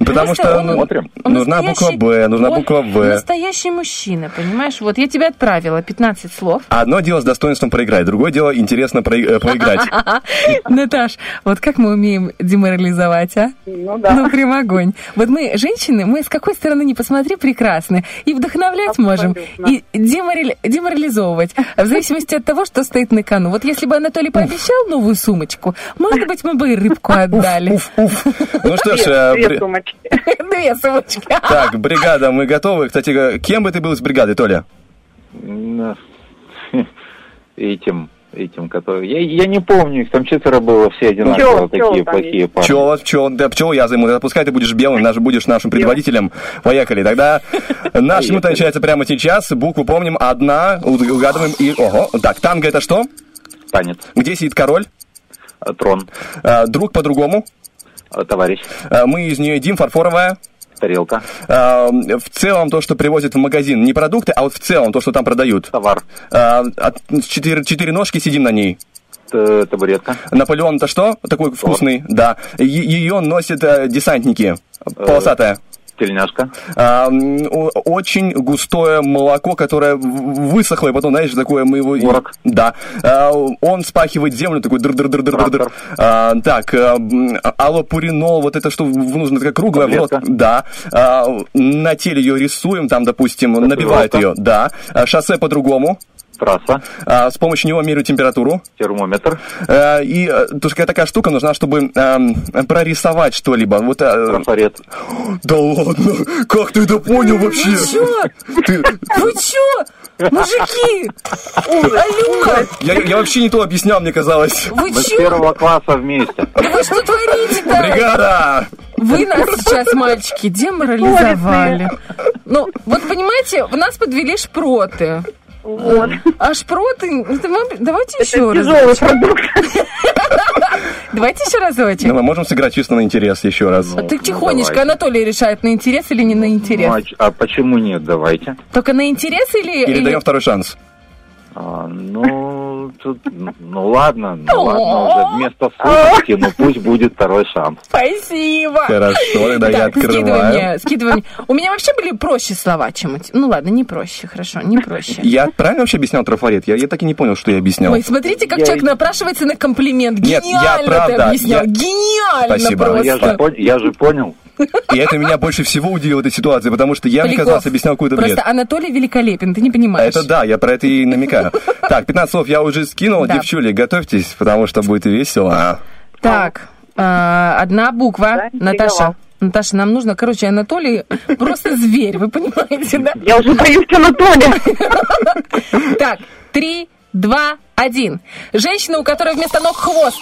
Потому что ну, Он нужна буква настоящий- «Б», нужна он буква «В». Настоящий мужчина, понимаешь? Вот я тебе отправила пятнадцать слов. Одно дело с достоинством проиграть, другое дело интересно прои- э, проиграть. Наташ, вот как мы умеем деморализовать, а? Ну да. Ну, прям огонь. Вот мы, женщины, мы с какой стороны не посмотри, прекрасны. И вдохновлять можем, и деморали- деморализовывать. В зависимости от того, что стоит на кону. Вот если бы Анатолий пообещал новую сумочку, может быть, мы бы и рыбку отдали. Ну что ж, э, Две бри- сумочки. Две сумочки. так, бригада, мы готовы. Кстати, кем бы ты был с бригадой, Толя? Ну, Этим, этим, который... Я, я не помню, их там четверо было, все одинаково, Пчёл, пчёл такие там плохие парни. Пчел, пчел, да, пчел я займу. Тогда пускай ты будешь белым, наш, будешь нашим предводителем. Поехали. Тогда наша минута начинается прямо сейчас. Букву помним. Одна, уг- угадываем и... Ого. Так, танго это что? Танец. Где сидит король? Трон. А, друг по-другому. Товарищ. А, мы из нее едим, фарфоровая. Тарелка. А, в целом то, что привозят в магазин. Не продукты, а вот в целом то, что там продают. Товар. А, от- четыре, четыре ножки, сидим на ней. Т- Табуретка. Наполеон это что? Такой вкусный. Да. Ее носят э, десантники. Полосатая. Тельняшка. А, м, о- очень густое молоко, которое в- высохло, и потом, знаешь, такое мы его... Творог. Да. А, он спахивает землю, такой др-др-др-др-др. А, так, а, м, аллопуринол, вот это что в- нужно, такая круглая в рот. Таблетка. Да. А, на теле ее рисуем, там, допустим, набивают ее. Да. А, шоссе по-другому. Трасса. А, с помощью него меряют температуру. Термометр. А, и а, то есть такая штука нужна, чтобы ам, прорисовать что-либо. Вот, а, Трафарет. да ладно, как ты это понял вообще? Вы чё? Ты- Вы чё? Мужики! Алло! Я, я вообще не то объяснял, мне казалось. Вы Мы с чё? первого класса вместе. Да вы что творите-то? Бригада! Вы нас сейчас, мальчики, деморализовали. Ну, вот понимаете, в нас подвели шпроты. Вот. А шпроты... это мы- Давайте Это еще раз. тяжелый продукт. Давайте еще разочек. Ну, мы можем сыграть чисто на интерес еще раз. А ты тихонечко, давайте. Анатолий решает, на интерес или не на интерес. Ну, а ч- а почему нет? Давайте. Только на интерес или... Или даем второй шанс. А, ну, тут, ну ладно, ну ладно уже вместо сутки, ну пусть будет второй шанс. Спасибо. Хорошо, тогда я Так, скидывай открываю. мне, скидывай мне. У меня вообще были проще слова, чем у тебя. Ну ладно, не проще, хорошо, не проще. Я правильно вообще объяснял трафарет? Я, я так и не понял, что я объяснял. Ой, смотрите, как Я- человек напрашивается на комплимент. Нет, Гениально я ты правда, объяснял. я- Гениально Спасибо. просто. Я же, пон- я же понял. И это меня больше всего удивило в этой ситуации, потому что я, мне Поляков, казалось, объяснял какой-то бред. Просто Анатолий великолепен, ты не А понимаешь. это да, я про это и намекаю. Так, пятнадцать слов я уже скинул, Да. девчули, готовьтесь, потому что будет весело. Так, а, одна буква. Да, Наташа. интриговал. Наташа, нам нужно, короче, Анатолий просто зверь, вы понимаете, да? Я уже боюсь Анатолия. Так, три, два, один. Женщина, у которой вместо ног хвост.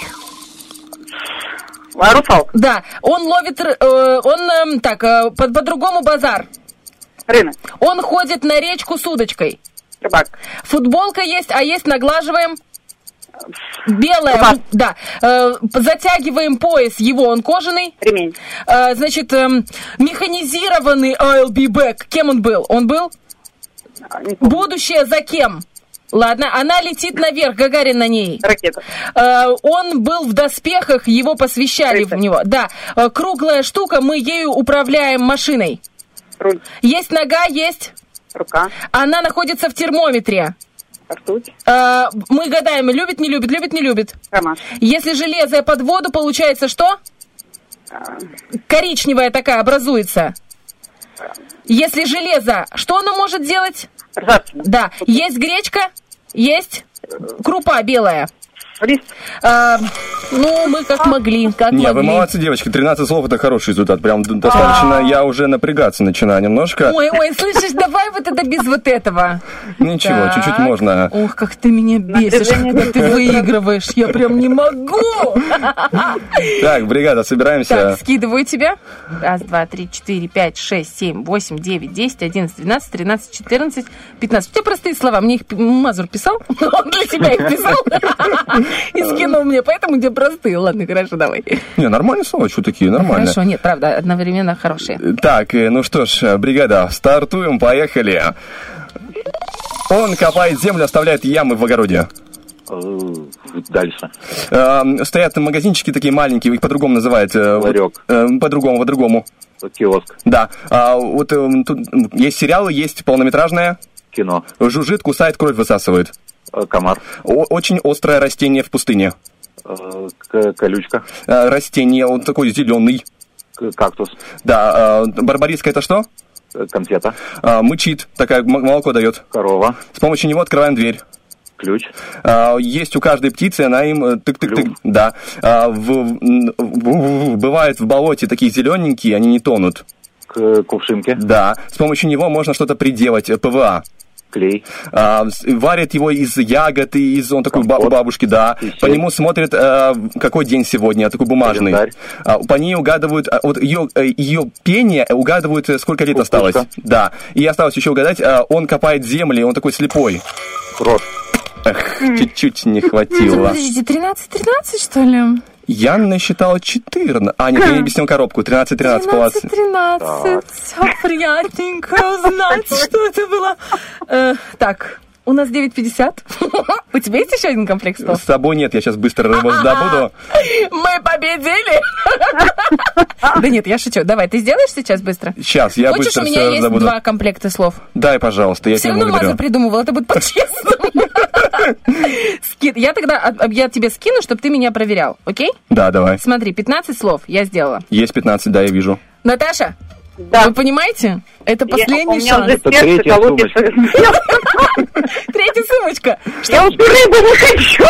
А, русалка. Да, он ловит, ры- э, он, эм, так, э, по- по-другому базар. Рынок. Он ходит на речку с удочкой. Рыбак. Футболка есть, а есть наглаживаем. Белая, Рубашка. да. Э, затягиваем пояс, его он кожаный. Ремень. Э, значит, эм, механизированный I'll be back. Кем он был? Он был? А, не помню. Будущее за кем? Ладно, она летит наверх, Гагарин на ней. Ракета. Э, он был в доспехах, его посвящали Рыцарь. в него. Да, Э, круглая штука, мы ею управляем машиной. Руль. Есть нога, есть. Рука. Она находится в термометре. Ртуть. Э, мы гадаем, любит, не любит, любит, не любит. Ромаш. Если железо под воду, получается что? А, Коричневая такая образуется. Если железо, что оно может делать? Ржавчина. Да. Есть гречка? Есть. Крупа белая. Рис. А, ну, мы как могли, как Не, вы могли. молодцы, девочки, тринадцать слов это хороший результат. Прям достаточно, я уже напрягаться начинаю немножко. Ой, ой, слышишь, давай вот это без вот этого. Ничего, Так. чуть-чуть можно. Ох, как ты меня бесишь, Напряжение когда ты выигрываешь. Я прям не могу. Так, бригада, собираемся. Так, скидываю тебя. Раз, два, три, четыре, пять, шесть, семь, восемь, девять, десять, одиннадцать, двенадцать, тринадцать, четырнадцать, пятнадцать. У тебя простые слова. Мне их пи- Мазур писал. Он для себя их писал. И скинул мне. Поэтому где простые. Ладно, хорошо, давай. Не, нормальные слова, что такие, нормально. Хорошо, нет, правда, одновременно хорошие. Так, э, ну что ж, бригада, стартуем, поехали. Он копает землю, оставляет ямы в огороде. Э, Дальше. Э, стоят магазинчики такие маленькие, их по-другому называют. э, вот, Ларек. э, по-другому, по-другому. Киоск. Да. А, вот э, тут есть сериалы, есть полнометражное. Кино. Жужжит, кусает, кровь высасывает. Э, Комар. О- очень острое растение в пустыне. Э, к- Колючка. А, растение, он такой зеленый. К- Кактус. Да. А, барбариска это что? Э, Конфета. А, мычит, такая м- молоко дает. Корова. С помощью него открываем дверь. Ключ. А, есть у каждой птицы, она им э, тык-тык-тык. Да. А, в, в- в- бывают в болоте такие зелененькие, они не тонут. К кувшинке. Да. С помощью него можно что-то приделать. э, ПВА. Клей. А, с- варят его из ягод, и из он такой ба- Компот. бабушки, да. Пищей. По нему смотрят, э, какой день сегодня, такой бумажный. Календарь. А, по ней угадывают, а, вот ее, э, ее пение угадывают, э, сколько лет Кукушка. осталось. Да. И осталось еще угадать, а, он копает земли, он такой слепой. Крот. Эх, чуть-чуть не хватило. Подождите, тринадцать-тринадцать, что ли? Я насчитала четырнадцать. А, нет, я не объяснил коробку. тринадцать-тринадцать. тринадцать-тринадцать. Все приятненько узнать, что это было. Э, Так, у нас девять пятьдесят. У тебя есть еще один комплект слов? С собой нет, я сейчас быстро его добуду. Мы победили! Да нет, я шучу. Давай, ты сделаешь сейчас быстро? Сейчас, я Хочешь, быстро у меня все есть добуду. два комплекта слов? Дай, пожалуйста, я Все тебя равно благодарю. Мазур придумывал, это будет по-честному. Ски- Я тогда от- я тебе скину, чтобы ты меня проверял, окей? Да, давай. Смотри, пятнадцать слов я сделала. Есть пятнадцать, да, я вижу. Наташа, вы понимаете? Это последний у меня шанс. уже Это сердце третья колотится. Третья сумочка. Я уже рыбу не хочу.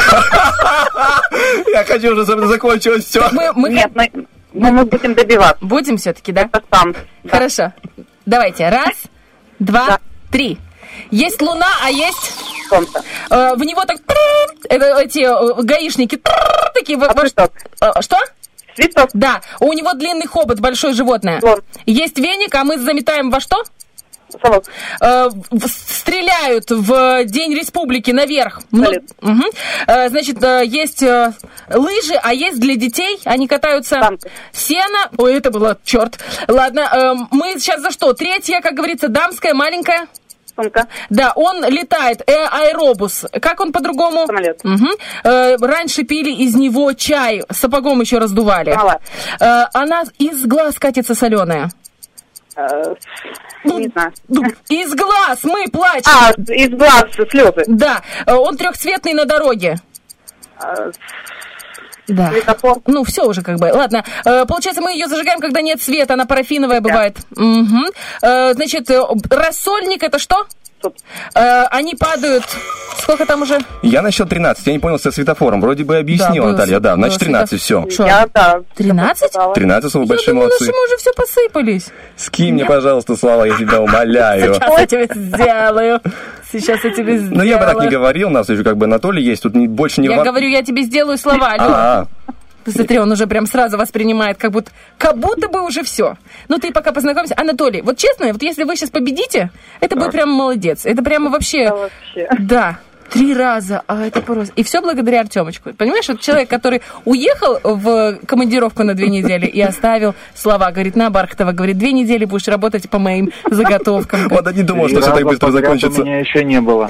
Я хочу уже, чтобы закончилось все. Мы, мы Нет, мы, мы, мы будем добиваться. будем все-таки, да? Это сам. Хорошо. Давайте. Раз, два, Да. три. Есть луна, а есть... Солнце. э, в него так... Это эти э, гаишники такие... во- во- Цветок. Э, Что? Цветок. Да. У него длинный хобот, большое животное. Слон. Есть веник, а мы заметаем во что? Совок. Э, в- стреляют в День Республики наверх. Ну, Салют. мгм. Э, значит, э, есть э, лыжи, а есть для детей. Они катаются Танки. сено. Ой, это было черт. Ладно, э, мы сейчас за что? Третья, как говорится, дамская, маленькая. Сумка. Да, он летает. Э, аэробус. Как он по-другому? Самолет. Мгм. Э, раньше пили из него чай, сапогом еще раздували. Самовар. Э, она из глаз катится соленая. Э, Не знаю. Из глаз мы плачем. А, из глаз слезы. Да, э, он трехцветный на дороге. Э, Да. Светофор. Ну, все уже как бы. Ладно. Э, получается, мы ее зажигаем, когда нет света. Она парафиновая бывает. Мгм. Э, значит, э, рассольник это что? Суп. Э, они падают. Сколько там уже? Я насчет тринадцать, я не понял со светофором. Вроде бы объяснил, Да, был Наталья, да. свет- Значит, был тринадцать, все. Шо? Я, да. тринадцать? тринадцать слов, Я большие думала, молодцы. что мы уже все посыпались. Скинь мне, пожалуйста, слова, я тебя умоляю. Сейчас я тебе сделаю. Сейчас я тебе сделаю. Ну, я бы так не говорил, у нас уже как бы Анатолий есть, тут не- больше не... Я ва- говорю, я тебе сделаю слова, Алёна. А, Посмотри, он уже прям сразу воспринимает, как будто, как будто бы уже все. Ну, ты пока познакомься. Анатолий, вот честно, вот если вы сейчас победите, это будет прям молодец. Это прямо вообще... Да, вообще. Да. Три раза, а это просто... И все благодаря Артемочку. Понимаешь, это человек, который уехал в командировку на две недели и оставил слова. Говорит, на Бархатова, говорит, две недели будешь работать по моим заготовкам. вот не думал, что Три все так раза быстро подряд закончится. У меня еще не было.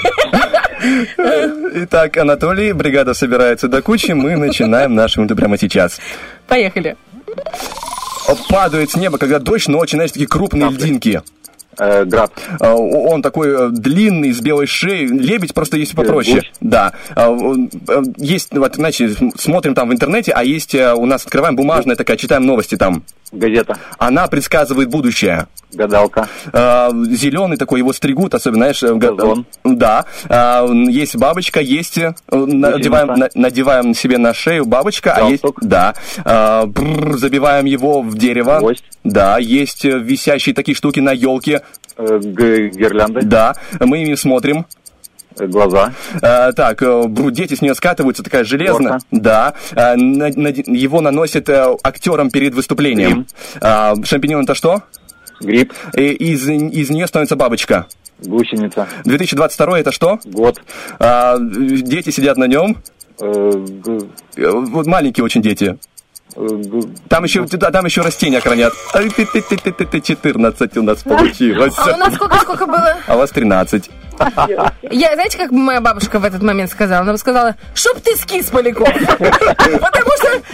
Итак, Анатолий, бригада собирается до кучи, мы начинаем нашу минуту прямо сейчас. Поехали. Падают с неба, когда дождь, ночью, знаешь, такие крупные льдинки. Э, Град. А, Он такой э, длинный, с белой шеей. Лебедь просто есть попроще. гусь. Да. А, он, э, Есть, вот, значит, смотрим там в интернете, а есть э, у нас, открываем бумажная такая, читаем новости там. Газета. Она предсказывает будущее. Гадалка. Зеленый такой, его стригут, особенно, знаешь, э, га- Газон. да. А, Есть бабочка, есть э, надеваем, на- надеваем себе на шею бабочка, а есть, Галстук. да. А, бррр, забиваем его в дерево. Гвоздь. Да, есть э, висящие такие штуки на елке. Э, г- Гирлянды. Да, мы ими смотрим. Э, Глаза. А, так, э, бру- дети с нее скатываются, такая железная. Горка. Да. А, на- на- его наносят э, актерам перед выступлением. Грим. А, шампиньон это что? Гриб. И из, из нее становится бабочка. Гусеница. две тысячи двадцать второй это что? Год. А, дети сидят на нем. Э, г- Э, Вот маленькие очень дети. э, г- Там еще, да, там еще растения хранят. Ай, ты- ты- ты- ты- ты- ты, четырнадцать у нас получилось. А у нас сколько, сколько было? А у вас тринадцать. Я, знаете, как бы моя бабушка в этот момент сказала? Она бы сказала, чтоб ты скис, Поляков. Потому что...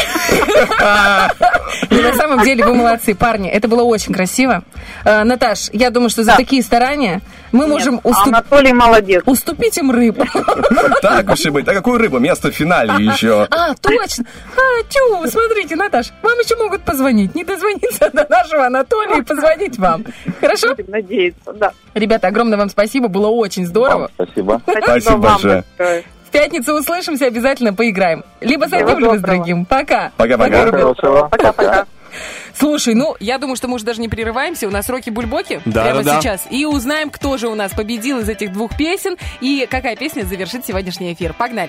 И на самом деле вы молодцы, парни. Это было очень красиво. А, Наташ, я думаю, что за такие старания мы можем уступ... Анатолий молодец. уступить им рыбу. Так уж и быть. А какую рыбу? Место в финале еще. А, точно. А, тю, смотрите, Наташ, вам еще могут позвонить. Не дозвониться до нашего Анатолия и позвонить вам. Хорошо? Будем надеяться, да. Ребята, огромное вам спасибо, было очень здорово. Спасибо. Спасибо большое. В пятницу услышимся, обязательно поиграем. Либо с одним, либо с другим. Пока. Пока-пока. Пока-пока. Слушай, ну, я думаю, что мы уже даже не прерываемся. У нас Рокки Бульбоки Да, прямо да, да. сейчас. И узнаем, кто же у нас победил из этих двух песен и какая песня завершит сегодняшний эфир. Погнали.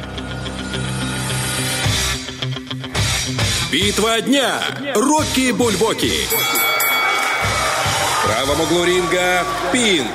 Битва дня. Рокки Бульбоки. В правом углу ринга Пинк.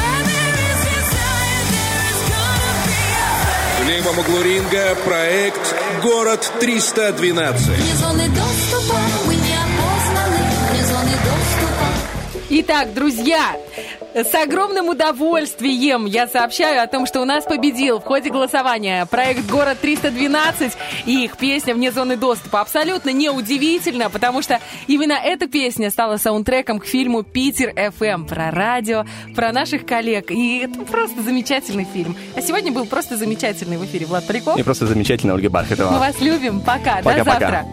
В левом углу ринга проект «Город триста двенадцать». Вне зоны доступа мы не опознаны. Вне зоны доступа. Итак, друзья, с огромным удовольствием я сообщаю о том, что у нас победил в ходе голосования проект «Город триста двенадцать» и их песня «Вне зоны доступа». Абсолютно неудивительно, потому что именно эта песня стала саундтреком к фильму «Питер эф эм» про радио, про наших коллег. И это просто замечательный фильм. А сегодня был просто замечательный в эфире Влад Поляков. И просто замечательно, Ольга Бархатова. Мы вас любим. Пока. До Пока-пока. завтра.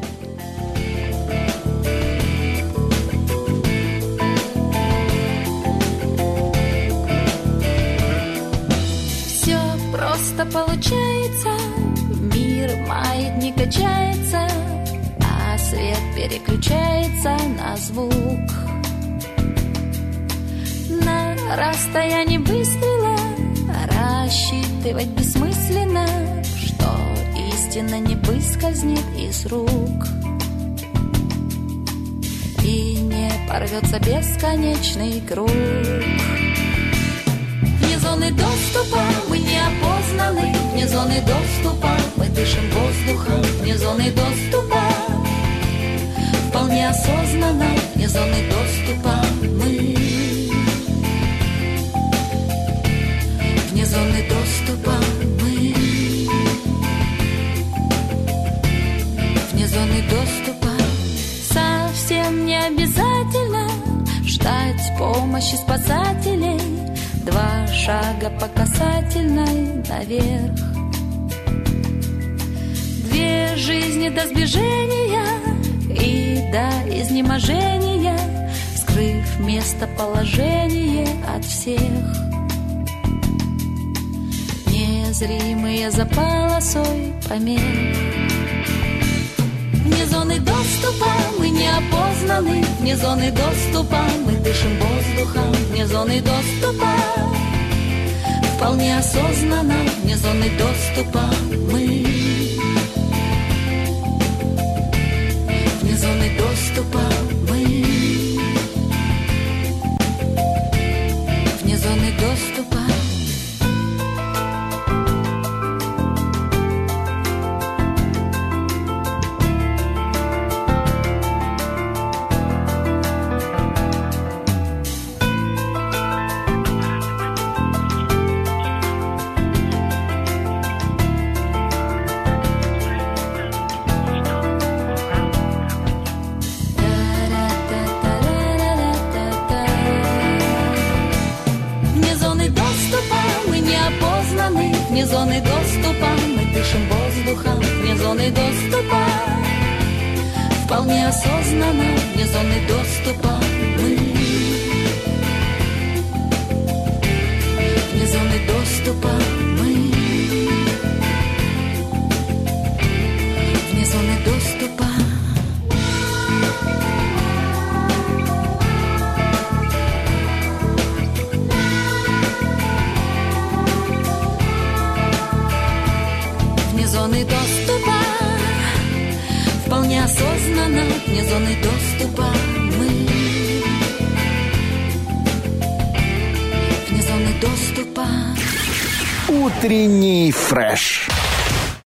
Все просто получается, мир маятник качается, а свет переключается на звук. На расстоянии выстрела рассчитывать бессмысленно, что истина не выскользнет из рук и не порвется бесконечный круг. Вне зоны доступа мы не опознаны. Вне зоны доступа мы дышим воздухом. Вне зоны доступа вполне осознанно. Вне зоны доступа мы. Вне зоны доступа мы. Вне зоны доступа. Совсем не обязательно ждать помощи спасателей. Два шага по касательной наверх. Две жизни до сближения и до изнеможения, скрыв местоположение от всех. Незримые за полосой помех. Вне зоны доступа мы не опознаны. Вне зоны доступа мы дышим воздухом. Вне зоны доступа вполне осознанно. Вне зоны доступа мы. Вне зоны доступа мы. Вне зоны доступа. Вне зоны доступа мы дышим воздухом. Вне зоны доступа вполне осознанно. Вне зоны доступа мы. Вне зоны доступа мы. Вне зоны доступа. Вне зоны доступа вполне осознанно. Вне зоны доступа мы. Вне зоны доступа. Утренний фреш.